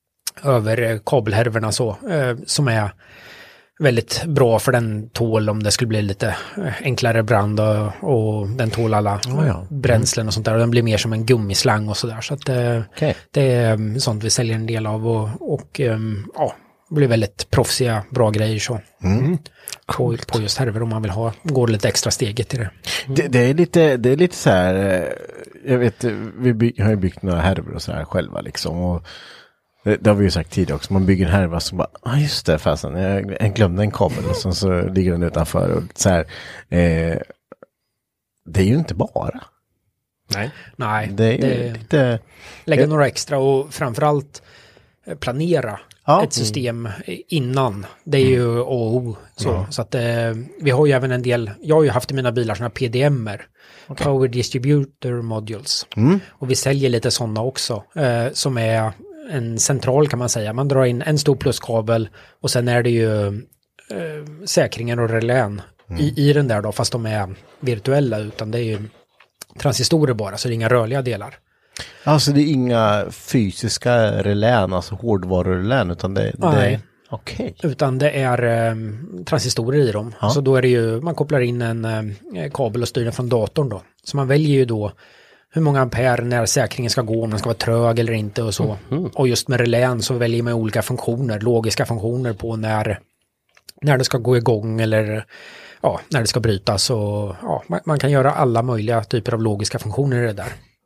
över kabelhärvorna så, eh, som är väldigt bra för den tål om det skulle bli lite enklare brand och, och den tål alla oh ja. bränslen och sånt där. Och den blir mer som en gummislang och sådär. Så att eh, okay. det är sånt vi säljer en del av och, och eh, ja, blir väldigt proffsiga, bra grejer så. Mm. På, på just härvor om man vill ha, går lite extra steget i det. Mm. Det, det är lite, det är lite så här, jag vet, vi by, har ju byggt några härvor och så här själva liksom och det, det har vi ju sagt tidigare också. Man bygger en härva som bara, ja ah, just det, fasen, jag, jag glömde en kabel och så, så ligger den utanför och så här. Eh, det är ju inte bara. Nej. Nej. Det är det, lite... Lägga några extra och framförallt planera ja. ett system innan. Det är ju A och O. Så, ja. så att eh, vi har ju även en del, jag har ju haft i mina bilar sådana P D M-er. Okay. Power Distributor Modules. Mm. Och vi säljer lite sådana också. Eh, som är en central kan man säga. Man drar in en stor pluskabel och sen är det ju eh, säkringen och relän mm. i, i den där då, fast de är virtuella utan det är ju transistorer bara, så det är inga rörliga delar. Alltså det är inga fysiska relän, alltså hårdvarurelän, utan det, det är okej. Okay. Utan det är eh, transistorer i dem. Ja. Så då är det ju, man kopplar in en eh, kabel och styr den från datorn då. Så man väljer ju då hur många ampere när säkringen ska gå, om den ska vara trög eller inte och så. Mm. Och just med relän så väljer man olika funktioner, logiska funktioner på när, när det ska gå igång eller ja, när det ska brytas. Och, ja, man, man kan göra alla möjliga typer av logiska funktioner i det där.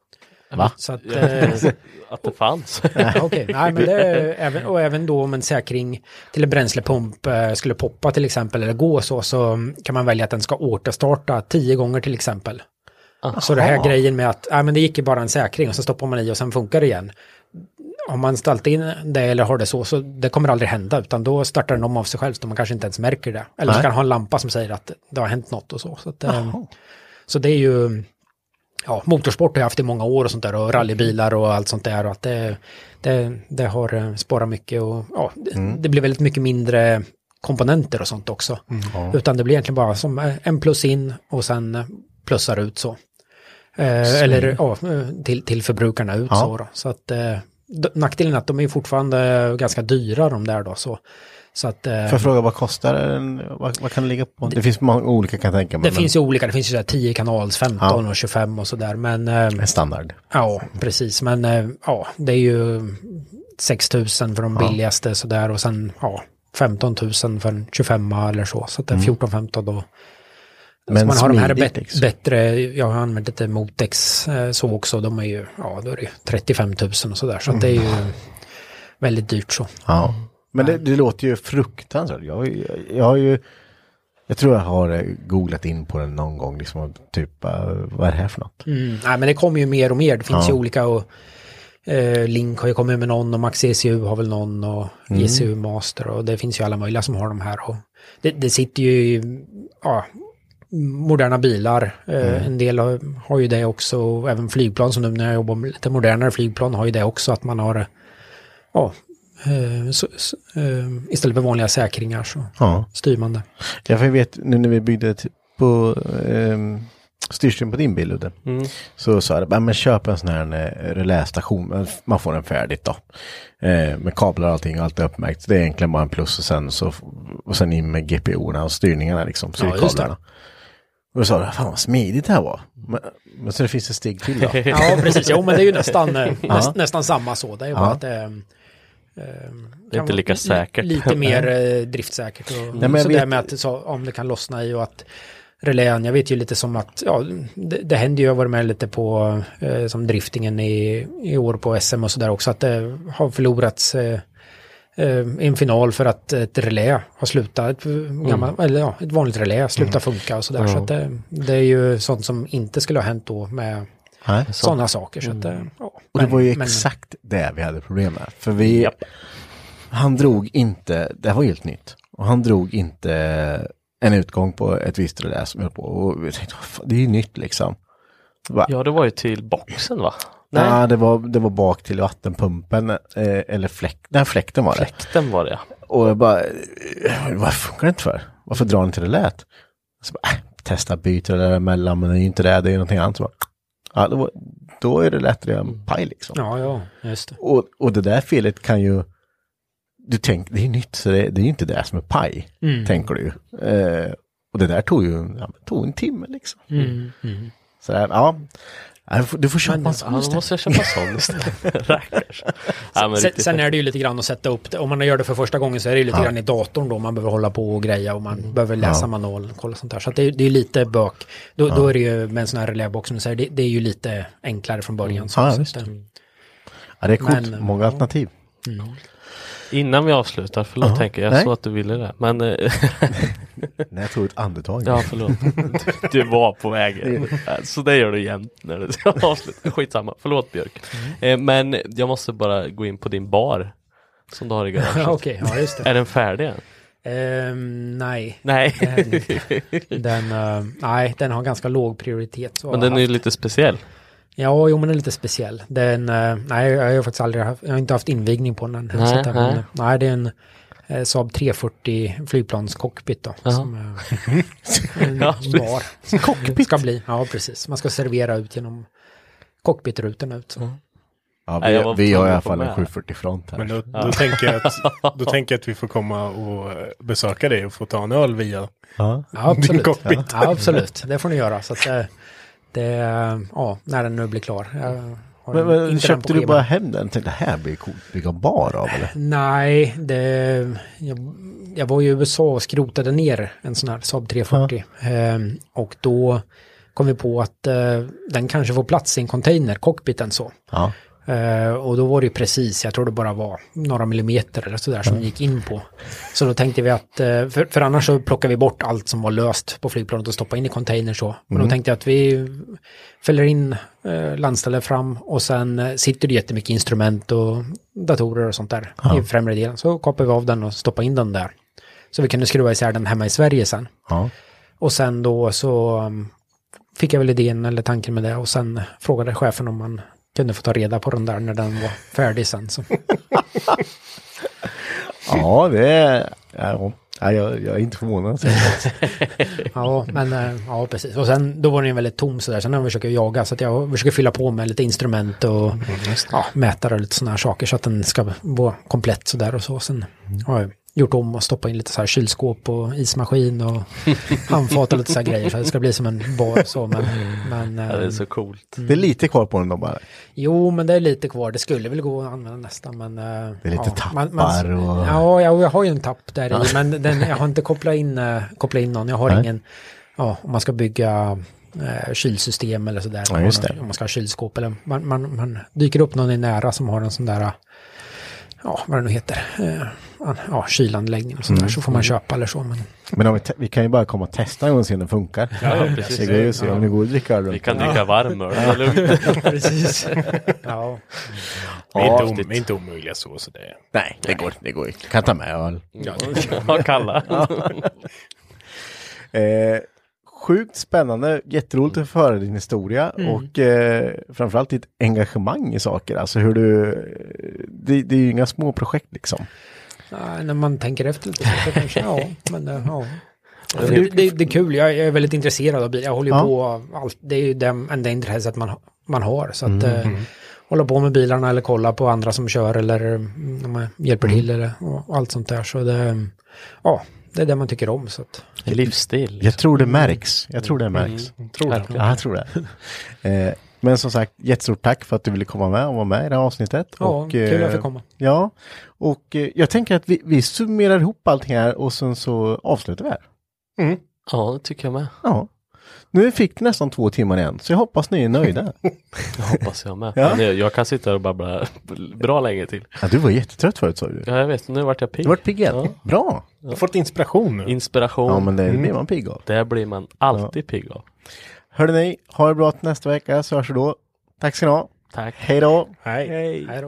Va? Så att, eh, att det fanns. Ja, okay. Nej, men det är, även, och även då om en säkring till en bränslepump eh, skulle poppa till exempel eller gå så, så kan man välja att den ska återstarta tio gånger till exempel. Aha. Så det här grejen med att äh, men det gick ju bara en säkring och så stoppar man i och sen funkar det igen. Om man ställt in det eller har det så, så det kommer aldrig hända, utan då startar den om av sig själv så man kanske inte ens märker det. Eller Nej. Så kan ha en lampa som säger att det har hänt något och så. Så, att, eh, så det är ju... Ja, motorsport har jag haft i många år och sånt där och rallybilar och allt sånt där och att det, det, det har sparat mycket och ja, mm. det blir väldigt mycket mindre komponenter och sånt också. Mm. Utan det blir egentligen bara som en plus in och sen plussar ut så. Eh, eller ja, till, till förbrukarna ut ja. så då. Så att eh, nackdelen är att de är fortfarande ganska dyra de där då så. Så att, eh, För fråga, vad kostar en, vad, vad kan det ligga på? Det, det finns många olika kan jag tänka mig. Det men... finns ju olika, det finns ju tio kanals, femton ja. och tjugofem och sådär. Men, eh, en standard. Ja, precis. Men eh, ja, det är ju sex tusen för de ja. billigaste sådär och sen ja, femton tusen för en tjugofem eller så. Så att det är fjorton femton då. Men man har de här bet- liksom. bättre, jag har använt lite Motex eh, så också, de är ju, ja då är det trettiofem tusen och sådär. Så mm. att det är ju väldigt dyrt så. Ja. Men det, det låter ju fruktansvärt. Jag, jag, jag har ju, jag tror jag har googlat in på den någon gång, liksom typ, uh, vad är det här för något? Mm. Nej, men det kommer ju mer och mer. Det finns ja. ju olika och eh, Link har ju kommit med någon och Max E C U har väl någon och mm. G C U Master och det finns ju alla möjliga som har de här. Och det, det sitter ju i ja, moderna bilar. Eh, mm. En del har, har ju det också och även flygplan som nu när jag jobbar med lite modernare flygplan har ju det också att man har ja, Uh, så, så, uh, istället för vanliga säkringar så ja. styr man det. Ja, för jag vet nu när vi byggde t- på um, styrstyren på din bil mm. så sa det, men köp en sån här uh, relästation, man får den färdigt då. Uh, med kablar och allting, allt är uppmärkt. Det är egentligen bara en plus och sen, så, och sen in med G P O-erna och styrningarna liksom, så ja, kablarna. Och då sa du, fan vad smidigt det här var. Men, men så det finns ett steg till då. Ja, precis. Jo, men det är ju nästan, näst, nästan samma så. Det är ju ja. bara att det det är inte lika säkert. Lite mer eh, driftsäkert. Och Nej, men så vet... där med att så, om det kan lossna i och att relän, jag vet ju lite som att ja, det, det händer ju, jag var med lite på eh, som driftingen i, i år på S M och sådär också, att det har förlorats eh, i en final för att ett relä har slutat, ett, mm. gammal, eller, ja, ett vanligt relä slutar funka och sådär. Mm. Så att det, det är ju sånt som inte skulle ha hänt då med Nej, sådana saker. Så att, mm. ja, och det var ju men, exakt det vi hade problem med. För vi, japp. han drog inte, det var helt nytt. Och han drog inte en utgång på ett visst relä som höll på. Och vi tänkte, det är ju nytt liksom. Va? Ja, det var ju till boxen va? Nej, ja, det var, det var bak till vattenpumpen eh, eller fläkt, nej, fläkten var det. Fläkten var det, ja. Och jag bara, varför funkar det inte för? Varför drar den till det lät? Så bara, äh, testa byta det där emellan, men det är ju inte det, det är någonting annat. Så bara, ja, då, då är det lättare än paj liksom. Ja, ja, just det. Och, och det där felet kan ju, du tänker, det är nytt så det, det är ju inte det som är paj, mm. tänker du. Eh, och det där tog ju ja, tog en timme liksom. Mm. Mm. Så där, ja. Du får köpa en sån istället. Ja, måste jag köpa sån istället. ja, sen, sen är det ju lite grann att sätta upp det. Om man gör det för första gången så är det ju lite ja. grann i datorn då. Man behöver hålla på och greja och man mm. behöver läsa ja. manual och kolla sånt där. Så att det, det är lite bök. Då, ja. då är det ju med en sån här reläbox som du säger, det, det är ju lite enklare från början. Så, ja, så just det. Ja, det är coolt. Men, många ja. alternativ. Mm. Innan vi avslutar, förlåt, uh-huh. tänker jag Nej. så att du ville det. Men Nej, jag tog ett andetag. Ja, förlåt. Du var på vägen. Så det gör du igen när du ska avsluta. Skitsamma. Förlåt, Björk. Mm. Men jag måste bara gå in på din bar som du har i garaget. Okej, ja, just det. Är den färdig än? Um, nej. Nej. Den, den, uh, nej, den har ganska låg prioritet. Så men den är ju lite speciell. Ja, jo, men den är lite speciell. Den, uh, nej, jag har faktiskt aldrig haft, jag har inte haft invigning på den. Nej, den, nej. nej det är en uh, Saab tre fyrtio flygplanscockpit då. Uh-huh. Som uh, en ja, bar. Cockpit? Ska bli, ja, precis. Man ska servera ut genom cockpitrutan ut. Så. Uh-huh. Ja, vi, Nej, vi har i alla fall en sju fyrtio front här. Men då, då, ja. tänker jag att, då tänker jag att vi får komma och besöka dig och få ta en öl via ja. Ja, absolut. din cockpit. Ja, ja, absolut. Det får ni göra. Så att, det, ja, när den nu blir klar. Jag har Men, men inte köpte den du bara hem den? Tänkte, det här blir coolt. Bygga bar av eller? Nej, det, jag, jag var i U S A och skrotade ner en sån här Saab tre fyrtio. Ja. Ehm, och då kom vi på att eh, den kanske får plats i en container, cockpiten så. Ja. Uh, och då var det ju precis, jag tror det bara var några millimeter eller sådär som mm. gick in på. Så då tänkte vi att, uh, för, för annars så plockar vi bort allt som var löst på flygplanet och stoppar in i container så. Men mm. då tänkte jag att vi fäller in uh, landställer fram och sen uh, sitter det jättemycket instrument och datorer och sånt där ja. i främre delen. Så kapar vi av den och stoppar in den där. Så vi kunde skruva isär den hemma i Sverige sen. Ja. Och sen då så um, fick jag väl idén eller tanken med det och sen frågade chefen om man kunde få ta reda på den där när den var färdig sen. Så. Ja, det är... Ja, jag, jag är inte förvånad. Ja, men ja, precis. Och sen, då var den väldigt tom sådär. Sen har jag försökt jaga så att jag försöker fylla på med lite instrument och mm, ja, mätare och lite sådana här saker så att den ska vara komplett sådär och så. Sen har jag gjort om och stoppa in lite så här kylskåp och ismaskin och handfat och lite så här grejer så att det ska bli som en bar så men, men ja, det är så coolt. Det är lite kvar på den då bara. Jo, men det är lite kvar. Det skulle väl gå att använda nästan men det är lite ja, tappar man, man, och ja, jag, jag har ju en tapp där i men den, jag har inte kopplat in uh, kopplat in någon. Jag har Nej. ingen ja, om man ska bygga uh, kylsystem eller sådär. Ja, just det. Om man ska ha kylskåp eller man, man, man dyker upp någon i nära som har en sån där ja, vad det nu heter. Uh, ja, kylanläggning och sånt där, mm. så får man köpa eller så. Men, men om vi, te- vi kan ju bara komma och testa en gång se om den funkar. Ja, precis. Det går ju se om det går att dricka öl. Vi kan dricka ja. varm öl, det är lugnt. Ja, precis. Ja. Vi är inte, om, inte omöjliga så, så det är... Nej, det går, det går. Kan ta med öl. Ja, ja kalla. Ja. eh, sjukt spännande, jätteroligt att få höra din historia mm. och eh, framförallt ditt engagemang i saker. Alltså hur du, det, det är ju inga små projekt liksom. Ja, när man tänker efter lite så kanske, ja. Men, ja. Det, det, det är kul, jag är väldigt intresserad av bil. Jag håller ju ja. på, allt, det är ju det enda intresset man, man har. Så att mm. eh, hålla på med bilarna eller kolla på andra som kör eller när man hjälper till eller och allt sånt där. Så det, ja. Det är det man tycker om. Så att... Livsstil. Jag tror det märks. Jag tror det märks. Mm. Tror det. Ja, jag tror det. eh, men som sagt, jättestort tack för att du ville komma med och vara med i det här avsnittet. Ja, och, kul eh, att få komma. Ja, och eh, jag tänker att vi, vi summerar ihop allting här och sen så avslutar vi här. Mm. Ja, det tycker jag med. Ja. Nu fick det nästan två timmar igen, så jag hoppas ni är nöjda. Jag hoppas jag med. Ja. Men jag kan sitta och babbla bra länge till. Ja, du var jättetrött förut, sa du. Ja, jag vet. Nu vart jag pigg. Du vart pigg igen. Ja. Bra. Du har fått inspiration nu. Inspiration. Ja, men det blir man pigg av. Det blir man alltid ja. pigg av. Hörde ni, ha det bra till nästa vecka, så hörs vi då. Tack ska ni ha. Tack. Hej då. Hej. Hej. Hej då.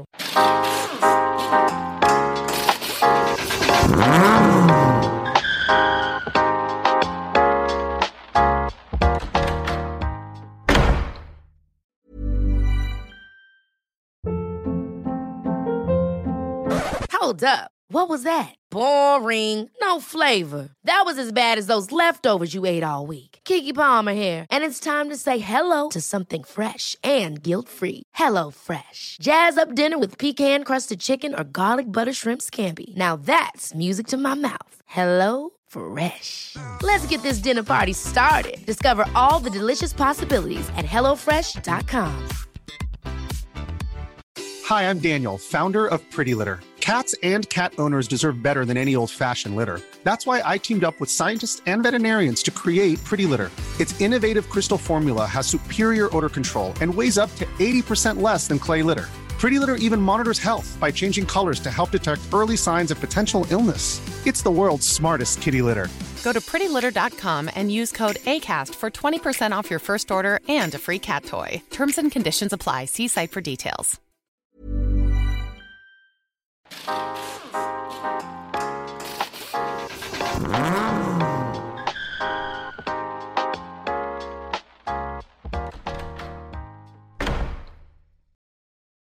Hold up. What was that? Boring. No flavor. That was as bad as those leftovers you ate all week. Keke Palmer here. And it's time to say hello to something fresh and guilt-free. Hello Fresh. Jazz up dinner with pecan-crusted chicken or garlic butter shrimp scampi. Now that's music to my mouth. Hello Fresh. Let's get this dinner party started. Discover all the delicious possibilities at hello fresh dot com. Hi, I'm Daniel, founder of Pretty Litter. Cats and cat owners deserve better than any old-fashioned litter. That's why I teamed up with scientists and veterinarians to create Pretty Litter. Its innovative crystal formula has superior odor control and weighs up to eighty percent less than clay litter. Pretty Litter even monitors health by changing colors to help detect early signs of potential illness. It's the world's smartest kitty litter. Go to pretty litter dot com and use code ACAST for twenty percent off your first order and a free cat toy. Terms and conditions apply. See site for details. Mm-hmm.